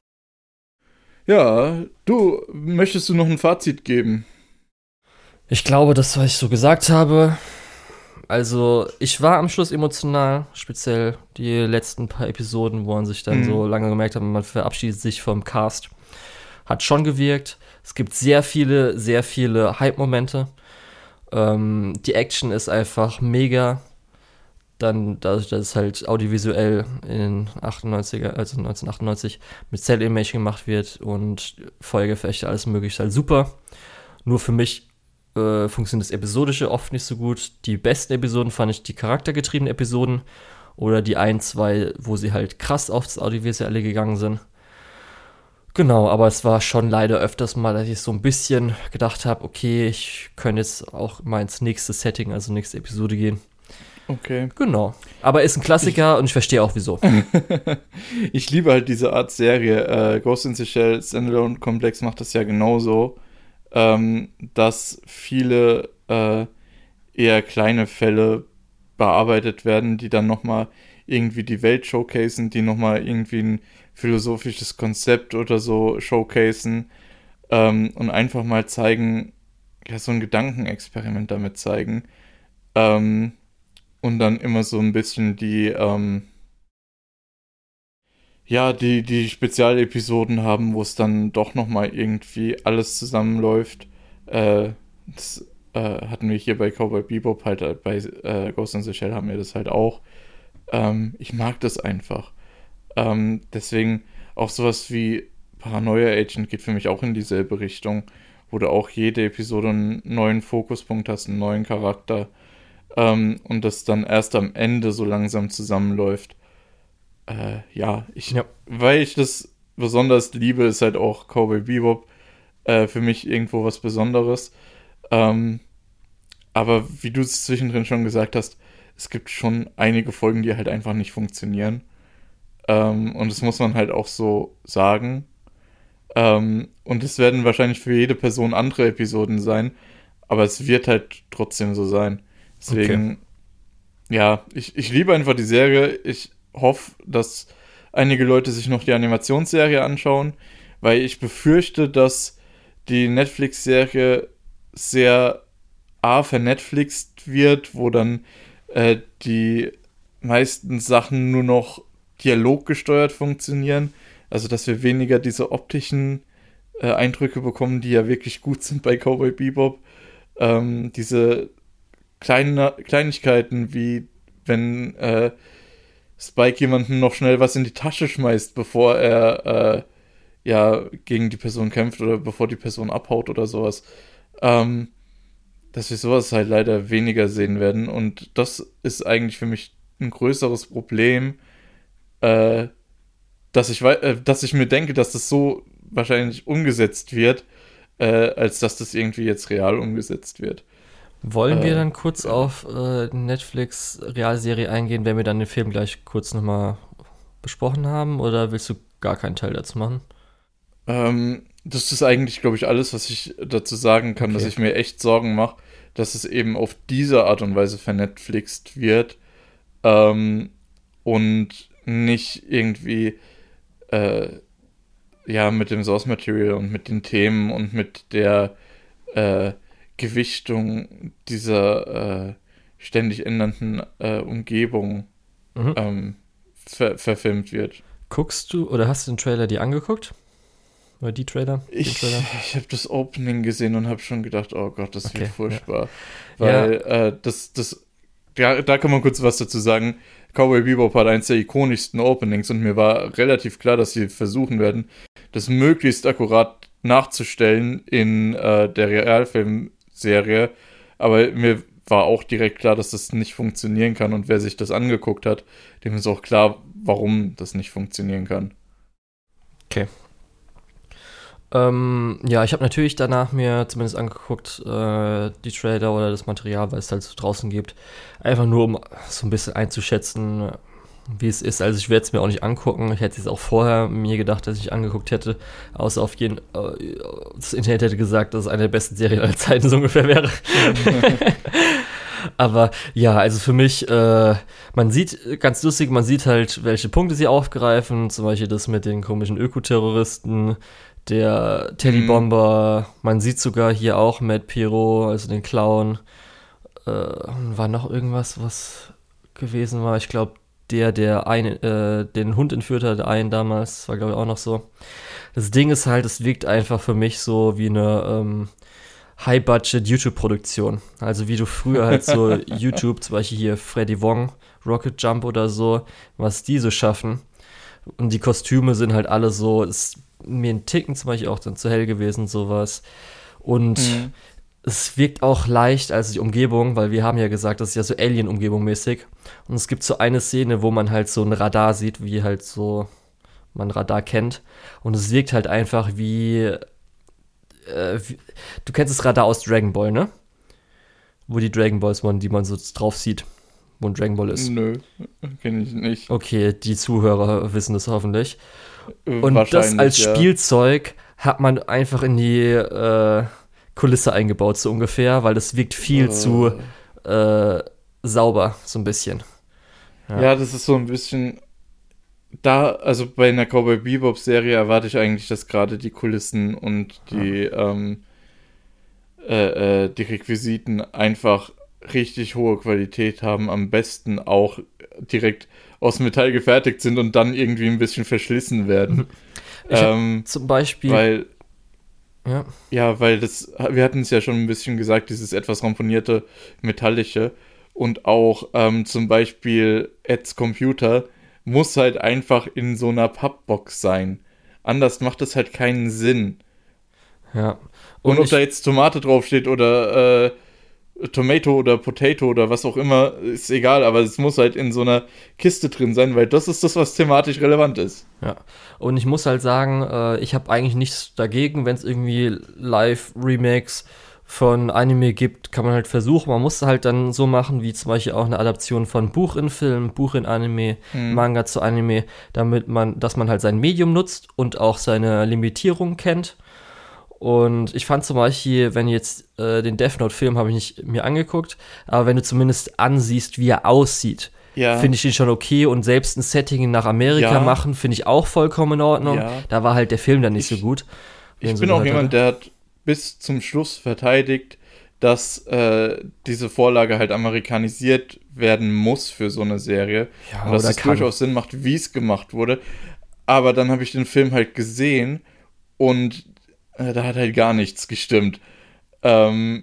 S2: Ja, du, möchtest du noch ein Fazit geben?
S1: Ich glaube, das, was ich so gesagt habe, also ich war am Schluss emotional, speziell die letzten paar Episoden, wo man sich dann
S2: Mm,
S1: so lange gemerkt hat, man verabschiedet sich vom Cast. Hat schon gewirkt. Es gibt sehr viele, sehr viele Hype-Momente. Ähm, die Action ist einfach mega. Dann, dadurch, dass es halt audiovisuell in achtundneunziger, also neunzehnhundertachtundneunzig mit Cell-Imaging gemacht wird und Feuergefechte, alles mögliche, ist halt super. Nur für mich äh, funktioniert das Episodische oft nicht so gut. Die besten Episoden fand ich die charaktergetriebenen Episoden oder die ein, zwei, wo sie halt krass aufs Audiovisuelle gegangen sind. Genau, aber es war schon leider öfters mal, dass ich so ein bisschen gedacht habe, okay, ich könnte jetzt auch mal ins nächste Setting, also nächste Episode gehen.
S2: okay.
S1: Genau. Aber ist ein
S2: Ich,
S1: Klassiker und ich verstehe auch wieso.
S2: ich liebe halt diese Art Serie. Äh, Ghost in the Shell Standalone Complex macht das ja genauso, ähm, dass viele äh, eher kleine Fälle bearbeitet werden, die dann nochmal irgendwie die Welt showcasen, die nochmal irgendwie ein philosophisches Konzept oder so showcasen, ähm, und einfach mal zeigen, ja, so ein Gedankenexperiment damit zeigen. Ähm, und dann immer so ein bisschen die, ähm, ja, die, die Spezialepisoden haben, wo es dann doch nochmal irgendwie alles zusammenläuft. Äh, das äh, hatten wir hier bei Cowboy Bebop halt, äh, bei äh, Ghost in the Shell haben wir das halt auch. Ähm, ich mag das einfach. Ähm, deswegen auch sowas wie Paranoia Agent geht für mich auch in dieselbe Richtung, wo du auch jede Episode einen neuen Fokuspunkt hast, einen neuen Charakter, ähm, und das dann erst am Ende so langsam zusammenläuft. Äh, ja, ich,
S1: Ja.
S2: weil ich das besonders liebe, ist halt auch Cowboy Bebop äh, für mich irgendwo was Besonderes. Ähm, aber wie du es zwischendrin schon gesagt hast, es gibt schon einige Folgen, die halt einfach nicht funktionieren. Ähm, und das muss man halt auch so sagen. Ähm, und es werden wahrscheinlich für jede Person andere Episoden sein. aber es wird halt trotzdem so sein. Deswegen, okay. ja, ich, ich liebe einfach die Serie. Ich hoffe, dass einige Leute sich noch die Animationsserie anschauen, weil ich befürchte, dass die Netflix-Serie sehr A, vernetflixt wird, wo dann äh, die meisten Sachen nur noch dialoggesteuert funktionieren. Also, dass wir weniger diese optischen äh, Eindrücke bekommen, die ja wirklich gut sind bei Cowboy Bebop. Ähm, diese kleine, Kleinigkeiten, wie wenn äh, Spike jemanden noch schnell was in die Tasche schmeißt, bevor er äh, ja gegen die Person kämpft oder bevor die Person abhaut oder sowas. Ähm, dass wir sowas halt leider weniger sehen werden. Und das ist eigentlich für mich ein größeres Problem, äh, dass ich, äh, dass ich mir denke, dass das so wahrscheinlich umgesetzt wird, äh, als dass das irgendwie jetzt real umgesetzt wird.
S1: Wollen äh, wir dann kurz ja. auf äh, Netflix-Realserie eingehen, wenn wir dann den Film gleich kurz nochmal besprochen haben? Oder willst du gar keinen Teil dazu machen?
S2: Ähm, das ist eigentlich, glaube ich, alles, was ich dazu sagen kann, okay. Dass ich mir echt Sorgen mache, dass es eben auf diese Art und Weise vernetflixt wird ähm, und nicht irgendwie äh, ja mit dem Source Material und mit den Themen und mit der äh, Gewichtung dieser äh, ständig ändernden äh, Umgebung mhm. ähm, ver- verfilmt wird.
S1: Guckst du oder hast du den Trailer dir angeguckt? Oder die Trailer?
S2: Ich,
S1: Trailer?
S2: ich habe das Opening gesehen und habe schon gedacht, oh Gott, das
S1: okay,
S2: wird furchtbar.
S1: Ja.
S2: Weil
S1: ja.
S2: äh, das, das, ja, da kann man kurz was dazu sagen. Cowboy Bebop hat eins der ikonischsten Openings und mir war relativ klar, dass sie versuchen werden, das möglichst akkurat nachzustellen in äh, der Realfilmserie. Aber mir war auch direkt klar, dass das nicht funktionieren kann. Und wer sich das angeguckt hat, dem ist auch klar, warum das nicht funktionieren kann.
S1: Okay. Ähm, ja, ich habe natürlich danach mir zumindest angeguckt, äh, die Trailer oder das Material, was es halt so draußen gibt. Einfach nur, um so ein bisschen einzuschätzen, wie es ist. Also ich werde es mir auch nicht angucken. Ich hätte es auch vorher mir gedacht, dass ich angeguckt hätte. Außer auf jeden äh, das Internet hätte gesagt, dass es eine der besten Serien aller Zeiten so ungefähr wäre. Aber ja, also für mich, äh, man sieht, ganz lustig, man sieht halt, welche Punkte sie aufgreifen. Zum Beispiel das mit den komischen Ökoterroristen, der Teddybomber, mhm. man sieht sogar hier auch Matt Pirot, also den Clown. Äh, war noch irgendwas, was gewesen war? Ich glaube, der, der einen, äh, den Hund entführt hat, einen damals, war glaube ich auch noch so. Das Ding ist halt, es wirkt einfach für mich so wie eine ähm, High-Budget-YouTube-Produktion. Also wie du früher halt so YouTube, zum Beispiel hier Freddy Wong, Rocket Jump oder so, was die so schaffen. Und die Kostüme sind halt alle so, ist mir ein Ticken zum Beispiel auch dann zu hell gewesen, sowas. Und mhm. es wirkt auch leicht als die Umgebung, weil wir haben ja gesagt, das ist ja so Alien-Umgebung mäßig. Und es gibt so eine Szene, wo man halt so ein Radar sieht, wie halt so man Radar kennt. Und es wirkt halt einfach wie, äh, wie du kennst das Radar aus Dragon Ball, ne? Wo die Dragon Balls waren, die man so drauf sieht, wo ein Dragon Ball ist.
S2: Nö, kenne ich nicht.
S1: Okay, die Zuhörer wissen das hoffentlich. Und das als ja. Spielzeug hat man einfach in die äh, Kulisse eingebaut, so ungefähr, weil das wirkt viel oh. zu äh, sauber, so ein bisschen.
S2: Ja. ja, das ist so ein bisschen da, also bei einer Cowboy Bebop-Serie erwarte ich eigentlich, dass gerade die Kulissen und die, ja. ähm, äh, äh, die Requisiten einfach richtig hohe Qualität haben, am besten auch direkt aus Metall gefertigt sind und dann irgendwie ein bisschen verschlissen werden.
S1: Ich ähm, zum Beispiel.
S2: Weil,
S1: ja.
S2: ja, weil das, wir hatten es ja schon ein bisschen gesagt, dieses etwas ramponierte, metallische und auch ähm, zum Beispiel Eds Computer muss halt einfach in so einer Pappbox sein. Anders macht es halt keinen Sinn.
S1: Ja.
S2: Und, und ob da jetzt Tomate draufsteht oder äh, Tomato oder Potato oder was auch immer, ist egal, aber es muss halt in so einer Kiste drin sein, weil das ist das, was thematisch relevant ist.
S1: Ja, und ich muss halt sagen, äh, ich habe eigentlich nichts dagegen, wenn es irgendwie Live-Remakes von Anime gibt, kann man halt versuchen. Man muss halt dann so machen, wie zum Beispiel auch eine Adaption von Buch in Film, Buch in Anime, hm. Manga zu Anime, damit man, dass man halt sein Medium nutzt und auch seine Limitierung kennt. Und ich fand zum Beispiel, wenn jetzt äh, den Death Note-Film habe ich nicht mir angeguckt, aber wenn du zumindest ansiehst, wie er aussieht,
S2: Ja.
S1: finde ich den schon okay. Und selbst ein Setting nach Amerika
S2: Ja.
S1: machen, finde ich auch vollkommen in Ordnung.
S2: Ja.
S1: Da war halt der Film dann nicht
S2: Ich-
S1: so gut.
S2: Ich
S1: so
S2: bin auch
S1: gehört
S2: jemand,
S1: hatte.
S2: der hat bis zum Schluss verteidigt, dass äh, diese Vorlage halt amerikanisiert werden muss für so eine Serie.
S1: Ja,
S2: und dass
S1: oder
S2: es
S1: kann.
S2: durchaus Sinn macht, wie es gemacht wurde. Aber dann habe ich den Film halt gesehen und äh, da hat halt gar nichts gestimmt. Ähm,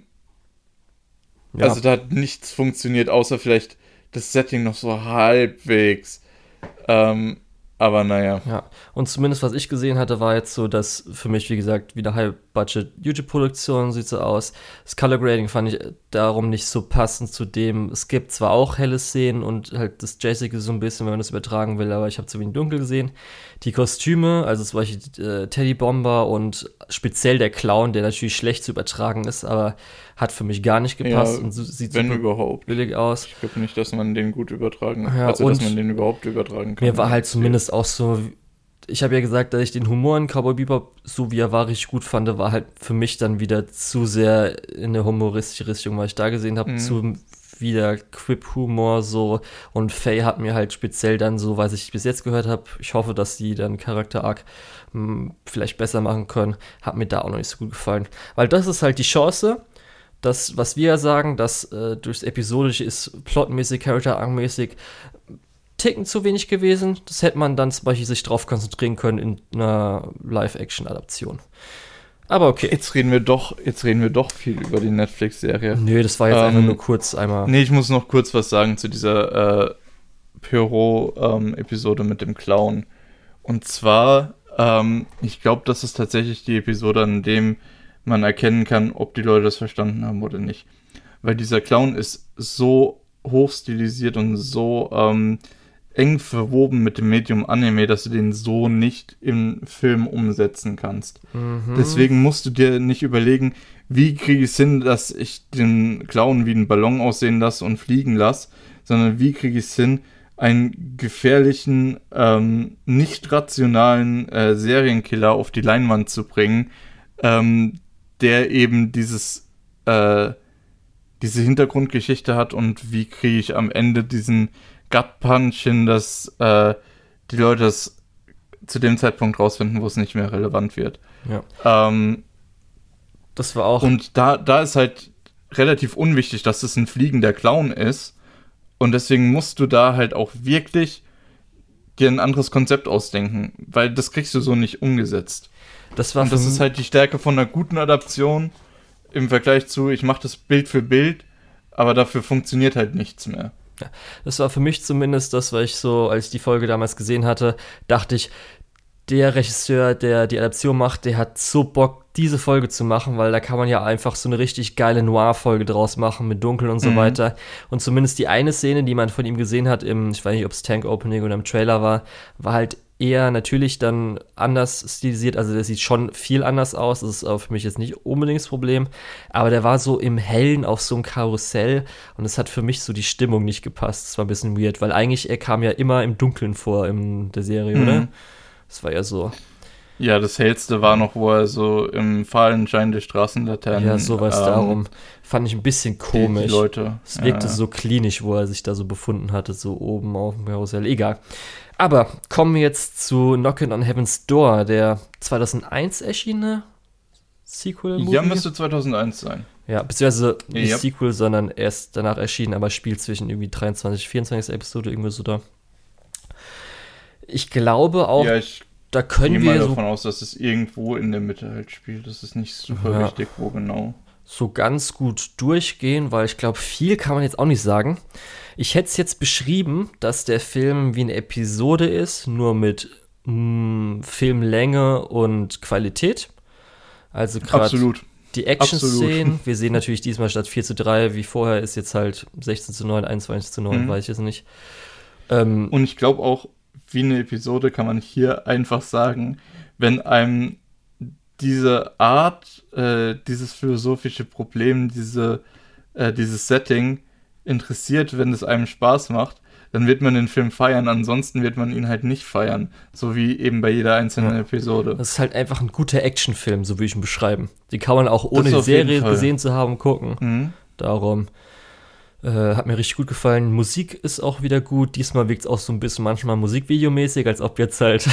S1: Ja.
S2: Also da hat nichts funktioniert, außer vielleicht das Setting noch so halbwegs. Ähm, aber naja.
S1: Ja, und zumindest was ich gesehen hatte, war jetzt so, dass für mich, wie gesagt, wieder High-Budget-YouTube-Produktion sieht so aus. Das Color Grading fand ich darum nicht so passend zu dem. Es gibt zwar auch helle Szenen und halt das Jazzige so ein bisschen, wenn man das übertragen will, aber ich habe zu wenig dunkel gesehen. Die Kostüme, also zum Beispiel äh, Teddy Bomber und speziell der Clown, der natürlich schlecht zu übertragen ist, aber hat für mich gar nicht gepasst
S2: Ja,
S1: und so, sieht
S2: wenn
S1: super
S2: überhaupt.
S1: billig aus.
S2: Ich glaube nicht, dass man den gut übertragen kann.
S1: Ja,
S2: also, dass
S1: und
S2: man den überhaupt übertragen kann.
S1: Mir war halt zumindest auch so, ich habe ja gesagt, dass ich den Humor in Cowboy Bebop, so wie er war, richtig gut fand, war halt für mich dann wieder zu sehr in eine humoristische Richtung, was ich da gesehen habe,
S2: Mhm.
S1: zu wieder Quip-Humor so, und Faye hat mir halt speziell dann so, was ich bis jetzt gehört habe, ich hoffe, dass die dann Charakter-Arc mh, vielleicht besser machen können, hat mir da auch noch nicht so gut gefallen, weil das ist halt die Chance, das, was wir ja sagen, dass äh, durchs Episodische ist plotmäßig, Character-Arc-mäßig Ticken zu wenig gewesen. Das hätte man dann zum Beispiel sich drauf konzentrieren können in einer Live-Action-Adaption. Aber okay.
S2: Jetzt reden wir doch, jetzt reden wir doch viel über die Netflix-Serie.
S1: Nö, das war jetzt
S2: Ähm,
S1: einfach nur kurz einmal.
S2: Nee, ich muss noch kurz was sagen zu dieser äh, Pyro-Episode mit dem Clown. Und zwar, ähm, ich glaube, das ist tatsächlich die Episode, an dem man erkennen kann, ob die Leute das verstanden haben oder nicht. Weil dieser Clown ist so hochstilisiert und so ähm, eng verwoben mit dem Medium Anime, dass du den so nicht im Film umsetzen kannst.
S1: Mhm.
S2: Deswegen musst du dir nicht überlegen, wie kriege ich es hin, dass ich den Clown wie einen Ballon aussehen lasse und fliegen lasse, sondern wie kriege ich es hin, einen gefährlichen, ähm, nicht rationalen äh, Serienkiller auf die Leinwand zu bringen, ähm, der eben dieses äh, diese Hintergrundgeschichte hat, und wie kriege ich am Ende diesen Gut-Punch hin, dass äh, die Leute das zu dem Zeitpunkt rausfinden, wo es nicht mehr relevant wird.
S1: Ja.
S2: Ähm,
S1: Das war auch.
S2: und da, da ist halt relativ unwichtig, dass es ein fliegender Clown ist, und deswegen musst du da halt auch wirklich dir ein anderes Konzept ausdenken, weil das kriegst du so nicht umgesetzt.
S1: das war
S2: Und das
S1: für
S2: ist halt die Stärke von einer guten Adaption im Vergleich zu, ich mache das Bild für Bild, aber dafür funktioniert halt nichts mehr.
S1: Das war für mich zumindest das, was ich so, als ich die Folge damals gesehen hatte, dachte ich, der Regisseur, der die Adaption macht, der hat so Bock, diese Folge zu machen, weil da kann man ja einfach so eine richtig geile Noir-Folge draus machen mit Dunkel und so
S2: Mhm.
S1: weiter. Und zumindest die eine Szene, die man von ihm gesehen hat, im, ich weiß nicht, ob es Tank-Opening oder im Trailer war, war halt eher natürlich dann anders stilisiert. Also der sieht schon viel anders aus. Das ist auch für mich jetzt nicht unbedingt das Problem. Aber der war so im Hellen auf so einem Karussell und es hat für mich so die Stimmung nicht gepasst. Das war ein bisschen weird, weil eigentlich er kam ja immer im Dunkeln vor in der Serie,
S2: Mhm.
S1: oder? Das war ja so.
S2: Ja, das Hellste war noch, wo er so im fahlen Schein der Straßenlaternen.
S1: Ja, sowas
S2: ähm,
S1: darum. Fand ich ein bisschen
S2: Die,
S1: komisch.
S2: die Leute.
S1: Es wirkte
S2: ja.
S1: so klinisch, wo er sich da so befunden hatte, so oben auf dem Karussell. Egal. Aber kommen wir jetzt zu Knockin' on Heaven's Door, der zweitausendeins erschienene Sequel-Movie.
S2: Ja, müsste zweitausendeins sein.
S1: Ja, beziehungsweise nicht
S2: Ja.
S1: Sequel, sondern erst danach erschienen, aber spielt zwischen irgendwie dreiundzwanzig, vierundzwanzig Episode, irgendwie so da. Ich glaube auch,
S2: Ja, ich
S1: da
S2: gehe
S1: können
S2: mal
S1: wir so
S2: davon aus, dass es irgendwo in der Mitte halt spielt. Das ist nicht super
S1: Ja.
S2: wichtig, wo genau.
S1: so ganz gut durchgehen, weil ich glaube, viel kann man jetzt auch nicht sagen. Ich hätte es jetzt beschrieben, dass der Film wie eine Episode ist, nur mit mh, Filmlänge und Qualität. Also gerade
S2: Absolut.
S1: die Action-Szenen. Wir sehen natürlich diesmal statt vier zu drei, wie vorher, ist jetzt halt sechzehn zu neun, einundzwanzig zu neun,
S2: Mhm.
S1: weiß ich jetzt nicht. Ähm,
S2: Und ich glaube auch, wie eine Episode kann man hier einfach sagen, wenn einem diese Art, äh, dieses philosophische Problem, diese, äh, dieses Setting interessiert, wenn es einem Spaß macht, dann wird man den Film feiern, ansonsten wird man ihn halt nicht feiern. So wie eben bei jeder einzelnen
S1: Ja.
S2: Episode.
S1: Das ist halt einfach ein guter Actionfilm, so würde ich ihn beschreiben. Die kann man auch ohne
S2: Das
S1: die
S2: auf jeden
S1: Serie
S2: Fall.
S1: gesehen zu haben gucken.
S2: Mhm.
S1: Darum äh, hat mir richtig gut gefallen. Musik ist auch wieder gut. Diesmal wirkt es auch so ein bisschen manchmal musikvideomäßig, als ob jetzt halt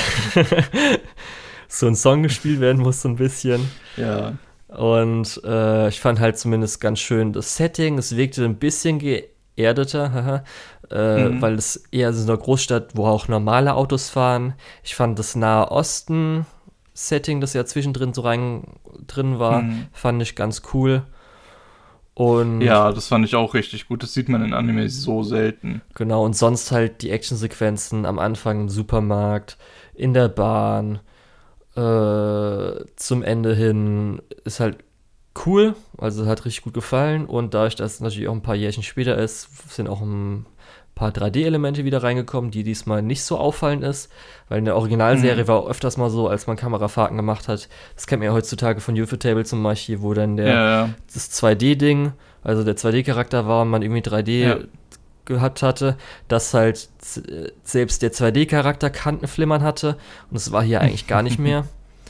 S1: so ein Song gespielt werden muss, so ein bisschen.
S2: Ja.
S1: Und äh, ich fand halt zumindest ganz schön das Setting. Es wirkte ein bisschen geerdeter, haha, äh,
S2: Mhm.
S1: weil es eher so eine Großstadt, wo auch normale Autos fahren. Ich fand das Nahe Osten-Setting, das ja zwischendrin so rein drin war,
S2: Mhm.
S1: fand ich ganz cool. Und
S2: Ja, das fand ich auch richtig gut. Das sieht man in Anime so selten.
S1: genau, und sonst halt die Actionsequenzen am Anfang im Supermarkt, in der Bahn, äh, zum Ende hin ist halt cool, also hat richtig gut gefallen und dadurch, dass es natürlich auch ein paar Jährchen später ist, sind auch ein paar drei D-Elemente wieder reingekommen, die diesmal nicht so auffallend ist, weil in der Originalserie
S2: Mhm.
S1: war auch öfters mal so, als man Kamerafahrten gemacht hat, das kennt man ja heutzutage von Ufotable zum Beispiel, wo dann der
S2: Ja, ja.
S1: das zwei D-Ding, also der zwei D-Charakter war und man irgendwie drei D
S2: Ja.
S1: gehabt hatte, dass halt z- selbst der zwei D-Charakter Kantenflimmern hatte und das war hier eigentlich gar nicht mehr.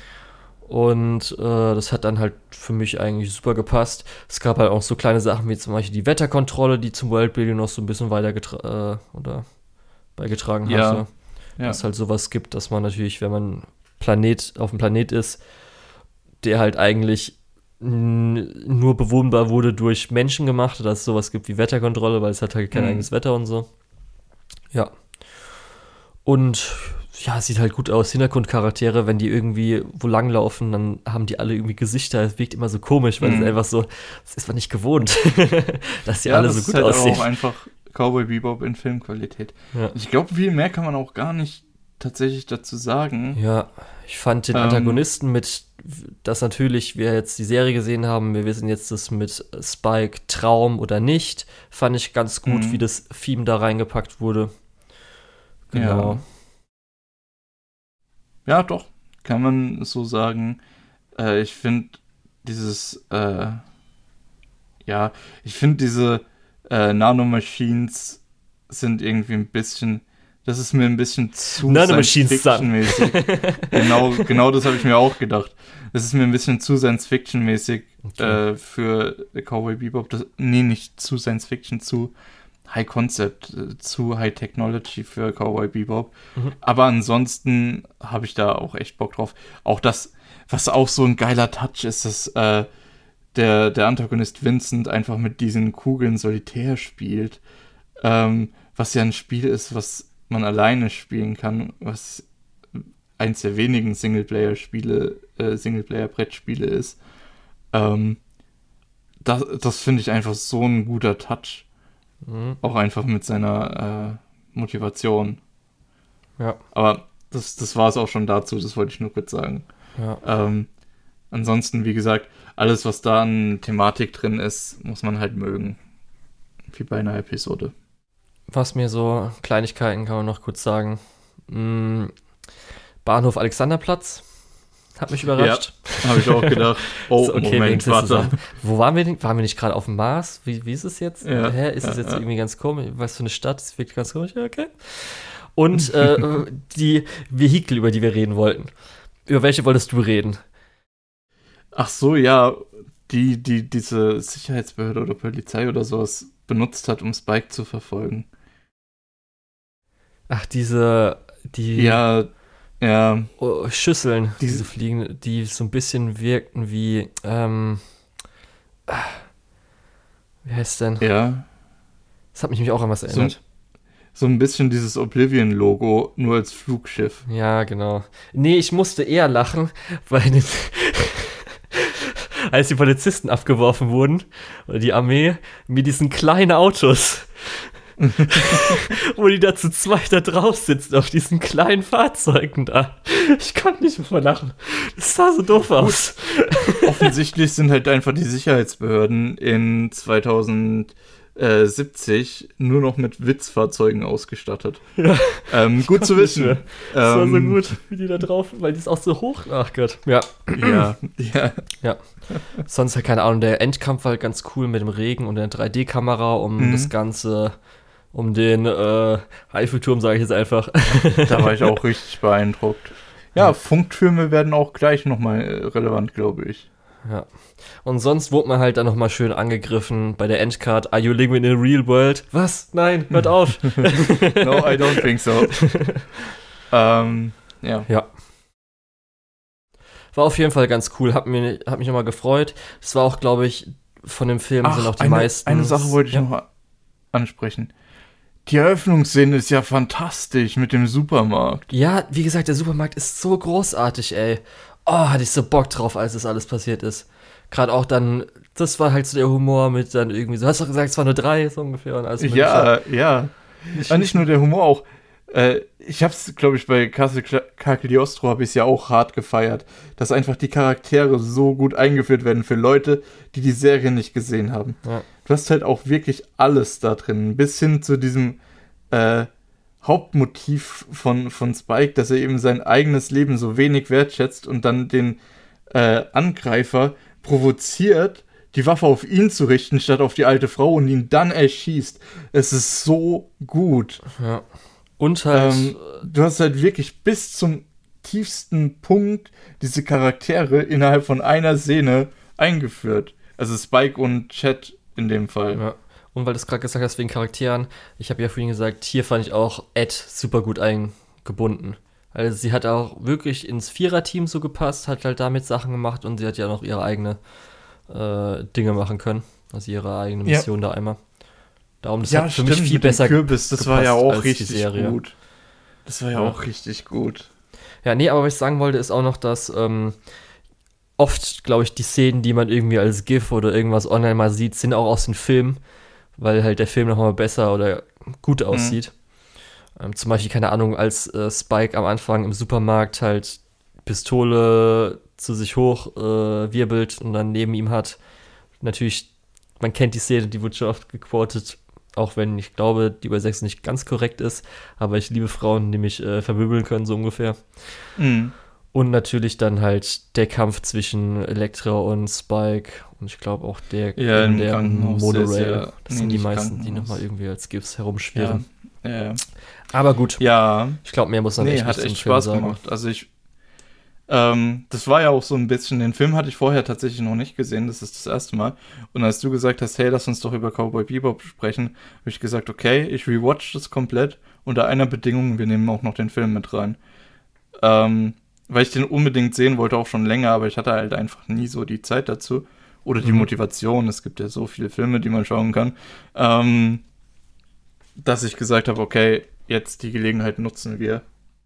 S1: Und äh, das hat dann halt für mich eigentlich super gepasst. Es gab halt auch so kleine Sachen wie zum Beispiel die Wetterkontrolle, die zum Worldbuilding noch so ein bisschen weiter getra- äh, oder beigetragen
S2: Ja.
S1: hatte.
S2: Ja.
S1: Dass es halt sowas gibt, dass man natürlich, wenn man Planet auf dem Planet ist, der halt eigentlich n- nur bewohnbar wurde durch Menschen gemacht, dass es sowas gibt wie Wetterkontrolle, weil es hat halt kein
S2: Mhm.
S1: eigenes Wetter und so. Ja. Und ja, es sieht halt gut aus. Hintergrundcharaktere, wenn die irgendwie wo langlaufen, dann haben die alle irgendwie Gesichter. Es wirkt immer so komisch, weil es
S2: Mhm.
S1: einfach so, das ist man nicht gewohnt, dass die
S2: Ja,
S1: alle
S2: das
S1: so
S2: ist
S1: gut
S2: halt aber
S1: aussehen.
S2: auch einfach Cowboy Bebop in Filmqualität.
S1: Ja.
S2: Ich glaube, viel mehr kann man auch gar nicht tatsächlich dazu sagen.
S1: Ja, ich fand den
S2: Ähm.
S1: Antagonisten mit, dass natürlich wir jetzt die Serie gesehen haben, wir wissen jetzt das mit Spike Traum oder nicht, fand ich ganz gut,
S2: Mhm.
S1: wie das Theme da reingepackt wurde. Genau.
S2: Ja, doch, kann man so sagen. Äh, ich finde dieses, äh, ja, ich finde diese äh, Nanomachines sind irgendwie ein bisschen, das ist mir ein bisschen zu
S1: Nanomachines,
S2: Science-Fiction-mäßig. genau, genau das habe ich mir auch gedacht. Das ist mir ein bisschen zu Science-Fiction-mäßig
S1: Okay.
S2: äh, für Cowboy Bebop. Das, nee, nicht zu Science-Fiction, zu High Concept, äh, zu High Technology für Cowboy Bebop.
S1: Mhm.
S2: Aber ansonsten habe ich da auch echt Bock drauf. Auch das, was auch so ein geiler Touch ist, dass äh, der, der Antagonist Vincent einfach mit diesen Kugeln Solitär spielt. Ähm, was ja ein Spiel ist, was man alleine spielen kann, was eins der wenigen Singleplayer-Spiele, äh, Singleplayer-Brettspiele ist. Ähm, das das finde ich einfach so ein guter Touch.
S1: Mhm.
S2: Auch einfach mit seiner äh, Motivation.
S1: Ja,
S2: Aber das, das war es auch schon dazu, das wollte ich nur kurz sagen.
S1: ja.
S2: Ähm, ansonsten, wie gesagt, alles, was da an Thematik drin ist, muss man halt mögen. Wie bei einer Episode.
S1: Was mir so, Kleinigkeiten kann man noch kurz sagen. Mm, Bahnhof Alexanderplatz hat mich überrascht.
S2: Habe ich auch gedacht. Oh,
S1: So, okay,
S2: Moment,
S1: wenigstens
S2: warte.
S1: zusammen. Wo waren wir denn? Waren wir nicht gerade auf dem Mars? Wie, wie ist es jetzt?
S2: Ja,
S1: Hä, ist es
S2: ja,
S1: jetzt
S2: ja.
S1: irgendwie ganz komisch? Was für eine Stadt? Es wirkt ganz komisch. Ja, okay. Und äh, die Vehikel, über die wir reden wollten. Über welche wolltest du reden?
S2: Ach so, ja, die, die diese Sicherheitsbehörde oder Polizei oder sowas benutzt hat, um Spike zu verfolgen.
S1: Ach, diese, die
S2: Ja, ja,
S1: oh, Schüsseln,
S2: Die-
S1: diese fliegen, die so ein bisschen wirkten wie, ähm, ah, wie heißt denn?
S2: ja.
S1: Das hat mich nämlich auch an was
S2: So,
S1: erinnert.
S2: so ein bisschen dieses Oblivion-Logo, nur als Flugschiff.
S1: Ja, genau. Nee, ich musste eher lachen, weil den, als die Polizisten abgeworfen wurden, oder die Armee, mit diesen kleinen Autos, wo die da zu zweit da drauf sitzen, auf diesen kleinen Fahrzeugen da. Ich konnte nicht mehr lachen. Das sah so doof aus.
S2: Offensichtlich sind halt einfach die Sicherheitsbehörden in zweitausendsiebzig nur noch mit Witzfahrzeugen ausgestattet.
S1: Ja.
S2: Ähm, gut zu
S1: Nicht
S2: wissen.
S1: mehr. Das war so
S2: Ähm,
S1: gut, wie die da drauf, weil die ist auch so hoch. Ach Gott. Ja.
S2: Ja, ja.
S1: Sonst halt keine Ahnung, der Endkampf war halt ganz cool mit dem Regen und der drei D-Kamera, um
S2: Mhm.
S1: das Ganze Um den äh, Eiffelturm, sage ich jetzt einfach.
S2: Da war ich auch richtig beeindruckt. Ja, Funktürme werden auch gleich nochmal relevant, glaube ich.
S1: Ja. Und sonst wurde man halt dann nochmal schön angegriffen bei der Endcard. Are you living in a real world? Was? Nein, hört auf.
S2: No, I don't think so. ähm, ja.
S1: Ja. War auf jeden Fall ganz cool. Hat, mir, hat mich nochmal gefreut. Das war auch, glaube ich, von dem Film
S2: Ach,
S1: sind auch die
S2: eine,
S1: meisten.
S2: Eine Sache wollte ich ja. noch ansprechen. Die Eröffnungsszene ist ja fantastisch mit dem Supermarkt.
S1: Ja, wie gesagt, der Supermarkt ist so großartig, ey. Oh, hatte ich so Bock drauf, als das alles passiert ist. Gerade auch dann, das war halt so der Humor mit dann irgendwie so, hast du doch gesagt, es waren nur drei, so ungefähr. Und alles
S2: ja, ja. Nicht, ja. Nicht nur der Humor, auch, äh, ich hab's, glaube ich, bei Castle Cagliostro habe ich es ja auch hart gefeiert, dass einfach die Charaktere so gut eingeführt werden für Leute, die die Serie nicht gesehen haben. Ja. Du hast halt auch wirklich alles da drin, bis hin zu diesem äh, Hauptmotiv von, von Spike, dass er eben sein eigenes Leben so wenig wertschätzt und dann den äh, Angreifer provoziert, die Waffe auf ihn zu richten, statt auf die alte Frau und ihn dann erschießt. Es ist so gut.
S1: Ja. Und halt... Ähm,
S2: du hast halt wirklich bis zum tiefsten Punkt diese Charaktere innerhalb von einer Szene eingeführt. Also Spike und Chad in dem Fall.
S1: Ja. Und weil du es gerade gesagt hast, wegen Charakteren, ich habe ja vorhin gesagt, hier fand ich auch Ed super gut eingebunden. Also sie hat auch wirklich ins Viererteam so gepasst, hat halt damit Sachen gemacht und sie hat ja noch ihre eigene äh, Dinge machen können. Also ihre eigene Mission ja. da einmal. Darum, das
S2: ja,
S1: hat für
S2: stimmt,
S1: mich viel besser
S2: Kürbis, das war ja auch richtig
S1: Serie.
S2: gut. Das war ja, ja auch richtig gut.
S1: Ja, nee, aber was ich sagen wollte, ist auch noch, dass ähm, oft, glaube ich, die Szenen, die man irgendwie als GIF oder irgendwas online mal sieht, sind auch aus den Filmen, weil halt der Film nochmal besser oder gut aussieht. Mhm. Ähm, zum Beispiel, keine Ahnung, als äh, Spike am Anfang im Supermarkt halt Pistole zu sich hoch äh, wirbelt und dann neben ihm hat. Natürlich, man kennt die Szene, die wird schon oft gequotet, auch wenn ich glaube, die Übersetzung nicht ganz korrekt ist, aber ich liebe Frauen, die mich äh, vermöbeln können, so ungefähr.
S2: Mhm.
S1: Und natürlich dann halt der Kampf zwischen Elektra und Spike und ich glaube auch der
S2: ja,
S1: in der
S2: Monorail.
S1: Das sind die meisten, die nochmal irgendwie als GIFs herumschwirren.
S2: Ja. Ja.
S1: Aber gut.
S2: Ja.
S1: Ich glaube, mehr muss man
S2: nee,
S1: echt
S2: hat
S1: nicht
S2: echt
S1: zum
S2: Spaß
S1: Film
S2: gemacht. Also ich ähm, das war ja auch so ein bisschen, den Film hatte ich vorher tatsächlich noch nicht gesehen, das ist das erste Mal. Und als du gesagt hast, hey, lass uns doch über Cowboy Bebop sprechen, habe ich gesagt, okay, ich rewatch das komplett unter einer Bedingung, wir nehmen auch noch den Film mit rein. Ähm, weil ich den unbedingt sehen wollte, auch schon länger, aber ich hatte halt einfach nie so die Zeit dazu. Oder die mhm. Motivation, es gibt ja so viele Filme, die man schauen kann. Ähm, dass ich gesagt habe, okay, jetzt die Gelegenheit nutzen wir.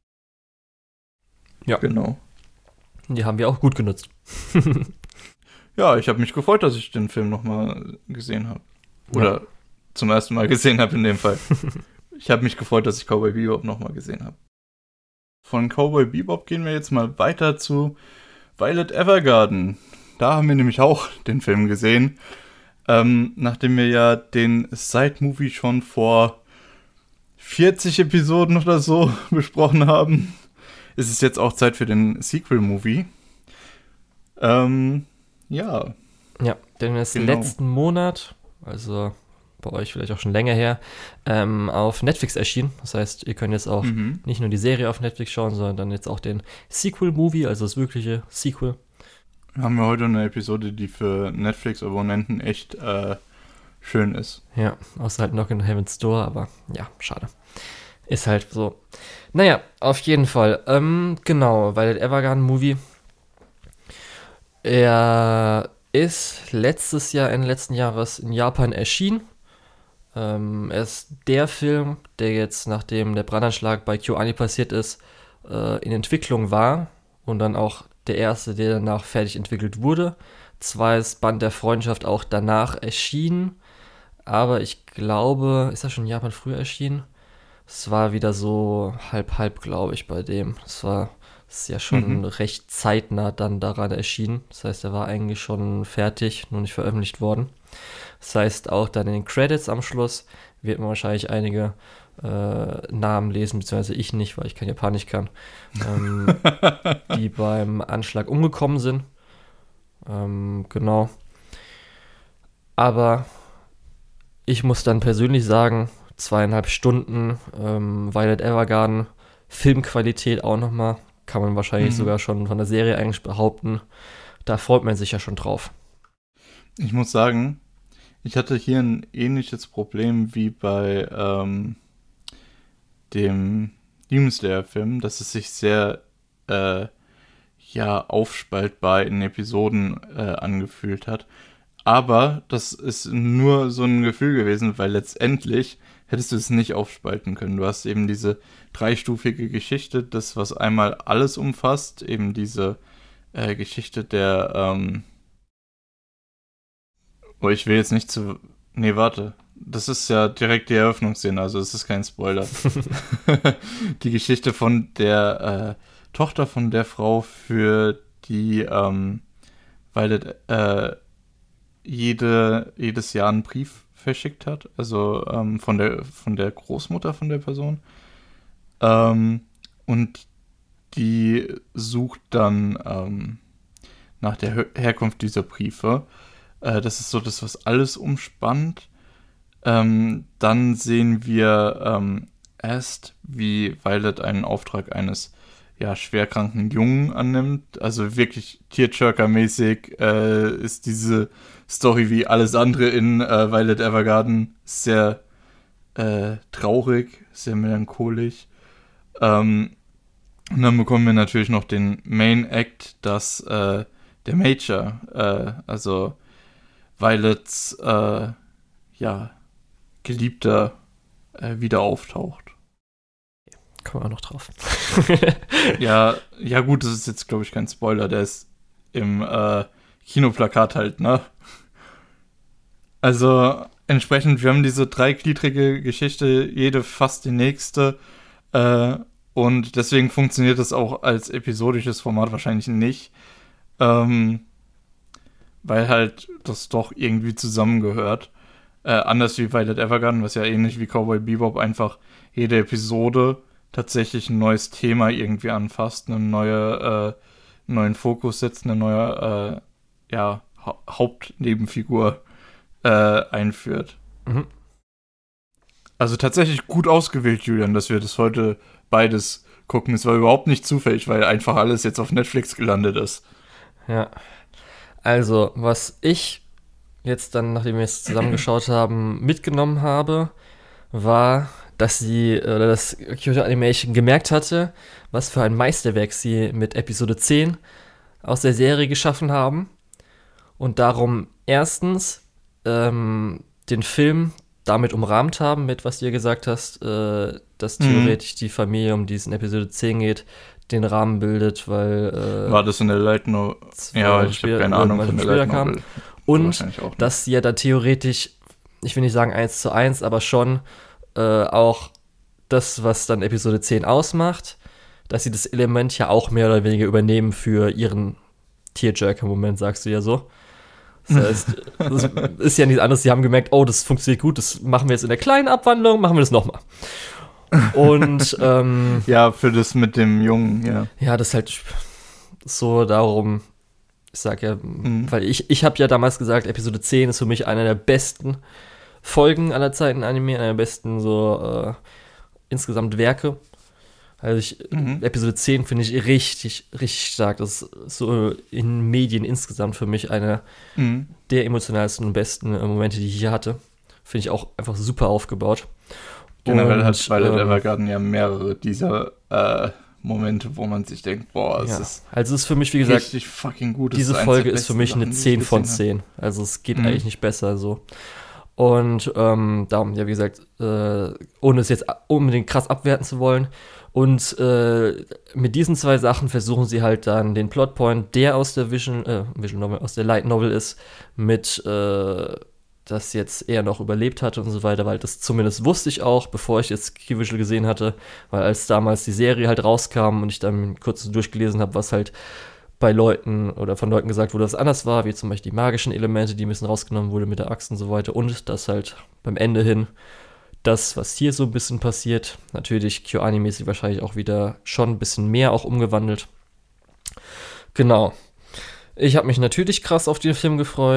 S1: Ja.
S2: Genau.
S1: Die haben wir auch gut genutzt.
S2: Ja, ich habe mich gefreut, dass ich den Film nochmal gesehen habe. Oder ja. zum ersten Mal gesehen habe in dem Fall. Ich habe mich gefreut, dass ich Cowboy Bebop nochmal gesehen habe. Von Cowboy Bebop gehen wir jetzt mal weiter zu Violet Evergarden. Da haben wir nämlich auch den Film gesehen. Ähm, nachdem wir ja den Side-Movie schon vor vierzig Episoden oder so besprochen haben, ist es jetzt auch Zeit für den Sequel-Movie. Ähm, ja.
S1: Ja, denn ist genau. letzten Monat, also bei euch vielleicht auch schon länger her, ähm, auf Netflix erschienen. Das heißt, ihr könnt jetzt auch mhm. nicht nur die Serie auf Netflix schauen, sondern dann jetzt auch den Sequel-Movie, also das wirkliche Sequel.
S2: Haben wir heute eine Episode, die für Netflix-Abonnenten echt äh, schön ist.
S1: Ja, außer halt noch in Heaven's Store, aber ja, schade. Ist halt so. Naja, auf jeden Fall. Ähm, genau, Violet Evergarden Movie. Er ist letztes Jahr, Ende letzten Jahres in Japan erschienen. Ähm, er ist der Film, der jetzt, nachdem der Brandanschlag bei KyoAni passiert ist, äh, in Entwicklung war und dann auch der erste, der danach fertig entwickelt wurde. Zwar ist Band der Freundschaft auch danach erschienen, aber ich glaube, ist er schon in Japan früher erschienen? Es war wieder so halb-halb, glaube ich, bei dem. Es war das ist ja schon mhm. recht zeitnah dann daran erschienen. Das heißt, er war eigentlich schon fertig, nur nicht veröffentlicht worden. Das heißt, auch dann in den Credits am Schluss wird man wahrscheinlich einige äh, Namen lesen, beziehungsweise ich nicht, weil ich kein Japanisch kann, ähm, die beim Anschlag umgekommen sind. Ähm, genau. Aber ich muss dann persönlich sagen, zweieinhalb Stunden, ähm, Violet Evergarden, Filmqualität auch nochmal, kann man wahrscheinlich mhm. sogar schon von der Serie eigentlich behaupten. Da freut man sich ja schon drauf.
S2: Ich muss sagen, ich hatte hier ein ähnliches Problem wie bei ähm, dem Demon Slayer-Film, dass es sich sehr äh, ja, aufspaltbar in Episoden äh, angefühlt hat. Aber das ist nur so ein Gefühl gewesen, weil letztendlich hättest du es nicht aufspalten können. Du hast eben diese dreistufige Geschichte, das, was einmal alles umfasst, eben diese äh, Geschichte der, ähm oh, ich will jetzt nicht zu, nee, warte, das ist ja direkt die Eröffnungsszene, also es ist kein Spoiler. Die Geschichte von der äh, Tochter von der Frau, für die ähm, Violet äh, jede, jedes Jahr einen Brief verschickt hat, also ähm, von der von der Großmutter von der Person. Ähm, und die sucht dann ähm, nach der Her- Herkunft dieser Briefe. Äh, das ist so das, was alles umspannt. Ähm, dann sehen wir ähm, erst, wie Violet einen Auftrag eines ja, schwerkranken Jungen annimmt. Also wirklich Tearjerker-mäßig äh, ist diese Story wie alles andere in äh, Violet Evergarden sehr äh, traurig, sehr melancholisch. Ähm, und dann bekommen wir natürlich noch den Main Act, dass äh, der Major, äh, also Violets äh, ja, Geliebter äh, wieder auftaucht.
S1: Kommen wir auch noch drauf.
S2: ja, ja gut, das ist jetzt, glaube ich, kein Spoiler. Der ist im äh, Kinoplakat halt, ne? Also entsprechend, wir haben diese dreigliedrige Geschichte, jede fast die nächste. Äh, und deswegen funktioniert das auch als episodisches Format wahrscheinlich nicht. Ähm, weil halt das doch irgendwie zusammengehört. Äh, anders wie Violet Evergarden, was ja ähnlich wie Cowboy Bebop einfach jede Episode tatsächlich ein neues Thema irgendwie anfasst, einen neue, äh, neuen Fokus setzt, eine neue äh, ja, ha- Hauptnebenfigur äh, einführt.
S1: Mhm.
S2: Also tatsächlich gut ausgewählt, Julian, dass wir das heute beides gucken. Es war überhaupt nicht zufällig, weil einfach alles jetzt auf Netflix gelandet ist.
S1: Ja, also was ich jetzt dann, nachdem wir es zusammengeschaut haben, mitgenommen habe, war, dass sie, oder dass Kyoto Animation gemerkt hatte, was für ein Meisterwerk sie mit Episode zehn aus der Serie geschaffen haben und darum erstens ähm, den Film damit umrahmt haben, mit was du ja gesagt hast, äh, dass theoretisch mhm. die Familie, um die es in Episode zehn geht, den Rahmen bildet, weil äh,
S2: war das in der Light Novel? Ja, ich habe keine Ahnung von der Light Novel.
S1: Und dass sie ja da theoretisch, ich will nicht sagen eins zu eins, aber schon äh, auch das, was dann Episode zehn ausmacht, dass sie das Element ja auch mehr oder weniger übernehmen für ihren Tearjerker-Moment, sagst du ja so. Das heißt, das ist ja nichts anderes, sie haben gemerkt, oh, das funktioniert gut, das machen wir jetzt in der kleinen Abwandlung, machen wir das nochmal. Und ähm,
S2: ja, für das mit dem Jungen, ja.
S1: Ja, das ist halt so darum, ich sag ja, mhm. weil ich, ich habe ja damals gesagt, Episode zehn ist für mich einer der besten Folgen aller Zeiten Anime, einer der besten so äh, insgesamt Werke. Also ich, mhm. Episode zehn finde ich richtig, richtig stark. Das ist so in Medien insgesamt für mich einer mhm. der emotionalsten und besten äh, Momente, die ich hier hatte. Finde ich auch einfach super aufgebaut.
S2: Generell und, hat Violet ähm, Evergarden ja mehrere dieser äh, Momente, wo man sich denkt, boah, es
S1: ja.
S2: ist
S1: also es ist für mich, wie gesagt,
S2: richtig fucking gut.
S1: Diese Folge ist für mich Sachen, eine zehn von zehn. Also es geht mhm. eigentlich nicht besser so. Und ähm, darum, ja, wie gesagt, äh, ohne es jetzt unbedingt krass abwerten zu wollen. Und äh, mit diesen zwei Sachen versuchen sie halt dann den Plotpoint, der aus der Vision, äh, Vision Novel, aus der Light Novel ist, mit äh, das jetzt eher noch überlebt hatte und so weiter, weil das zumindest wusste ich auch, bevor ich jetzt Key-Visual gesehen hatte, weil als damals die Serie halt rauskam und ich dann kurz durchgelesen habe, was halt bei Leuten oder von Leuten gesagt wurde, dass es anders war, wie zum Beispiel die magischen Elemente, die ein bisschen rausgenommen wurde mit der Axt und so weiter und das halt beim Ende hin das, was hier so ein bisschen passiert, natürlich KyoAni-mäßig wahrscheinlich auch wieder schon ein bisschen mehr auch umgewandelt. Genau. Ich habe mich natürlich krass auf den Film gefreut,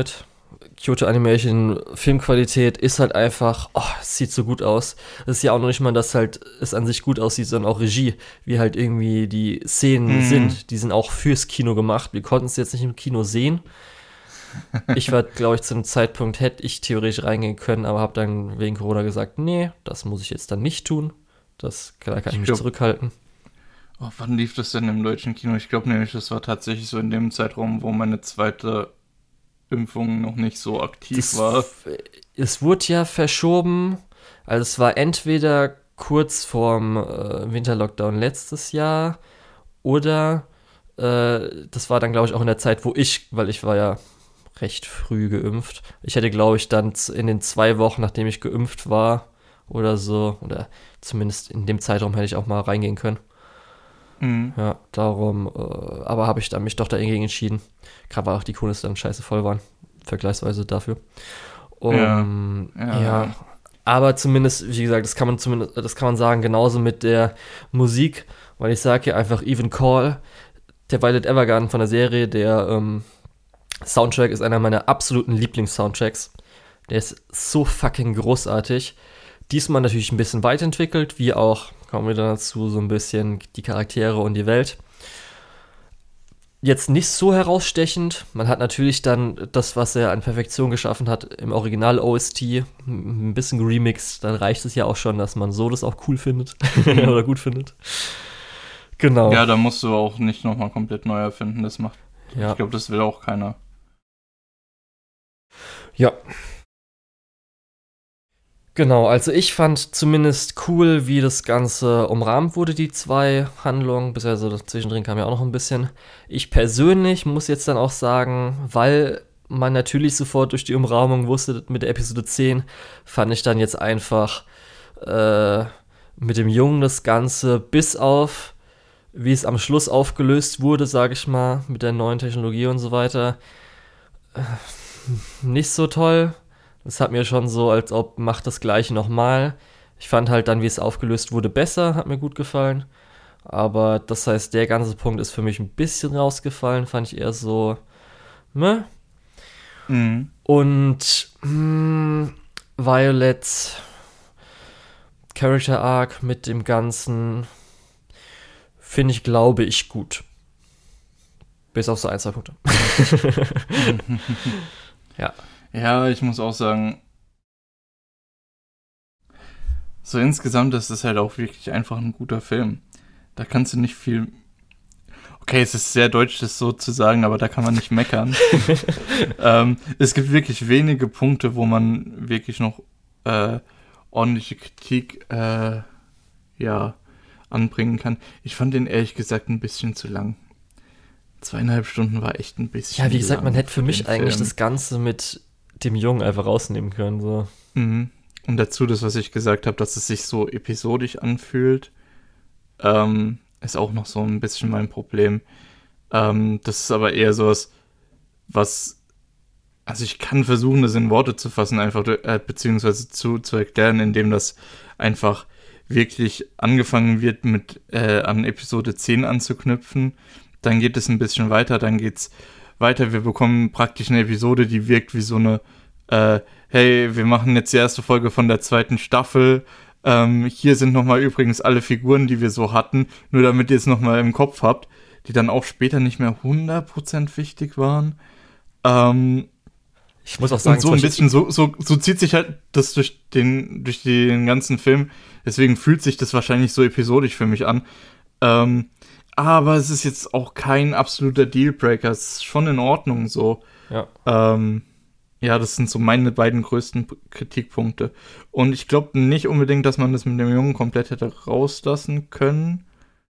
S1: Kyoto Animation Filmqualität ist halt einfach, oh, es sieht so gut aus. Es ist ja auch noch nicht mal, dass halt es an sich gut aussieht, sondern auch Regie, wie halt irgendwie die Szenen mhm. sind. Die sind auch fürs Kino gemacht. Wir konnten es jetzt nicht im Kino sehen. Ich war, glaube ich, zu einem Zeitpunkt, hätte ich theoretisch reingehen können, aber habe dann wegen Corona gesagt, nee, das muss ich jetzt dann nicht tun. Das da kann ich, ich mich glaub, zurückhalten.
S2: Oh, wann lief das denn im deutschen Kino? Ich glaube nämlich, das war tatsächlich so in dem Zeitraum, wo meine zweite Impfung noch nicht so aktiv das, war.
S1: Es wurde ja verschoben, also es war entweder kurz vorm äh, Winterlockdown letztes Jahr oder äh, das war dann, glaube ich, auch in der Zeit, wo ich, weil ich war ja recht früh geimpft, ich hätte, glaube ich, dann in den zwei Wochen, nachdem ich geimpft war oder so, oder zumindest in dem Zeitraum hätte ich auch mal reingehen können. Mhm. Ja, darum, äh, aber habe ich dann mich doch dagegen entschieden. Gerade weil auch die Kinos dann scheiße voll waren, vergleichsweise dafür. Um, ja, ja. ja, aber zumindest, wie gesagt, das kann man zumindest, das kann man sagen, genauso mit der Musik, weil ich sage ja einfach Even Call, der Violet Evergarden von der Serie, der ähm, Soundtrack ist einer meiner absoluten Lieblings-Soundtracks. Der ist so fucking großartig. Diesmal natürlich ein bisschen weiterentwickelt, wie auch, kommen wir dann dazu, so ein bisschen die Charaktere und die Welt. Jetzt nicht so herausstechend. Man hat natürlich dann das, was er an Perfektion geschaffen hat, im Original-O S T ein bisschen geremixed. Dann reicht es ja auch schon, dass man so das auch cool findet oder gut findet. Genau.
S2: Ja, da musst du auch nicht nochmal komplett neu erfinden. Das macht,
S1: ja.
S2: Ich glaube, das will auch keiner.
S1: Ja. Genau, also ich fand zumindest cool, wie das Ganze umrahmt wurde, die zwei Handlungen, beziehungsweise zwischendrin kam ja auch noch ein bisschen. Ich persönlich muss jetzt dann auch sagen, weil man natürlich sofort durch die Umrahmung wusste mit der Episode zehn, fand ich dann jetzt einfach äh, mit dem Jungen das Ganze bis auf, wie es am Schluss aufgelöst wurde, sage ich mal, mit der neuen Technologie und so weiter, äh, nicht so toll. Das hat mir schon so, als ob, macht das Gleiche nochmal. Ich fand halt dann, wie es aufgelöst wurde, besser, hat mir gut gefallen. Aber das heißt, der ganze Punkt ist für mich ein bisschen rausgefallen, fand ich eher so, ne? Mhm. Und mh, Violets Character Arc mit dem Ganzen finde ich, glaube ich, gut. Bis auf so ein, zwei Punkte. Ja.
S2: Ja, ich muss auch sagen, so insgesamt ist es halt auch wirklich einfach ein guter Film. Da kannst du nicht viel... Okay, es ist sehr deutsch, das so zu sagen, aber da kann man nicht meckern. ähm, es gibt wirklich wenige Punkte, wo man wirklich noch äh, ordentliche Kritik äh, ja, anbringen kann. Ich fand den ehrlich gesagt ein bisschen zu lang. Zweieinhalb Stunden war echt ein bisschen
S1: Ja, wie gesagt, man hätte für mich
S2: Film.
S1: eigentlich das Ganze mit dem Jungen einfach rausnehmen können. So.
S2: Mhm. Und dazu das, was ich gesagt habe, dass es sich so episodisch anfühlt, ähm, ist auch noch so ein bisschen mein Problem. Ähm, das ist aber eher sowas, was, also ich kann versuchen, das in Worte zu fassen, einfach, äh, beziehungsweise zu, zu erklären, indem das einfach wirklich angefangen wird, mit äh, an Episode zehn anzuknüpfen. Dann geht es ein bisschen weiter, dann geht's weiter. Wir bekommen praktisch eine Episode, die wirkt wie so eine, äh, hey, wir machen jetzt die erste Folge von der zweiten Staffel. Ähm, hier sind nochmal übrigens alle Figuren, die wir so hatten, nur damit ihr es nochmal im Kopf habt, die dann auch später nicht mehr hundert Prozent wichtig waren. Ähm,
S1: ich muss auch sagen,
S2: und so ein bisschen, so, so, so zieht sich halt das durch den, durch den ganzen Film. Deswegen fühlt sich das wahrscheinlich so episodisch für mich an. Ähm, Aber es ist jetzt auch kein absoluter Dealbreaker. Es ist schon in Ordnung so.
S1: Ja.
S2: Ähm, ja, das sind so meine beiden größten Kritikpunkte. Und ich glaube nicht unbedingt, dass man das mit dem Jungen komplett hätte rauslassen können.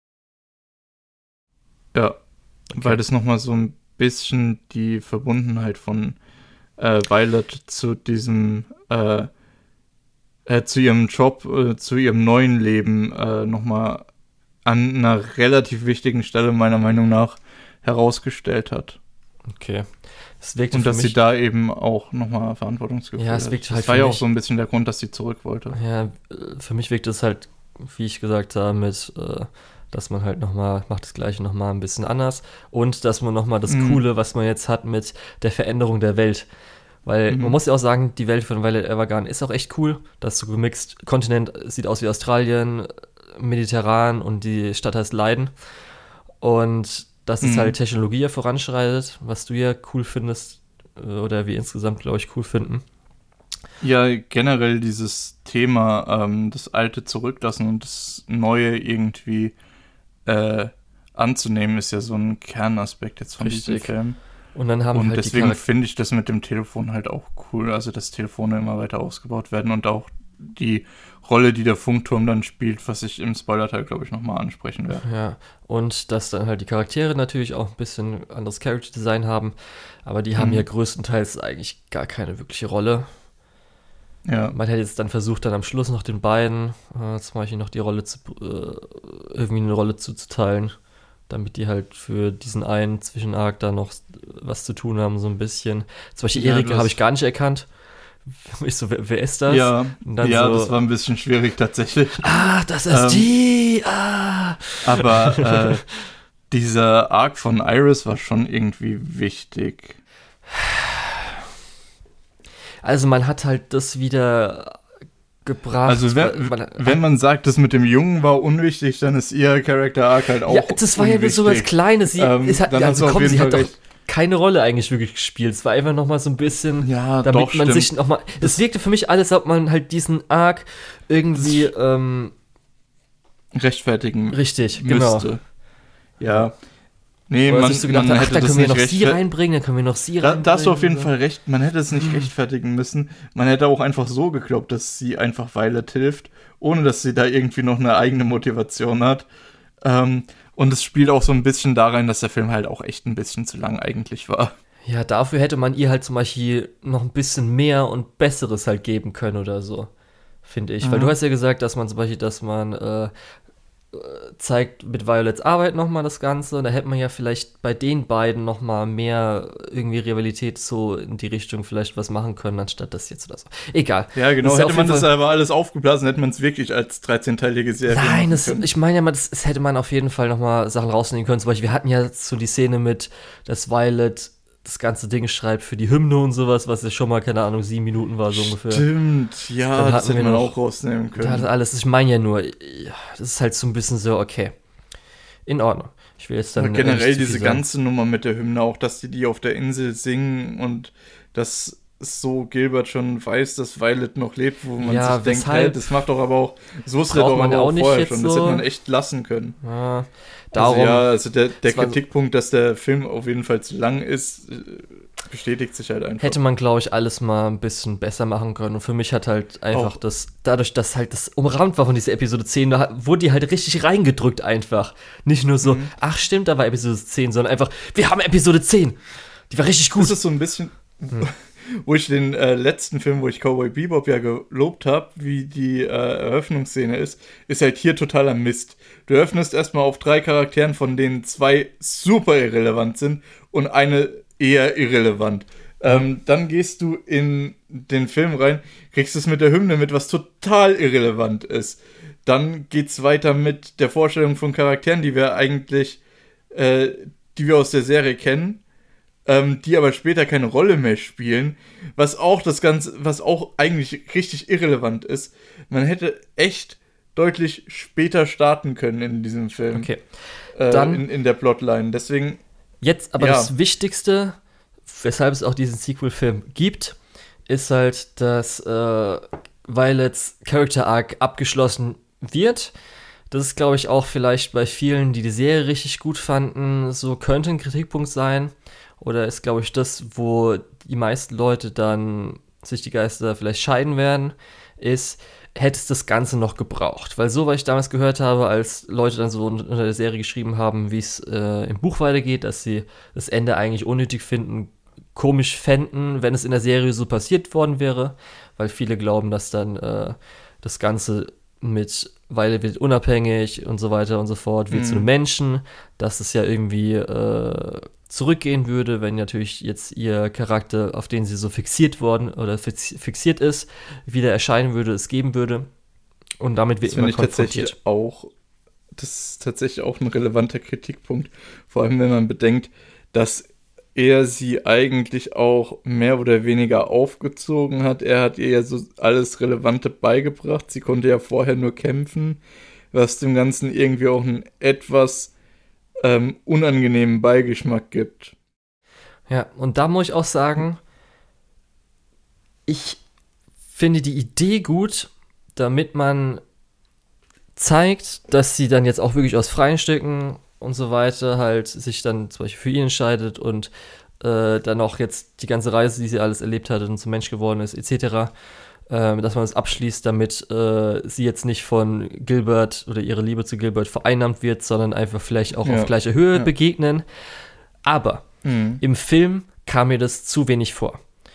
S2: Ja, okay. Weil das nochmal so ein bisschen die Verbundenheit von äh, Violet zu diesem, äh, äh, zu ihrem Job, äh, zu ihrem neuen Leben äh, nochmal an einer relativ wichtigen Stelle meiner Meinung nach herausgestellt hat.
S1: Okay. Es wirkte
S2: Und
S1: für
S2: dass
S1: mich,
S2: sie da eben auch nochmal Verantwortungsgefühl
S1: ja, es
S2: hat.
S1: wirkte
S2: Das
S1: halt
S2: war ja
S1: mich,
S2: auch so ein bisschen der Grund, dass sie zurück wollte.
S1: Ja, für mich wirkt es halt, wie ich gesagt habe, mit, äh, dass man halt nochmal, macht das Gleiche nochmal ein bisschen anders und dass man nochmal das mhm. Coole, was man jetzt hat mit der Veränderung der Welt. Weil
S2: Mhm.
S1: man muss ja auch sagen, die Welt von Violet Evergarden ist auch echt cool. Das ist so gemixt. Kontinent sieht aus wie Australien, mediterran und die Stadt heißt Leiden. Und dass es
S2: Mhm.
S1: halt Technologie ja voranschreitet, was du ja cool findest äh, oder wir insgesamt, glaube ich, cool finden.
S2: Ja, generell dieses Thema, ähm, das Alte zurücklassen und das Neue irgendwie äh, anzunehmen, ist ja so ein Kernaspekt jetzt von diesem
S1: Richtig.
S2: Film.
S1: Und dann haben wir
S2: Und
S1: halt die
S2: deswegen
S1: Charaktere.
S2: finde ich das mit dem Telefon halt auch cool, also dass Telefone immer weiter ausgebaut werden und auch die Rolle, die der Funkturm dann spielt, was ich im Spoilerteil, glaube ich, nochmal ansprechen werde.
S1: Ja, und dass dann halt die Charaktere natürlich auch ein bisschen anderes Character Design haben, aber die haben
S2: Mhm.
S1: ja größtenteils eigentlich gar keine wirkliche Rolle.
S2: Ja,
S1: Man hätte jetzt dann versucht, dann am Schluss noch den beiden äh, zum Beispiel noch die Rolle zu, äh, irgendwie eine Rolle zuzuteilen, damit die halt für diesen einen Zwischenarc da noch was zu tun haben, so ein bisschen. Zum Beispiel
S2: Ja,
S1: Erika
S2: du
S1: habe
S2: hast-
S1: ich gar nicht erkannt. Ich so, wer, wer ist das?
S2: ja,
S1: Und dann
S2: ja
S1: so,
S2: das war ein bisschen schwierig tatsächlich.
S1: ah, das ist
S2: Ähm,
S1: die, ah.
S2: Aber äh, dieser Arc von Iris war schon irgendwie wichtig.
S1: Also man hat halt das wieder gebracht.
S2: Also
S1: weil
S2: wenn,
S1: man,
S2: wenn man sagt, das mit dem Jungen war unwichtig, dann ist ihr Character Arc halt auch
S1: ja, das war ja nur so was
S2: unwichtig.
S1: Kleines. Sie,
S2: Ähm,
S1: es hat,
S2: dann hast
S1: also
S2: du auf
S1: komm,
S2: jeden
S1: sie hat
S2: Fall
S1: doch
S2: recht.
S1: keine Rolle eigentlich wirklich gespielt. Es war einfach noch mal so ein bisschen,
S2: Ja,
S1: damit
S2: doch,
S1: man
S2: stimmt.
S1: sich noch mal. Es wirkte für mich alles, als ob man halt diesen Arc irgendwie ähm,
S2: rechtfertigen
S1: richtig, genau.
S2: müsste. Ja. Nee,
S1: Oder
S2: man,
S1: sich so gedacht,
S2: man
S1: ach,
S2: hätte
S1: dann
S2: das
S1: können wir
S2: nicht
S1: noch sie
S2: rechtfer-
S1: reinbringen, dann können wir noch sie
S2: Da,
S1: reinbringen.
S2: da hast du auf jeden
S1: so.
S2: Fall recht. Man hätte es nicht
S1: Hm.
S2: rechtfertigen müssen. Man hätte auch einfach so geglaubt, dass sie einfach Violet hilft, ohne dass sie da irgendwie noch eine eigene Motivation hat. Ähm, und es spielt auch so ein bisschen da rein, dass der Film halt auch echt ein bisschen zu lang eigentlich war.
S1: Ja, dafür hätte man ihr halt zum Beispiel noch ein bisschen mehr und Besseres halt geben können oder so, finde ich. Weil
S2: Mhm.
S1: du hast ja gesagt, dass man zum Beispiel, dass man äh, äh, zeigt mit Violets Arbeit nochmal das Ganze. Da hätte man ja vielleicht bei den beiden nochmal mehr irgendwie Rivalität so in die Richtung vielleicht was machen können, anstatt das jetzt oder so. Egal.
S2: Ja, genau.
S1: Das ist ja
S2: Hätte
S1: auf
S2: man
S1: jeden
S2: das
S1: Fall-
S2: aber alles aufgeblasen, hätte man es wirklich als dreizehnteilige Serie
S1: Nein,
S2: machen
S1: das,
S2: können.
S1: ich meine ja mal, das, das hätte man auf jeden Fall nochmal Sachen rausnehmen können. Zum Beispiel, wir hatten ja so die Szene mit, dass Violet das ganze Ding schreibt für die Hymne und sowas, was ja schon mal, keine Ahnung, sieben Minuten war so ungefähr.
S2: Stimmt, ja,
S1: Dann
S2: das
S1: hatten
S2: hätte
S1: wir
S2: man
S1: noch-
S2: auch rausnehmen
S1: Da hat
S2: können.
S1: alles, ich meine ja nur, ja, das ist halt so ein bisschen so, okay, in Ordnung. Ich will jetzt dann
S2: Aber
S1: äh,
S2: generell
S1: nicht zu viel
S2: diese
S1: sagen.
S2: ganze Nummer mit der Hymne, auch dass die die auf der Insel singen und dass so Gilbert schon weiß, dass Violet noch lebt, wo man
S1: Ja,
S2: sich denkt,
S1: weshalb?
S2: hey, das macht doch aber auch, so wusste er
S1: Braucht
S2: doch
S1: man
S2: aber
S1: ja
S2: auch
S1: auch nicht
S2: vorher
S1: jetzt
S2: schon, das
S1: so.
S2: hätte man echt lassen können.
S1: Ja, darum,
S2: Also ja, also der, der
S1: das war so-
S2: Kritikpunkt, dass der Film auf jeden Fall zu lang ist, äh, bestätigt sich halt einfach.
S1: hätte man, glaube ich, alles mal ein bisschen besser machen können. Und für mich hat halt einfach
S2: Auch.
S1: das, dadurch, dass halt das umrahmt war von dieser Episode zehn, da hat- wurde die halt richtig reingedrückt einfach. Nicht nur so,
S2: Mhm.
S1: ach stimmt, da war Episode zehn, sondern einfach, wir haben Episode zehn. Die war richtig gut.
S2: Das ist so ein bisschen,
S1: Hm.
S2: wo ich den äh, letzten Film, wo ich Cowboy Bebop ja gelobt habe, wie die äh, Eröffnungsszene ist, ist halt hier totaler Mist. Du öffnest erstmal auf drei Charakteren, von denen zwei super irrelevant sind und eine eher irrelevant. Ähm, dann gehst du in den Film rein, kriegst es mit der Hymne mit, was total irrelevant ist. Dann geht's weiter mit der Vorstellung von Charakteren, die wir eigentlich, äh, die wir aus der Serie kennen, ähm, die aber später keine Rolle mehr spielen, was auch das Ganze, was auch eigentlich richtig irrelevant ist. Man hätte echt deutlich später starten können in diesem Film,
S1: Okay.
S2: äh,
S1: dann-
S2: in, in der Plotline. Deswegen,
S1: Jetzt aber
S2: Ja.
S1: das Wichtigste, weshalb es auch diesen Sequel-Film gibt, ist halt, dass äh, Violets Character Arc abgeschlossen wird. Das ist, glaube ich, auch vielleicht bei vielen, die die Serie richtig gut fanden, so könnte ein Kritikpunkt sein. Oder ist, glaube ich, das, wo die meisten Leute dann sich die Geister vielleicht scheiden werden, ist, hätte es das Ganze noch gebraucht. Weil so, was ich damals gehört habe, als Leute dann so unter der Serie geschrieben haben, wie es äh, im Buch weitergeht, dass sie das Ende eigentlich unnötig finden, komisch fänden, wenn es in der Serie so passiert worden wäre, weil viele glauben, dass dann äh, das Ganze mit, weil er wird unabhängig und so weiter und so fort, wird
S2: Mhm.
S1: zu einem Menschen, dass es ja irgendwie äh, zurückgehen würde, wenn natürlich jetzt ihr Charakter, auf den sie so fixiert worden oder fix, fixiert ist, wieder erscheinen würde, es geben würde. Und damit wird
S2: das
S1: immer
S2: finde ich tatsächlich
S1: konfrontiert.
S2: auch, das ist tatsächlich auch ein relevanter Kritikpunkt. Vor allem, wenn man bedenkt, dass er sie eigentlich auch mehr oder weniger aufgezogen hat. Er hat ihr ja so alles Relevante beigebracht. Sie konnte ja vorher nur kämpfen, was dem Ganzen irgendwie auch einen etwas ähm, unangenehmen Beigeschmack gibt.
S1: Ja, und da muss ich auch sagen, ich finde die Idee gut, damit man zeigt, dass sie dann jetzt auch wirklich aus freien Stücken und so weiter halt sich dann zum Beispiel für ihn entscheidet und äh, dann auch jetzt die ganze Reise, die sie alles erlebt hat und zum Mensch geworden ist, et cetera, äh, dass man es abschließt, damit äh, sie jetzt nicht von Gilbert oder ihre Liebe zu Gilbert vereinnahmt wird, sondern einfach vielleicht auch
S2: Ja.
S1: auf gleicher Höhe
S2: Ja.
S1: begegnen. Aber
S2: Mhm.
S1: im Film kam mir das zu wenig vor.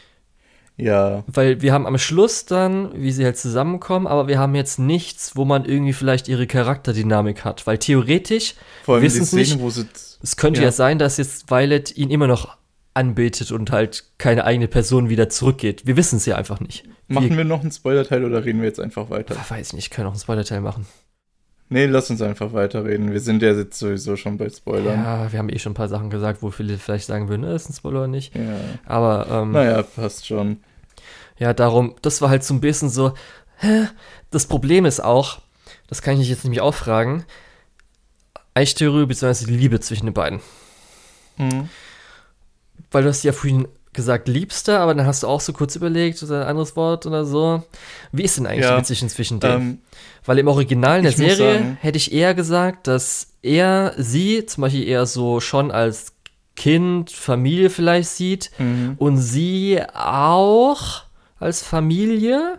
S2: Ja,
S1: Weil wir haben am Schluss dann, wie sie halt zusammenkommen, aber wir haben jetzt nichts, wo man irgendwie vielleicht ihre Charakterdynamik hat. Weil theoretisch,
S2: vor allem die
S1: wissen's
S2: Szene,
S1: nicht.
S2: wo sie...
S1: es könnte ja.
S2: Ja.
S1: sein, dass jetzt Violet ihn immer noch anbetet und halt keine eigene Person wieder zurückgeht. Wir wissen es ja einfach nicht.
S2: Machen
S1: wir,
S2: wir noch einen Spoiler-Teil oder reden wir jetzt einfach weiter?
S1: Ah, weiß nicht, können auch einen Spoiler-Teil machen.
S2: Nee, lass uns einfach weiterreden. Wir sind ja jetzt sowieso schon bei Spoilern.
S1: Ja, wir haben eh schon ein paar Sachen gesagt, wo viele vielleicht sagen würden, das ist ein Spoiler oder nicht.
S2: Ja.
S1: Aber, ähm,
S2: Naja, passt schon.
S1: ja, darum, das war halt so ein bisschen so, hä? Das Problem ist auch, das kann ich dich jetzt nämlich auch fragen, Eichtheorie bzw. die Liebe zwischen den beiden.
S2: Mhm.
S1: Weil du hast ja vorhin gesagt, Liebster, aber dann hast du auch so kurz überlegt, oder ein anderes Wort oder so. Wie ist denn eigentlich
S2: Ja,
S1: die Beziehung zwischen denen?
S2: Ähm,
S1: Weil im Original in der
S2: ich muss
S1: Serie
S2: sagen-
S1: hätte ich eher gesagt, dass er sie zum Beispiel eher so schon als Kind, Familie vielleicht sieht
S2: mhm.
S1: und sie auch als Familie.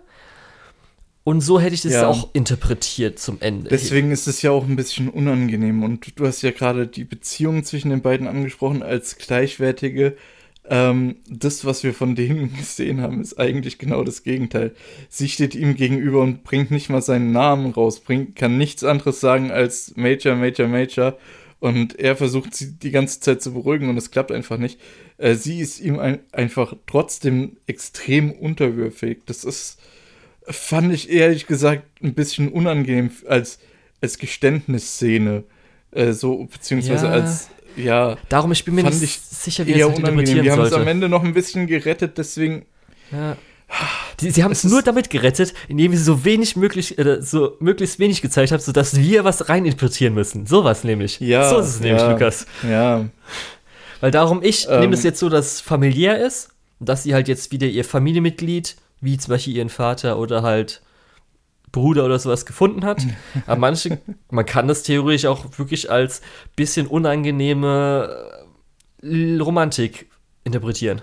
S1: Und so hätte ich das
S2: Ja.
S1: auch interpretiert zum Ende.
S2: Deswegen ist es ja auch ein bisschen unangenehm. Und du hast ja gerade die Beziehung zwischen den beiden angesprochen als gleichwertige. Ähm, das, was wir von denen gesehen haben, ist eigentlich genau das Gegenteil. Sie steht ihm gegenüber und bringt nicht mal seinen Namen raus, bringt, kann nichts anderes sagen als Major, Major, Major. Und er versucht sie die ganze Zeit zu beruhigen und es klappt einfach nicht. Äh, sie ist ihm ein, einfach trotzdem extrem unterwürfig. Das ist, fand ich ehrlich gesagt ein bisschen unangenehm als, als Geständnisszene. Äh, so, beziehungsweise
S1: Ja.
S2: als, ja,
S1: Darum, ich bin mir
S2: fand
S1: nicht
S2: ich
S1: sicher, wie ich
S2: eher
S1: das halt
S2: unangenehm.
S1: interpretieren
S2: Wir haben es
S1: sollte.
S2: am Ende noch ein bisschen gerettet, deswegen,
S1: Ja. Die, sie haben es
S2: Es
S1: nur
S2: ist-
S1: damit gerettet, indem sie so wenig möglich, äh, so möglichst wenig gezeigt haben, sodass wir was reininterpretieren müssen. Sowas nämlich.
S2: ja.
S1: So ist es nämlich,
S2: ja,
S1: Lukas.
S2: Ja,
S1: Weil darum, ich
S2: Ähm.
S1: nehme es jetzt so, dass es familiär ist, dass sie halt jetzt wieder ihr Familienmitglied, wie zum Beispiel ihren Vater oder halt Bruder oder sowas gefunden hat. Aber manche, man kann das theoretisch auch wirklich als bisschen unangenehme äh, Romantik interpretieren.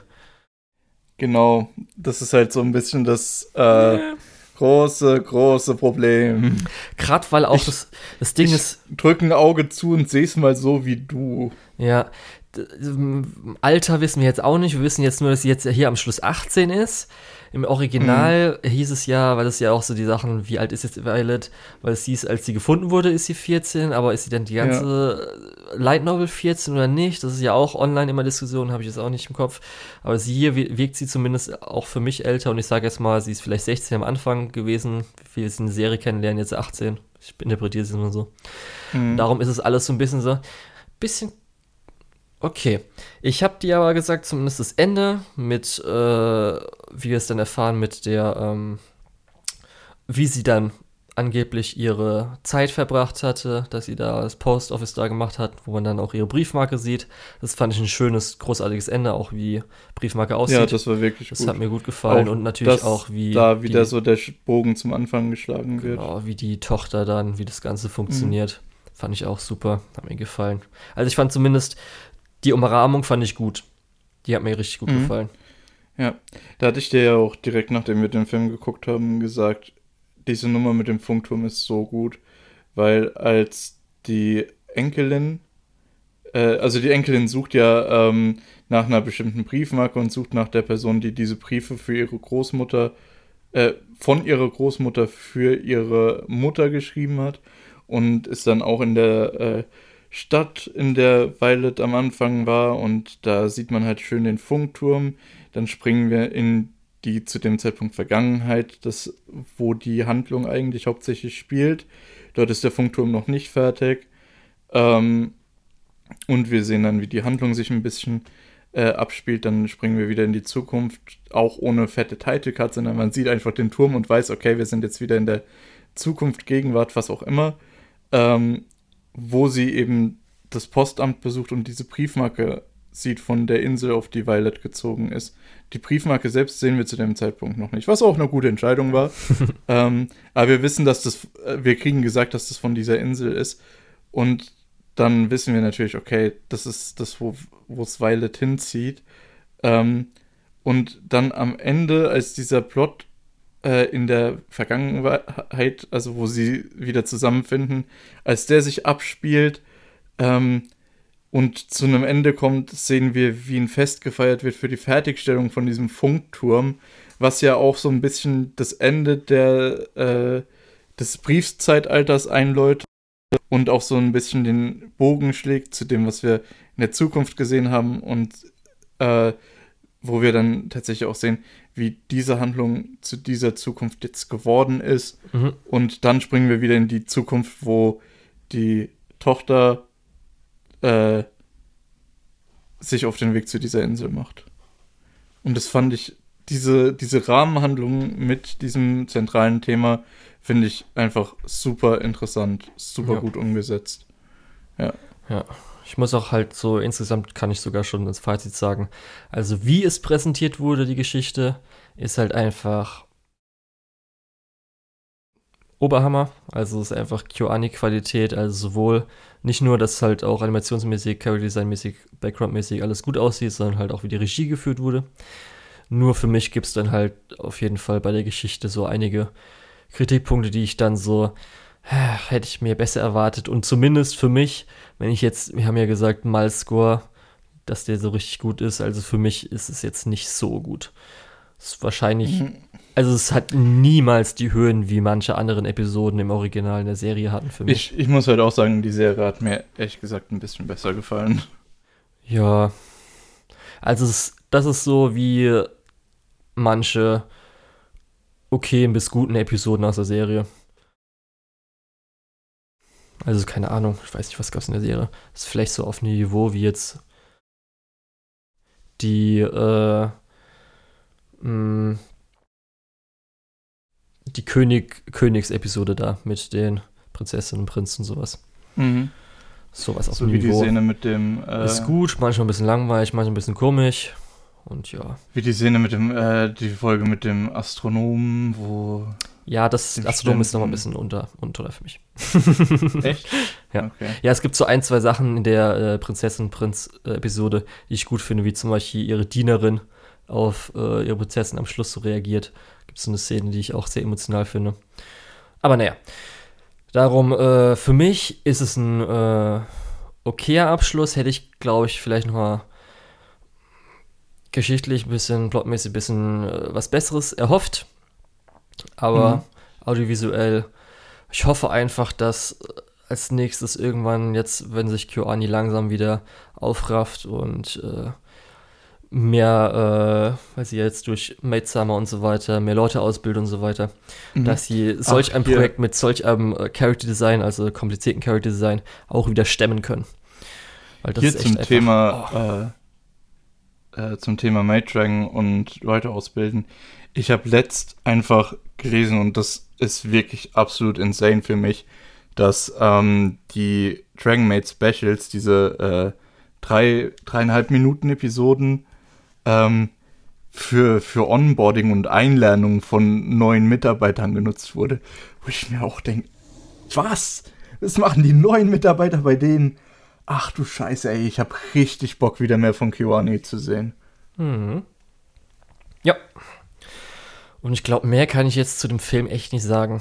S2: genau. Das ist halt so ein bisschen das äh, große, große Problem.
S1: Gerade weil auch
S2: Ich-
S1: das, das Ding
S2: ich
S1: ist,
S2: drück ein Auge zu und seh's mal so wie du.
S1: ja, d- im Alter wissen wir jetzt auch nicht. Wir wissen jetzt nur, dass sie jetzt hier am Schluss achtzehn ist. Im Original hieß es ja, weil das ja auch so die Sachen, wie alt ist jetzt Violet, weil es hieß, als sie gefunden wurde, ist sie vierzehn, aber ist sie dann die ganze Light Novel vierzehn oder nicht? Das ist ja auch online immer Diskussion, habe ich jetzt auch nicht im Kopf. Aber sie hier wir- wirkt sie zumindest auch für mich älter und ich sage jetzt mal, sie ist vielleicht sechzehn am Anfang gewesen. Wir jetzt eine Serie kennenlernen, jetzt achtzehn. Ich interpretiere es immer so.
S2: Mhm.
S1: Darum ist es alles so ein bisschen so, bisschen okay. Ich habe dir aber gesagt, zumindest das Ende mit, äh, wie wir es dann erfahren, mit der, ähm, wie sie dann angeblich ihre Zeit verbracht hatte, dass sie da das Post Office da gemacht hat, wo man dann auch ihre Briefmarke sieht. Das fand ich ein schönes, großartiges Ende, auch wie Briefmarke aussieht.
S2: Ja, das war wirklich
S1: das
S2: gut.
S1: hat mir gut gefallen
S2: Auch
S1: und natürlich
S2: dass
S1: auch, wie
S2: da wieder
S1: die,
S2: so der Bogen zum Anfang geschlagen wird.
S1: genau, wie die Tochter dann, wie das Ganze funktioniert. Fand ich auch super, hat mir gefallen. Also ich fand zumindest, die Umrahmung fand ich gut. Die hat mir richtig gut
S2: Mhm.
S1: gefallen.
S2: Ja, da hatte ich dir ja auch direkt, nachdem wir den Film geguckt haben, gesagt, diese Nummer mit dem Funkturm ist so gut, weil als die Enkelin, äh, also die Enkelin sucht ja ähm, nach einer bestimmten Briefmarke und sucht nach der Person, die diese Briefe für ihre Großmutter, äh, von ihrer Großmutter für ihre Mutter geschrieben hat und ist dann auch in der äh, Stadt, in der Violet am Anfang war und da sieht man halt schön den Funkturm. Dann springen wir in die zu dem Zeitpunkt Vergangenheit, das, wo die Handlung eigentlich hauptsächlich spielt. Dort ist der Funkturm noch nicht fertig. Ähm, und wir sehen dann, wie die Handlung sich ein bisschen äh, abspielt, dann springen wir wieder in die Zukunft, auch ohne fette Title Cut, sondern man sieht einfach den Turm und weiß, okay, wir sind jetzt wieder in der Zukunft, Gegenwart, was auch immer, ähm, wo sie eben das Postamt besucht und diese Briefmarke sieht von der Insel, auf die Violet gezogen ist. Die Briefmarke selbst sehen wir zu dem Zeitpunkt noch nicht, was auch eine gute Entscheidung war. ähm, aber wir wissen, dass das, wir kriegen gesagt, dass das von dieser Insel ist. Und dann wissen wir natürlich, okay, das ist das, wo es Violet hinzieht. Ähm, und dann am Ende, als dieser Plot äh, in der Vergangenheit, also wo sie wieder zusammenfinden, als der sich abspielt, ähm, und zu einem Ende kommt, sehen wir, wie ein Fest gefeiert wird für die Fertigstellung von diesem Funkturm, was ja auch so ein bisschen das Ende der, äh, des Briefszeitalters einläutet und auch so ein bisschen den Bogen schlägt zu dem, was wir in der Zukunft gesehen haben und äh, wo wir dann tatsächlich auch sehen, wie diese Handlung zu dieser Zukunft jetzt geworden ist. Mhm. Und dann springen wir wieder in die Zukunft, wo die Tochter Äh, sich auf den Weg zu dieser Insel macht. Und das fand ich, diese, diese Rahmenhandlung mit diesem zentralen Thema finde ich einfach super interessant, super ja. gut umgesetzt. Ja.
S1: Ja, ich muss auch halt so, insgesamt kann ich sogar schon ins Fazit sagen, also wie es präsentiert wurde, die Geschichte, ist halt einfach Oberhammer, also es ist einfach KyoAni-Qualität, also sowohl nicht nur, dass halt auch animationsmäßig, Character-Design-mäßig, Background-mäßig alles gut aussieht, sondern halt auch, wie die Regie geführt wurde. Nur für mich gibt es dann halt auf jeden Fall bei der Geschichte so einige Kritikpunkte, die ich dann so, äh, hätte ich mir besser erwartet. Und zumindest für mich, wenn ich jetzt, wir haben ja gesagt, Mal-Score, dass der so richtig gut ist, also für mich ist es jetzt nicht so gut. Es ist wahrscheinlich, mhm. also es hat niemals die Höhen, wie manche anderen Episoden im Original in der Serie hatten für mich.
S2: Ich, ich muss halt auch sagen, die Serie hat mir ehrlich gesagt ein bisschen besser gefallen.
S1: Ja, also es, das ist so wie manche okayen bis guten Episoden aus der Serie. Also keine Ahnung, ich weiß nicht, was gab es in der Serie. Das ist vielleicht so auf einem Niveau wie jetzt die, äh, mh, die König, Königsepisode da mit den Prinzessinnen und Prinzen und sowas.
S2: Mhm.
S1: Sowas auf
S2: so
S1: dem
S2: wie
S1: Niveau.
S2: Die Szene mit dem äh,
S1: ist gut, manchmal ein bisschen langweilig, manchmal ein bisschen komisch. Und ja.
S2: Wie die Szene mit dem, äh, die Folge mit dem Astronomen, wo...
S1: Ja, das Astronom ist nochmal ein bisschen unter, unter für mich.
S2: Echt?
S1: Ja.
S2: Okay.
S1: Ja, es gibt so ein, zwei Sachen in der äh, Prinzessin-Prinz-Episode, die ich gut finde, wie zum Beispiel ihre Dienerin auf äh, ihre Prinzessin am Schluss so reagiert. Gibt es so eine Szene, die ich auch sehr emotional finde. Aber naja, darum, äh, für mich ist es ein äh, okayer Abschluss. Hätte ich, glaube ich, vielleicht noch mal geschichtlich ein bisschen, plotmäßig ein bisschen äh, was Besseres erhofft. Aber mhm. audiovisuell, ich hoffe einfach, dass als nächstes irgendwann jetzt, wenn sich KyoAni langsam wieder aufrafft und äh, mehr, äh, weil sie jetzt durch Maid Summer und so weiter, mehr Leute ausbildet und so weiter, mhm. dass sie solch Ach, ein hier. Projekt mit solch einem äh, Character Design, also komplizierten Character Design, auch wieder stemmen können.
S2: Weil das hier ist echt zum einfach, Thema oh. äh, äh, zum Thema Maid Dragon und Leute ausbilden. Ich habe letzt einfach gelesen, und das ist wirklich absolut insane für mich, dass ähm, die Dragon Maid Specials, diese äh, drei, dreieinhalb Minuten Episoden, ähm, für, für Onboarding und Einlernung von neuen Mitarbeitern genutzt wurde. Wo ich mir auch denke, was? Was machen die neuen Mitarbeiter bei denen? Ach du Scheiße, ey, ich habe richtig Bock, wieder mehr von KyoAni zu sehen.
S1: Mhm. Ja. Und ich glaube, mehr kann ich jetzt zu dem Film echt nicht sagen.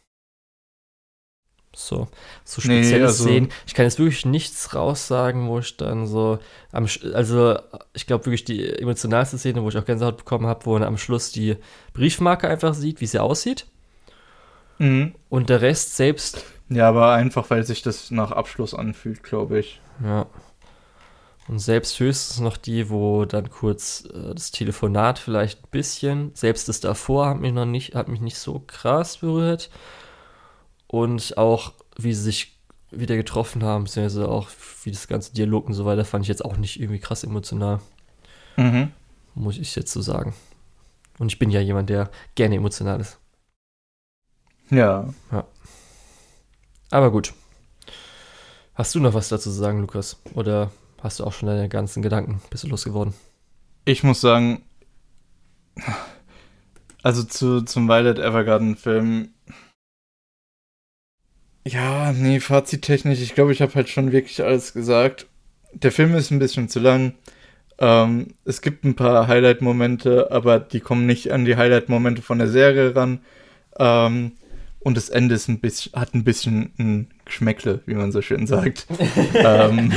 S1: So, so spezielles nee, also Szenen. Ich kann jetzt wirklich nichts raussagen, wo ich dann so, am, also ich glaube wirklich die emotionalste Szene, wo ich auch Gänsehaut bekommen habe, wo man am Schluss die Briefmarke einfach sieht, wie sie aussieht.
S2: Mhm.
S1: Und der Rest selbst.
S2: Ja, aber einfach, weil sich das nach Abschluss anfühlt, glaube ich.
S1: Ja. Und selbst höchstens noch die, wo dann kurz äh, das Telefonat vielleicht ein bisschen, selbst das davor hat mich noch nicht, hat mich nicht so krass berührt. Und auch, wie sie sich wieder getroffen haben, beziehungsweise auch wie das ganze Dialog und so weiter, fand ich jetzt auch nicht irgendwie krass emotional.
S2: Mhm.
S1: Muss ich jetzt so sagen. Und ich bin ja jemand, der gerne emotional ist.
S2: Ja.
S1: Ja. Aber gut. Hast du noch was dazu zu sagen, Lukas? Oder hast du auch schon deine ganzen Gedanken? Bist du losgeworden?
S2: Ich muss sagen, also zu, zum Violet Evergarden-Film, ja, nee, fazittechnisch, ich glaube, ich habe halt schon wirklich alles gesagt. Der Film ist ein bisschen zu lang. Ähm, es gibt ein paar Highlight-Momente, aber die kommen nicht an die Highlight-Momente von der Serie ran. Ähm, und das Ende ist ein bisschen, hat ein bisschen ein Geschmäckle, wie man so schön sagt. ähm,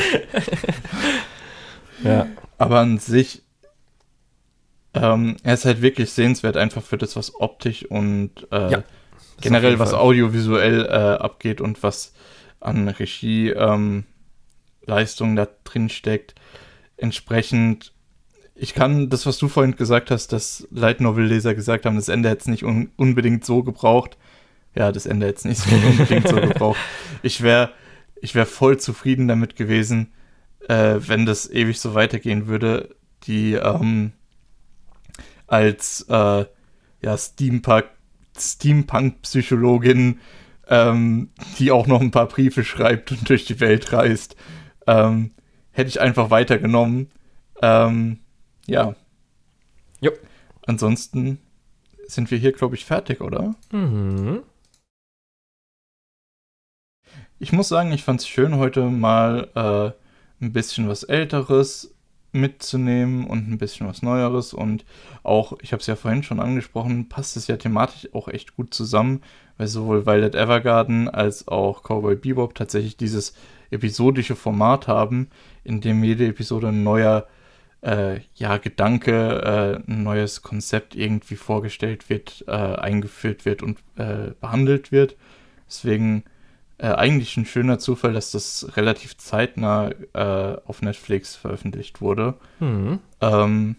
S1: Ja.
S2: aber an sich, ähm, er ist halt wirklich sehenswert, einfach für das, was optisch und äh,
S1: Ja,
S2: generell was audiovisuell äh, abgeht und was an Regie ähm, Leistung da drin steckt. Entsprechend, ich kann das, was du vorhin gesagt hast, dass Light Novel-Leser gesagt haben, das Ende hätte es nicht un- unbedingt so gebraucht. Ja, das Ende hätte es nicht so unbedingt so gebraucht. Ich wäre ich wär voll zufrieden damit gewesen, äh, wenn das ewig so weitergehen würde. Die ähm, als äh, ja, Steampunk, Steampunk-Psychologin, ähm, die auch noch ein paar Briefe schreibt und durch die Welt reist, ähm, hätte ich einfach weitergenommen. Ähm, ja.
S1: Jo.
S2: Ansonsten sind wir hier, glaube ich, fertig, oder?
S1: Mhm.
S2: Ich muss sagen, ich fand es schön, heute mal äh, ein bisschen was Älteres mitzunehmen und ein bisschen was Neueres. Und auch, ich habe es ja vorhin schon angesprochen, passt es ja thematisch auch echt gut zusammen, weil sowohl Violet Evergarden als auch Cowboy Bebop tatsächlich dieses episodische Format haben, in dem jede Episode ein neuer äh, ja, Gedanke, äh, ein neues Konzept irgendwie vorgestellt wird, äh, eingeführt wird und äh, behandelt wird. Deswegen äh, eigentlich ein schöner Zufall, dass das relativ zeitnah äh, auf Netflix veröffentlicht wurde.
S1: Mhm.
S2: Ähm,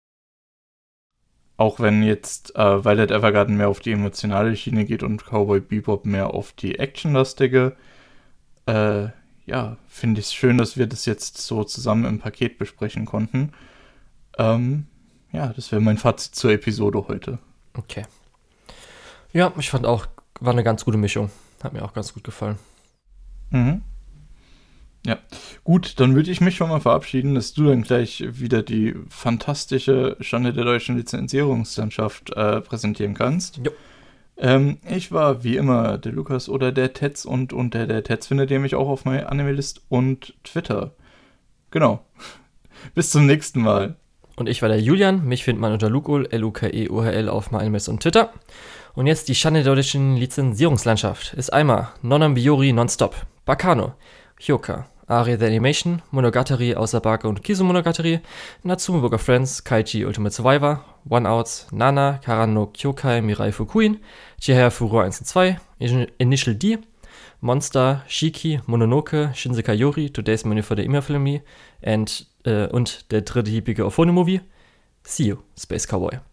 S2: auch wenn jetzt äh, Violet Evergarden mehr auf die emotionale Schiene geht und Cowboy Bebop mehr auf die actionlastige. Äh, ja, finde ich es schön, dass wir das jetzt so zusammen im Paket besprechen konnten. Ähm, ja, das wäre mein Fazit zur Episode heute.
S1: Okay. Ja, ich fand auch, war eine ganz gute Mischung. Hat mir auch ganz gut gefallen.
S2: Mhm. Ja, gut, dann würde ich mich schon mal verabschieden, dass du dann gleich wieder die fantastische Schande der deutschen Lizenzierungslandschaft äh, präsentieren kannst.
S1: Jo.
S2: Ähm, ich war wie immer der Lukas oder der Tetz und unter der Tetz findet ihr mich auch auf meiner Anime-List und Twitter. Genau. Bis zum nächsten Mal.
S1: Und ich war der Julian. Mich findet man unter Lukol, L U K E O H L auf MyAnimeList und Twitter. Und jetzt die Schande der deutschen Lizenzierungslandschaft. Ist einmal Nonambiori Nonstop, Bakano, Hyoka, Ari the Animation, Monogatari außer Bake und Kizu-Monogatari, Natsume Book of Friends, Kaichi Ultimate Survivor, One Outs, Nana, Karano Kyokai Mirai Fukuin, Chihaya Furore eins und zwei, Initial D, Monster, Shiki, Mononoke, Shinsekai Yori, Today's Menu for the Ima Filmy and, äh, und der dritte hiebige Ophone-Movie, See You, Space Cowboy.